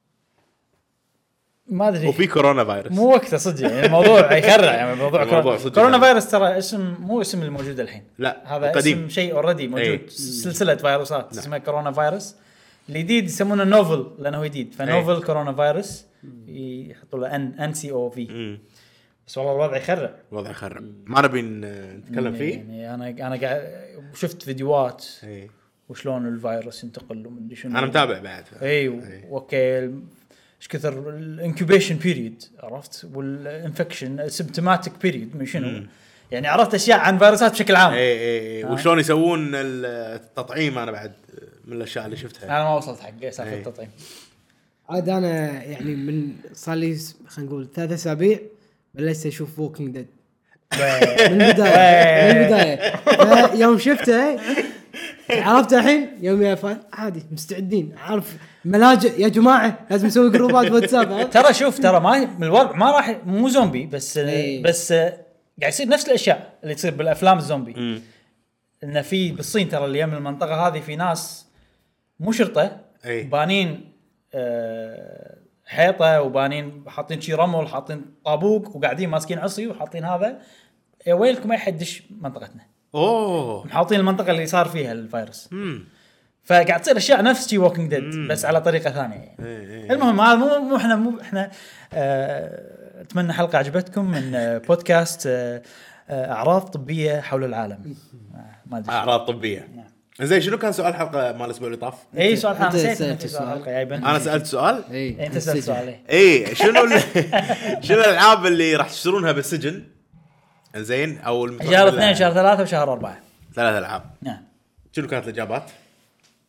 ما ادري وفي كورونا فيروس. مو وقته صدق يعني الموضوع يخرع يعني موضوع الموضوع كورونا, صدق كورونا يخرع. فيروس ترى اسم مو اسم الموجود الحين. لا، هذا قديم. اسم شيء اوريدي موجود أي. سلسله فيروسات اسمها كورونا فيروس. الجديد يسمونه نوفل لانه جديد فنوفل كورونا فيروس يحطوا له ان ان سي او في. امم بس والله الوضع يخرع الوضع يخرب ما نبي ن- نتكلم فيه. يعني انا انا قاعد شفت فيديوهات اي وشلون الفيروس ينتقل ومدري شنو. انا متابع بعد. اي اوكي ايش كثر الانكوبيشن بيريد عرفت والانفكشن سيمبتوماتيك بيريد من شنو يعني عرفت اشياء عن فيروسات بشكل عام. اي اي وشلون يسوون التطعيم انا بعد من الاشياء اللي شفتها. انا ما وصلت حق سالفه إيه. التطعيم. عاد انا يعني من صار لي خلينا نقول ثلاث اسابيع بلشت اشوف ووكينج ديد من البدايه من البدايه يوم شفته عرفت الحين يوم يا فان عادي مستعدين عارف ملاجئ يا جماعه لازم نسوي جروبات واتساب. ترى شوف ترى ما من الوضع ما راح مو زومبي بس إيه. بس قاعد يصير نفس الاشياء اللي تصير بالافلام الزومبي. امم ان في بالصين ترى اللي يم المنطقه هذه في ناس مو شرطه أي. بانين آه حيطه وبانين حاطين شي رمل حاطين طابوق وقاعدين ماسكين عصي وحاطين هذا يا ويلكم ما يحدش منطقتنا اوه محاطين المنطقه اللي صار فيها الفيروس. امم فقاعد تصير اشياء نفس شي ووكينج ديد بس على طريقه ثانيه يعني. إيه. المهم هذا مو مو احنا مو احنا آه، اتمنى حلقه عجبتكم من آه، بودكاست آه، آه، اعراض طبيه حول العالم. آه، ما ادري اعراض طبيه. زين شنو كان سؤال حلقه مال الاسبوع اللي طاف؟ اي سؤال انا أنت نسيت سألت إن في سؤال سؤال. حلقه جايبه. انا سالت سؤال. اي انت سالت سؤال إيه. اي شنو ال... شنو الالعاب اللي راح تشترونها بالسجن؟ زين او شهر اثنين شهر ثلاثة وشهر أربعة. ثلاث العاب. نعم شنو كانت الاجابات؟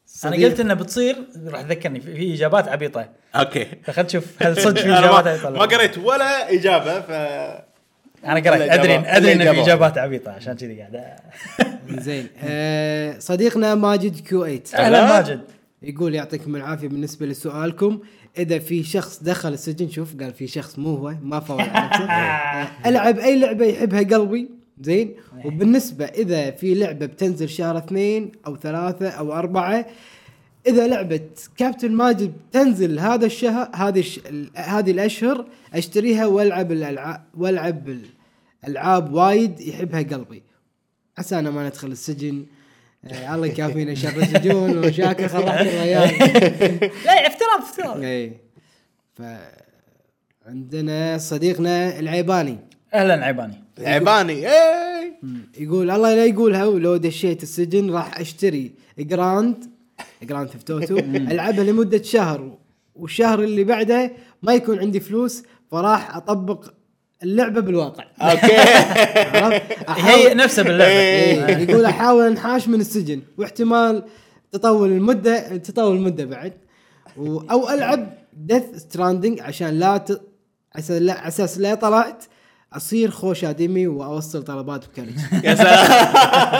انا قلت انه بتصير راح تذكرني في, في اجابات عبيطه اوكي فخل نشوف هل صدق في أنا اجابات ما, عبيطه ما قريت ولا اجابه ف انا قريت ادري الإجابات- ادري ان في الإجابات. اجابات عبيطه عشان كذي قاعد زين آه صديقنا ماجد كيو ثمانية اهلا ماجد يقول يعطيكم العافيه بالنسبه لسؤالكم. اذا في شخص دخل السجن، شوف قال في شخص مو هو ما فوت على نفسه. آه، العب اي لعبه يحبها قلبي. زين. وبالنسبه اذا في لعبه بتنزل شهر اثنين او ثلاثة او أربعة، اذا لعبه كابتن ماجد تنزل هذا الشهر هذه الش... ال- هذه الاشهر اشتريها والعب الالعاب والعب الالعاب وايد يحبها قلبي، عسى انا ما ندخل السجن. آه الله يكافينا شر السجون ومشاكل خلعت الريال. لا افتراض افتراض اي ف عندنا صديقنا العيباني اهلا عيباني عيباني اي يقول الله لا يقولها، ولو دشيت السجن راح اشتري جراند جراند ثيفت اوتو العبها لمده شهر، والشهر اللي بعده ما يكون عندي فلوس فراح اطبق اللعبه بالواقع. اوكي عرفت؟ هي أحاول- نفسها باللعبه إيه، يقول احاول انحاش من السجن واحتمال تطول المده تطول المده بعد و... او العب ديث ستراندنج عشان لا ت... عشان لا اساس لا طلعت اصير خوش ادمي واوصل طلبات بكرج. يا سلام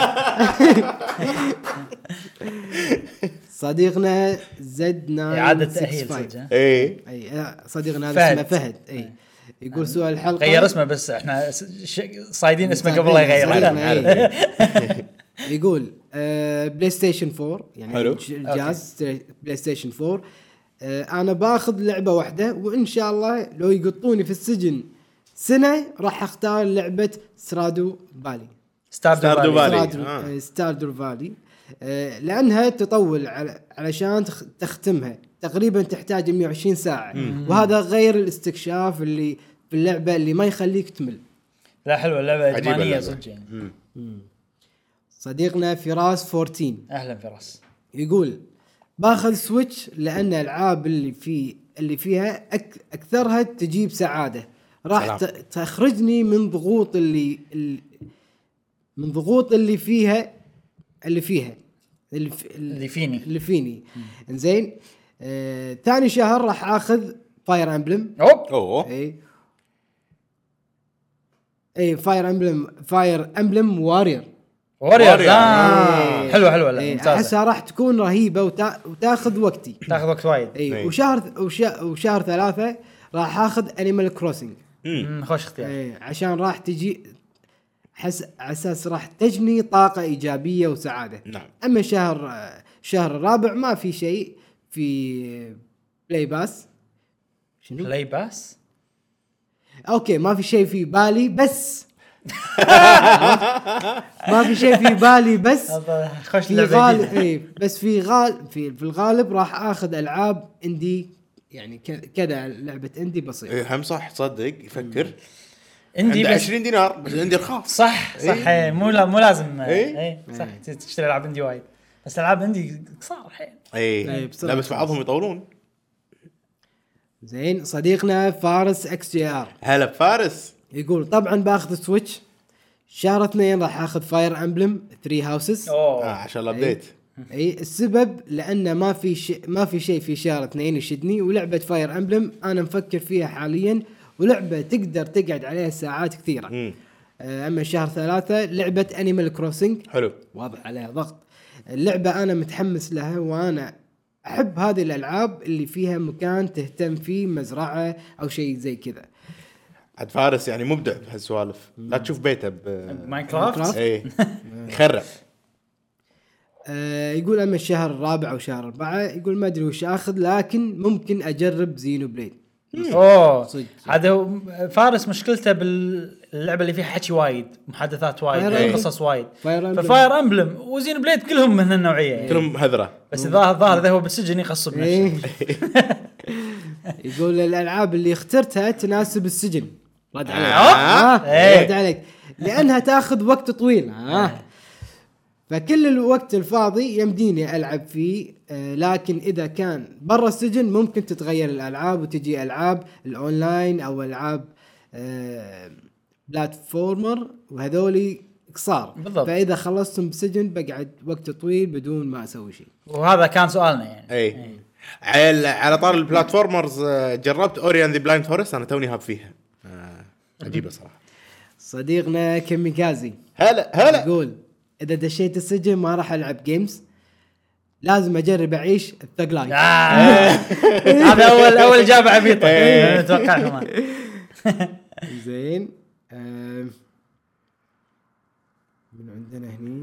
صديقنا زد اعاده تاهيل تسعة صدق اي اي لا، صديقنا هذا فهد. اسمه فهد. اي يقول سؤال الحلقه غير اسمه بس احنا س- ش- صايدين اسمه قبل لا صايدين، يغيره. إيه. يقول آه بلاي ستيشن فور يعني حلو. ج- الجهاز بلاي ستيشن فور. آه انا باخذ لعبه واحده وان شاء الله لو يقطوني في السجن سنه راح اختار لعبه سترادو فالي. ستاردو ستاردو فالي. فالي. سترادو, آه. آه. ستاردو فالي آه لانها تطول على علشان تخ- تختمها تقريبا تحتاج مئة وعشرين ساعه، وهذا غير الاستكشاف اللي في اللعبه اللي ما يخليك تمل. لا حلوه اللعبه عجيبة ادمانيه اللعبة. صدق يعني. صديقنا فراس أربعتاشر اهلا فراس يقول باخذ سويتش لان الالعاب اللي في اللي فيها أك اكثرها تجيب سعاده، راح سلام. ت- تخرجني من ضغوط اللي, اللي من ضغوط اللي فيها اللي فيها اللي, في اللي فيني اللي فيني زين. آه، ثاني شهر راح اخذ فاير امبلم. اوب اوه اي اي فاير امبلم فاير امبلم وارير. واريور Warrior. لا حلوه حلوه لا إيه، ممتازه احسها راح تكون رهيبه وتا... وتاخذ وقتي. تاخذ وقت وايد اي إيه. وشهر وشهر, وشهر ثلاثة راح اخذ انيمال كروسنج. مم، خوش اختيار اي عشان راح تجي حس على اساس راح تجني طاقه ايجابيه وسعاده. نعم. اما شهر شهر الرابع ما في شيء في بلاي باس. شنو؟ بلاي باس اوكي ما في شيء في بالي بس ما في شيء في بالي بس هذا خوش في لعبه غالب جديدة. اي بس في غال في في الغالب راح اخذ العاب اندي يعني ك- كذا لعبه اندي بسيطه. إيه، هم صح تصدق يفكر عندي عنده بس عشرين دينار بس عندي رخاص. صح صح إيه. مو لا مو لازم إيه. اي صح تشتري العاب عندي وايد بس العاب عندي قصار الحين اي إيه، بسرعة. لا بس بعضهم يطولون. زين صديقنا فارس اكس جي ار هلا بفارس. يقول طبعا باخذ سويتش شهر اثنين راح اخذ فاير امبلم ثري هاوسز. اه اوه عشان الابديت. اي السبب لان ما في شيء ما في شيء في شهر اثنين يشدني، ولعبه فاير امبلم انا مفكر فيها حاليا ولعبه تقدر تقعد عليها ساعات كثيره. مم. آه، اما شهر ثلاثة لعبه انيمال كروسنج حلو. واضح عليها ضغط. اللعبه انا متحمس لها وانا احب هذه الالعاب اللي فيها مكان تهتم فيه مزرعه او شيء زي كذا. عاد فارس يعني مبدع بهالسوالف. لا تشوف بيته ب ماينكرافت اي يخرع. آه، يقول اما الشهر الرابع او شهر أربعة يقول ما ادري وش اخذ لكن ممكن اجرب زينو بليد. اوه صدق. هذا هو- فارس مشكلته باللعبه اللي فيها حكي وايد محادثات وايد فاير قصص وايد فاير أمبلم. ففاير امبلم وزين بليد كلهم من هالنوعيه يعني. كلهم هذره. بس الظاهر الظاهر اذا هو بالسجن يغصب نفسه إيه. يقول الالعاب اللي اخترتها تناسب السجن. رد عليك. آه. آه. إيه. رد عليك لانها تاخذ وقت طويل. آه. فكل الوقت الفاضي يمديني العب فيه. آه لكن اذا كان برا السجن ممكن تتغير الالعاب وتجي العاب الاونلاين او العاب آه بلاتفورمر وهذولي قصار بالضبط. فاذا خلصتم بسجن بقعد وقت طويل بدون ما اسوي شيء. وهذا كان سؤالنا يعني. اي على على طار البلاتفورمرز آه، جربت اوري اند ذا بلايند فورست انا توني هاب فيها آه، عجيبه صراحه. صديقنا كيميكازي هلا هلا يقول اذا دشيت السجن ما راح العب جيمز لازم اجرب اعيش الثق لايف. آه. هذا اول اول اجابه عبيطه اتوقع كمان. زين آم، من عندنا هني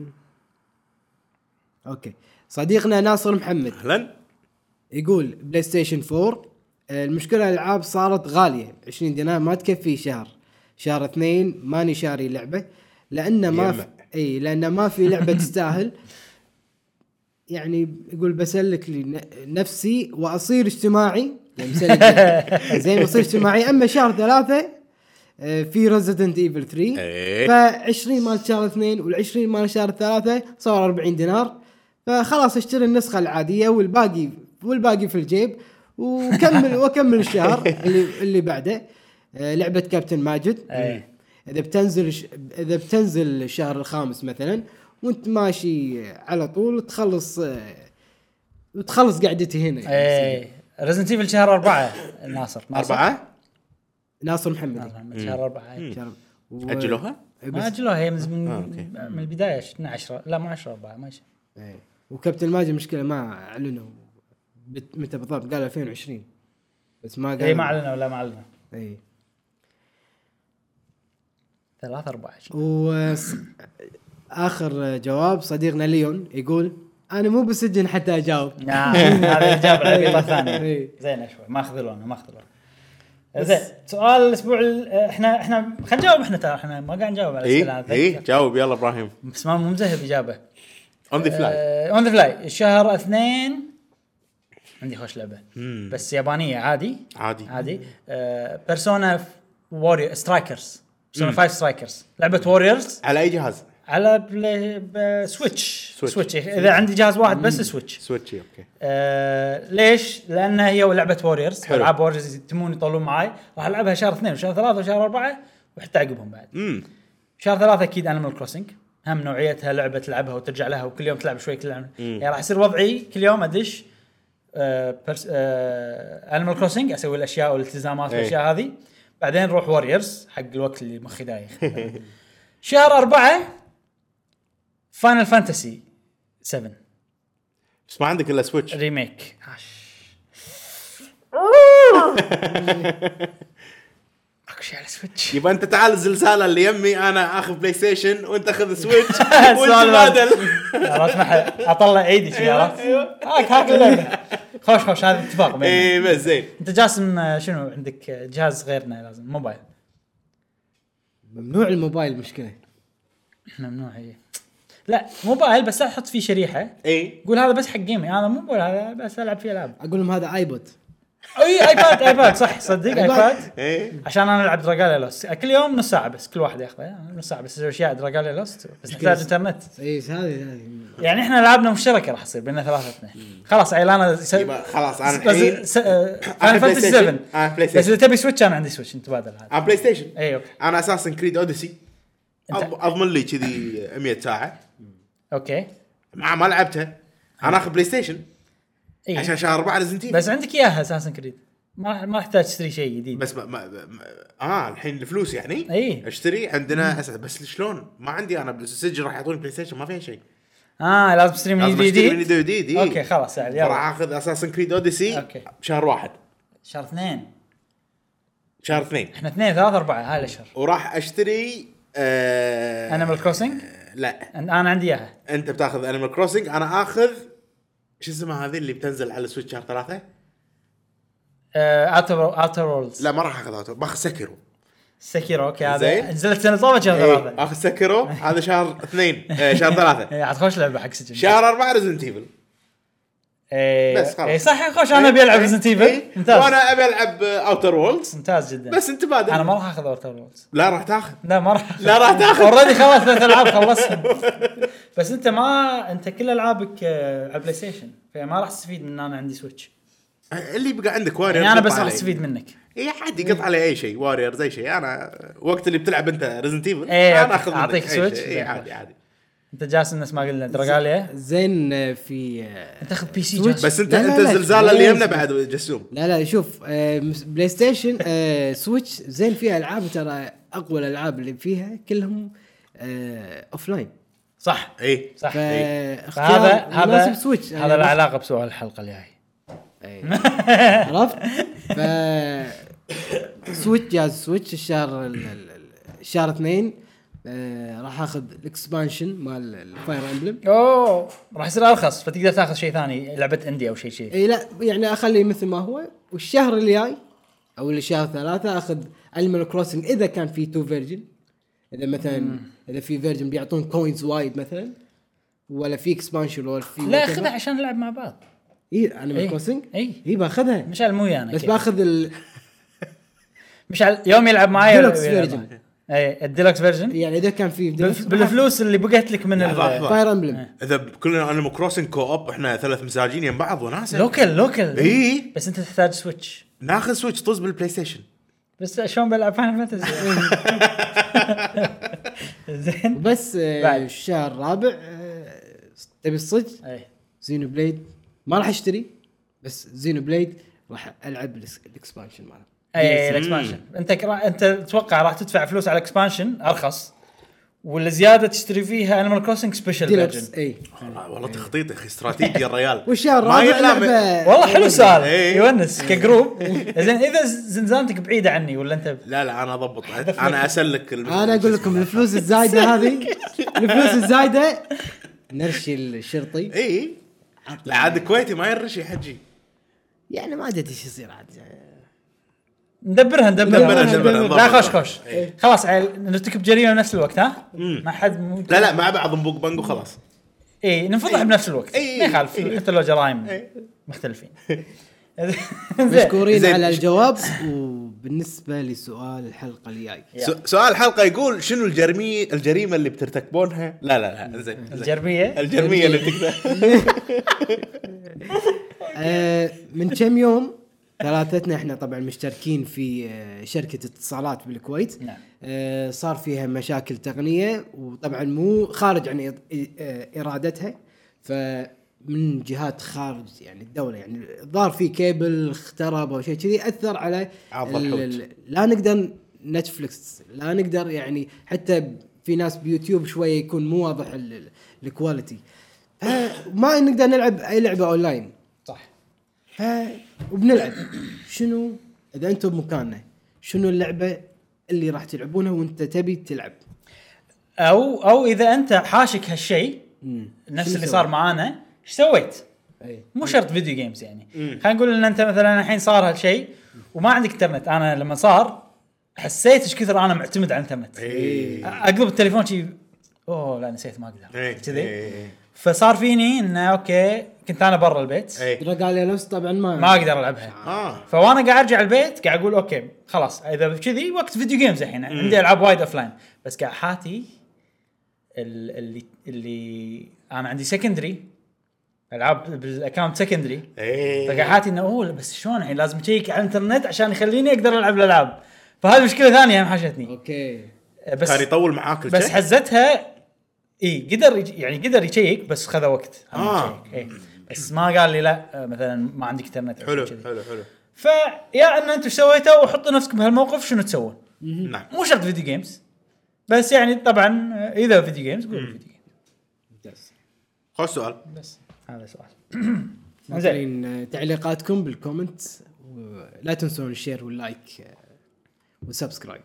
اوكي صديقنا ناصر محمد اهلا. يقول بلاي ستيشن فور آه، المشكله الالعاب صارت غاليه عشرين دينار ما تكفي شهر شهر اثنين ماني شاري لعبه لان ما في اي لان ما في لعبه تستاهل. يعني يقول بسلك لي نفسي واصير اجتماعي يعني مسلك زين اصير اجتماعي. اما شهر ثلاثة آه، في ريزيدنت ايفل ثري إيه. فعشرين مال شهر اثنين والعشرين مال شهر ثلاثة صار أربعين دينار فخلاص اشتري النسخة العادية والباقي والباقي في الجيب وكمل وكمل الشهر اللي اللي بعده. آه، لعبة كابتن ماجد إيه. اذا بتنزل ش... اذا بتنزل الشهر الخامس مثلا وانت ماشي على طول تخلص آه، وتخلص قعدتي هنا يعني. ايه ريزنت ايفل شهر أربعة. ناصر ناصر أربعة ناصر محمد ناصر محمد شهر أربعة. إيه. شهر و... أجلوها؟ ما اجلوها هي من آه، أوكي. من البدايه اثنا عشر لا مو عشرة أربعة ماشي. ايه. وكابتن ماجد مشكلة ما اعلنوا بت... متى بالضبط قالوا ألفين وعشرين بس ما قالوا اي ما اعلنوا ولا ما اعلنوا. اي ثلاثة أربعة. واخر جواب صديقنا ليون يقول انا مو بسجن حتى اجاوب. نعم هذه اجابه العبيطه الثانيه. إيه. زين شوي ما اخذلونا ما اخذلونا. زين سؤال الاسبوع ال- احنا احنا خلينا نجاوب احنا ترى احنا ما قاعد نجاوب على الاسئله اي اي هذه. جاوب يلا ابراهيم. بس ما مو مذهب اجابه. اون ذا فلاي. اون ذا فلاي شهر اثنين عندي خوش لعبه بس يابانيه عادي عادي. عادي بيرسونا وورير سترايكرز بيرسونا فايف سترايكرز لعبه ووريرز على اي جهاز؟ على بلاي بسويتش سويتش. سويتش اذا عندي جهاز واحد بس سويتش. سويتشي اوكي. آه ليش؟ لان هي لعبه ووريرز حلو. العاب ووريرز يتمون يطولون معاي راح العبها شهر اثنين وشهر ثلاثة وشهر أربعة وحتى عقبهم بعد. امم شهر ثلاثة اكيد انيمال كروسنج هم نوعيتها لعبه تلعبها وترجع لها وكل يوم تلعب شوي كل يوم يعني راح يصير وضعي كل يوم ادش انيمال كروسنج اسوي الاشياء والالتزامات أي. والاشياء هذه بعدين نروح ووريرز حق الوقت اللي مخي دايخ. شهر أربعة فاينل فانتسي سبعة بس ما عندك الا سويتش. ريميك. اكو شيء على سويتش. يبقى انت تعال الزلزال اللي يمي انا اخذ بلاي ستيشن وانت اخذ سويتش سؤال ونتبادل. خلاص اسمح اطلع ايدي شي عرفت هاك هاك اللعبة. خوش خوش هذا اتفاق بيننا. اي بس زين. انت جاسم آه، شنو عندك آه، جهاز غيرنا لازم موبايل ممنوع الموبايل مشكلة. ممنوع هي لا موبايل بس احط فيه شريحه اي قول هذا بس حق جيمي هذا مو موبايل هذا بس العب فيه العاب. اقول لهم هذا ايبود. اي ايباد ايباد صح صدق ايباد اي عشان انا العب دراجاليا لوست كل يوم نص ساعه بس كل واحد ياخذه نص ساعه بس اشياء دراجاليا لوست بس نحتاج انترنت. اي هذه هذه يعني احنا لعبنا مشتركه راح تصير بيننا ثلاثتنا خلاص عيلانا س... يبقى خلاص انا بس الحين س... فاينل بلاي فانتسي ستيشن. سبعة آه، بلاي بس ستيشن. اذا تبي سويتش انا عندي سويتش نتبادل هذا. على بلاي ستيشن. اي اوكي انا اساسا كريد اوديسي أنت- اضمن لي كذي مية ساعه اوكي مع ما لعبتها انا اخذ بلاي ستيشن إيه. عشان شهر أربعة ريزنتي. بس عندك اياها اساسا كريد ما ما احتاج تشتري شيء جديد. بس ما, ما, ما اه الحين الفلوس يعني إيه. اشتري عندنا أس... بس شلون ما عندي انا بالسجل راح يعطوني بلاي ستيشن ما فيها شيء. اه لازم تشتري من لازم اشتري من جديد. جديد إيه. اوكي خلاص يعني راح يلا اخذ اساسا كريد اوديسي أوكي. بشهر واحد شهر اثنين شهر اثنين احنا اثنين ثلاثة أربعة هاي الأشهر. وراح اشتري آه... انيمال كروسنج لا انا عندي اياها. انت بتاخذ انيمال كروسنج انا اخذ شو اسمها هذه اللي بتنزل على سويتش شهر ثلاثة. اوتر اوتر رولز لا ما راح اخذ اوتو باخذ سكرو. سكيرو اوكي هذا زين. نزلت سنه طوبه شهر ايه ثلاثة. اخذ سكرو هذا شهر اثنين آه شهر ثلاثة. ايه عاد خوش لعبه حق سجن. شهر أربعة ريزنت ايفل. ايه بس خلاص. ايه صح خوش انا ابي العب ريزنت ايفل ممتاز وانا ابي العب اوتر وولز ممتاز جدا. بس انت بادل. انا ما راح اخذ اوتر رولز لا راح تاخذ لا ما راح لا راح تاخذ. اوريدي خلاص ثلاث العاب خلصهم. بس انت ما انت كل العابك آه، على بلاي ستيشن فما راح تستفيد من ان انا عندي سويتش. اللي بقى عندك واري يعني انا بس راح استفيد منك. اي عادي قط عليه اي شيء وارير زي شيء. انا وقت اللي بتلعب انت ريزنت ايفل إيه، انا اخذ أعطيك منك أي سويتش. شيء. اي عادي عادي. انت جاسم نفس ما قلنا دراجاليا زين في تاخذ بي سي سويتش. بس انت لا، لا، انت لا، الزلزال لا، اللي لا، يمنا اسمع. بعد جسوم. لا لا شوف آه، مس- بلاي ستيشن آه، سويتش زين فيها العاب ترى اقوى الالعاب اللي فيها كلهم آه، اوف لاين. صح اي صح إيه. فهذا هذا هذا سويتش هذا له علاقه بسؤال الحلقه الجاي. عرفت ف سويتش جهاز سويتش الشهر ال- ال- الشهر اثنين آه، راح اخذ الاكسبانشن مال الفاير امبلم. اوه راح يصير ارخص فتقدر تاخذ شيء ثاني لعبه اندي او شيء شيء. اي لا يعني اخليه مثل ما هو. والشهر اللي جاي او الشهر ثلاثة اخذ انيمال كروسنج اذا كان في تو فيرجن. اذا مثلا اذا في فيرجن بيعطون كوينز وايد مثلا ولا في اكسبانشن ولا في لا خذها عشان نلعب مع بعض. اي انيمال إيه. كروسنج اي اي باخذها مش على مو انا بس كيف. باخذ ال... مش على يوم يلعب معي Deluxe version. اي الديلكس فيرجن يعني اذا كان في بالفلوس اللي بقت لك من لحظة، لحظة. فاير امبلم اذا كلنا انيمال كروسنج كو اوب احنا ثلاث مساجين يم بعض وناسه لوكل لوكل إيه. بس انت تحتاج سويتش. ناخذ سويتش طز بالبلاي ستيشن. بس شلون بلعب فاينل فانتسي زين بس آه، بعد. الشهر الرابع آه، تبي الصدق اي زينو بليد ما راح اشتري بس زينو بليد راح العب الإكس- الاكسبانشن ماله. اي الاكسبانشن انت كرا... انت تتوقع راح تدفع فلوس على الاكسبانشن ارخص ولا زياده تشتري فيها انيمال كروسنج سبيشال ديلكس فيرجن. اي والله والله تخطيط اخي استراتيجي الريال. والشهر ما الرابع يطلع من- لعبة والله حلو سؤال إيه. يونس كجروب. زين اذا زنزانتك بعيده عني ولا انت لا لا انا اضبط انا اسلك الم- انا اقول لكم الفلوس الزايده هذه الفلوس الزايده نرشي الشرطي اي لا عاد كويتي ما يرش يحجي. يعني ما ادري ايش يصير عاد. ندبرها ندبرها ندبرها، ندبرها. ندبرها. لا خوش خوش خلاص عيل نرتكب جريمه بنفس الوقت ها ما حد مو... لا لا مع بعض نبوق بنج وخلاص. اي ننفضح بنفس الوقت إيه. ما يخالف إيه. حتى لو جرائم إيه. مختلفين. مشكورين زين. على الجواب. وبالنسبه لسؤال الحلقه اللي جاي س- سؤال الحلقه يقول شنو الجريمه الجريمه اللي بترتكبونها؟ لا لا لا زين زين. الجرميه الجرميه اللي بتقدر. آه، من كم يوم ثلاثتنا احنا طبعا مشتركين في آه، شركه اتصالات بالكويت. نعم. آه، صار فيها مشاكل تقنيه وطبعا مو خارج عن إر- آه، ارادتها فمن جهات خارج يعني الدوله يعني ظهر في كيبل اخترب او شيء كذي اثر على عض ال- الحوت. ال- لا نقدر نتفلكس لا نقدر يعني حتى في ناس بيوتيوب شويه يكون مو واضح ال- ال- الكواليتي آه، ما نقدر نلعب اي لعبه اونلاين. صح ف وبنلعب شنو اذا انتم بمكاننا شنو اللعبه اللي راح تلعبونها وانت تبي تلعب. او او اذا انت حاشك هالشيء نفس شنو اللي سويت؟ صار معانا ايش سويت؟ اي مو شرط فيديو جيمز يعني خلينا نقول ان انت مثلا الحين صار هالشيء وما عندك انترنت. انا لما صار حسيت ايش كثر انا معتمد على الانترنت. إيه. اقلب التليفون شي اوه لا نسيت ما اقدر إيه. كذي. إيه. فصار فيني انه اوكي كنت انا برا البيت إيه. قال لي لوس طبعا ما ما اقدر العبها. اه فوانا قاعد ارجع البيت قاعد اقول اوكي خلاص اذا كذي وقت فيديو جيمز الحين عندي العاب وايد اوفلاين بس قاعد حاتي ال- اللي اللي انا عندي سكندري العاب بالاكونت سكندري ايه فقاعد حاتي انه اوه بس شلون الحين لازم اشيك على الانترنت عشان يخليني اقدر العب الالعاب. فهذه مشكله ثانيه هم حاشتني اوكي بس كان يطول معاك بس الشيء؟ حزتها اي قدر يج- يعني قدر يشيك بس خذ وقت هم آه. يشيك. إيه. بس ما قال لي لا آه، مثلا ما عندك انترنت أو حلو شيء كذي. حلو حلو فيا ان انتم ايش سويتوا وحطوا نفسكم بهالموقف شنو تسوون. نعم مو شرط فيديو جيمز بس يعني طبعا اذا فيديو جيمز قولوا فيديو جيمز خوش سؤال. بس هذا سؤال. زين ممكن تعليقاتكم بالكومنت ولا تنسون الشير واللايك آه، والسبسكرايب.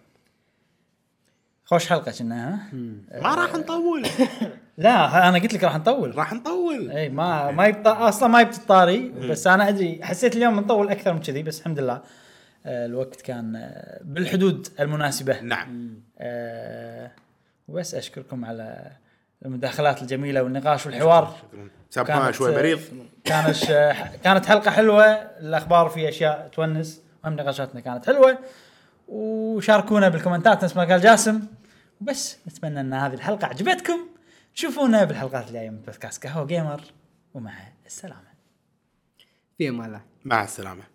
خوش حلقه كنا ها. ما راح نطول لا انا قلت لك راح نطول. راح نطول اي ما ما يبط... اصلا ما يبطاري بس انا ادري حسيت اليوم نطول اكثر من كذي بس الحمد لله آه، الوقت كان آه، بالحدود المناسبه. نعم آه، وبس اشكركم على المداخلات الجميله والنقاش والحوار. سامحونا كانت- شوي مريض. كانت كانت حلقه حلوه الاخبار في اشياء تونس وهم نقاشاتنا كانت حلوه وشاركونا بالكومنتات نفس ما قال جاسم. وبس نتمنى ان هذه الحلقه عجبتكم. شوفونا بالحلقات الجايه من بودكاست قهوه جيمر ومع السلامه. في امان الله. مع السلامه.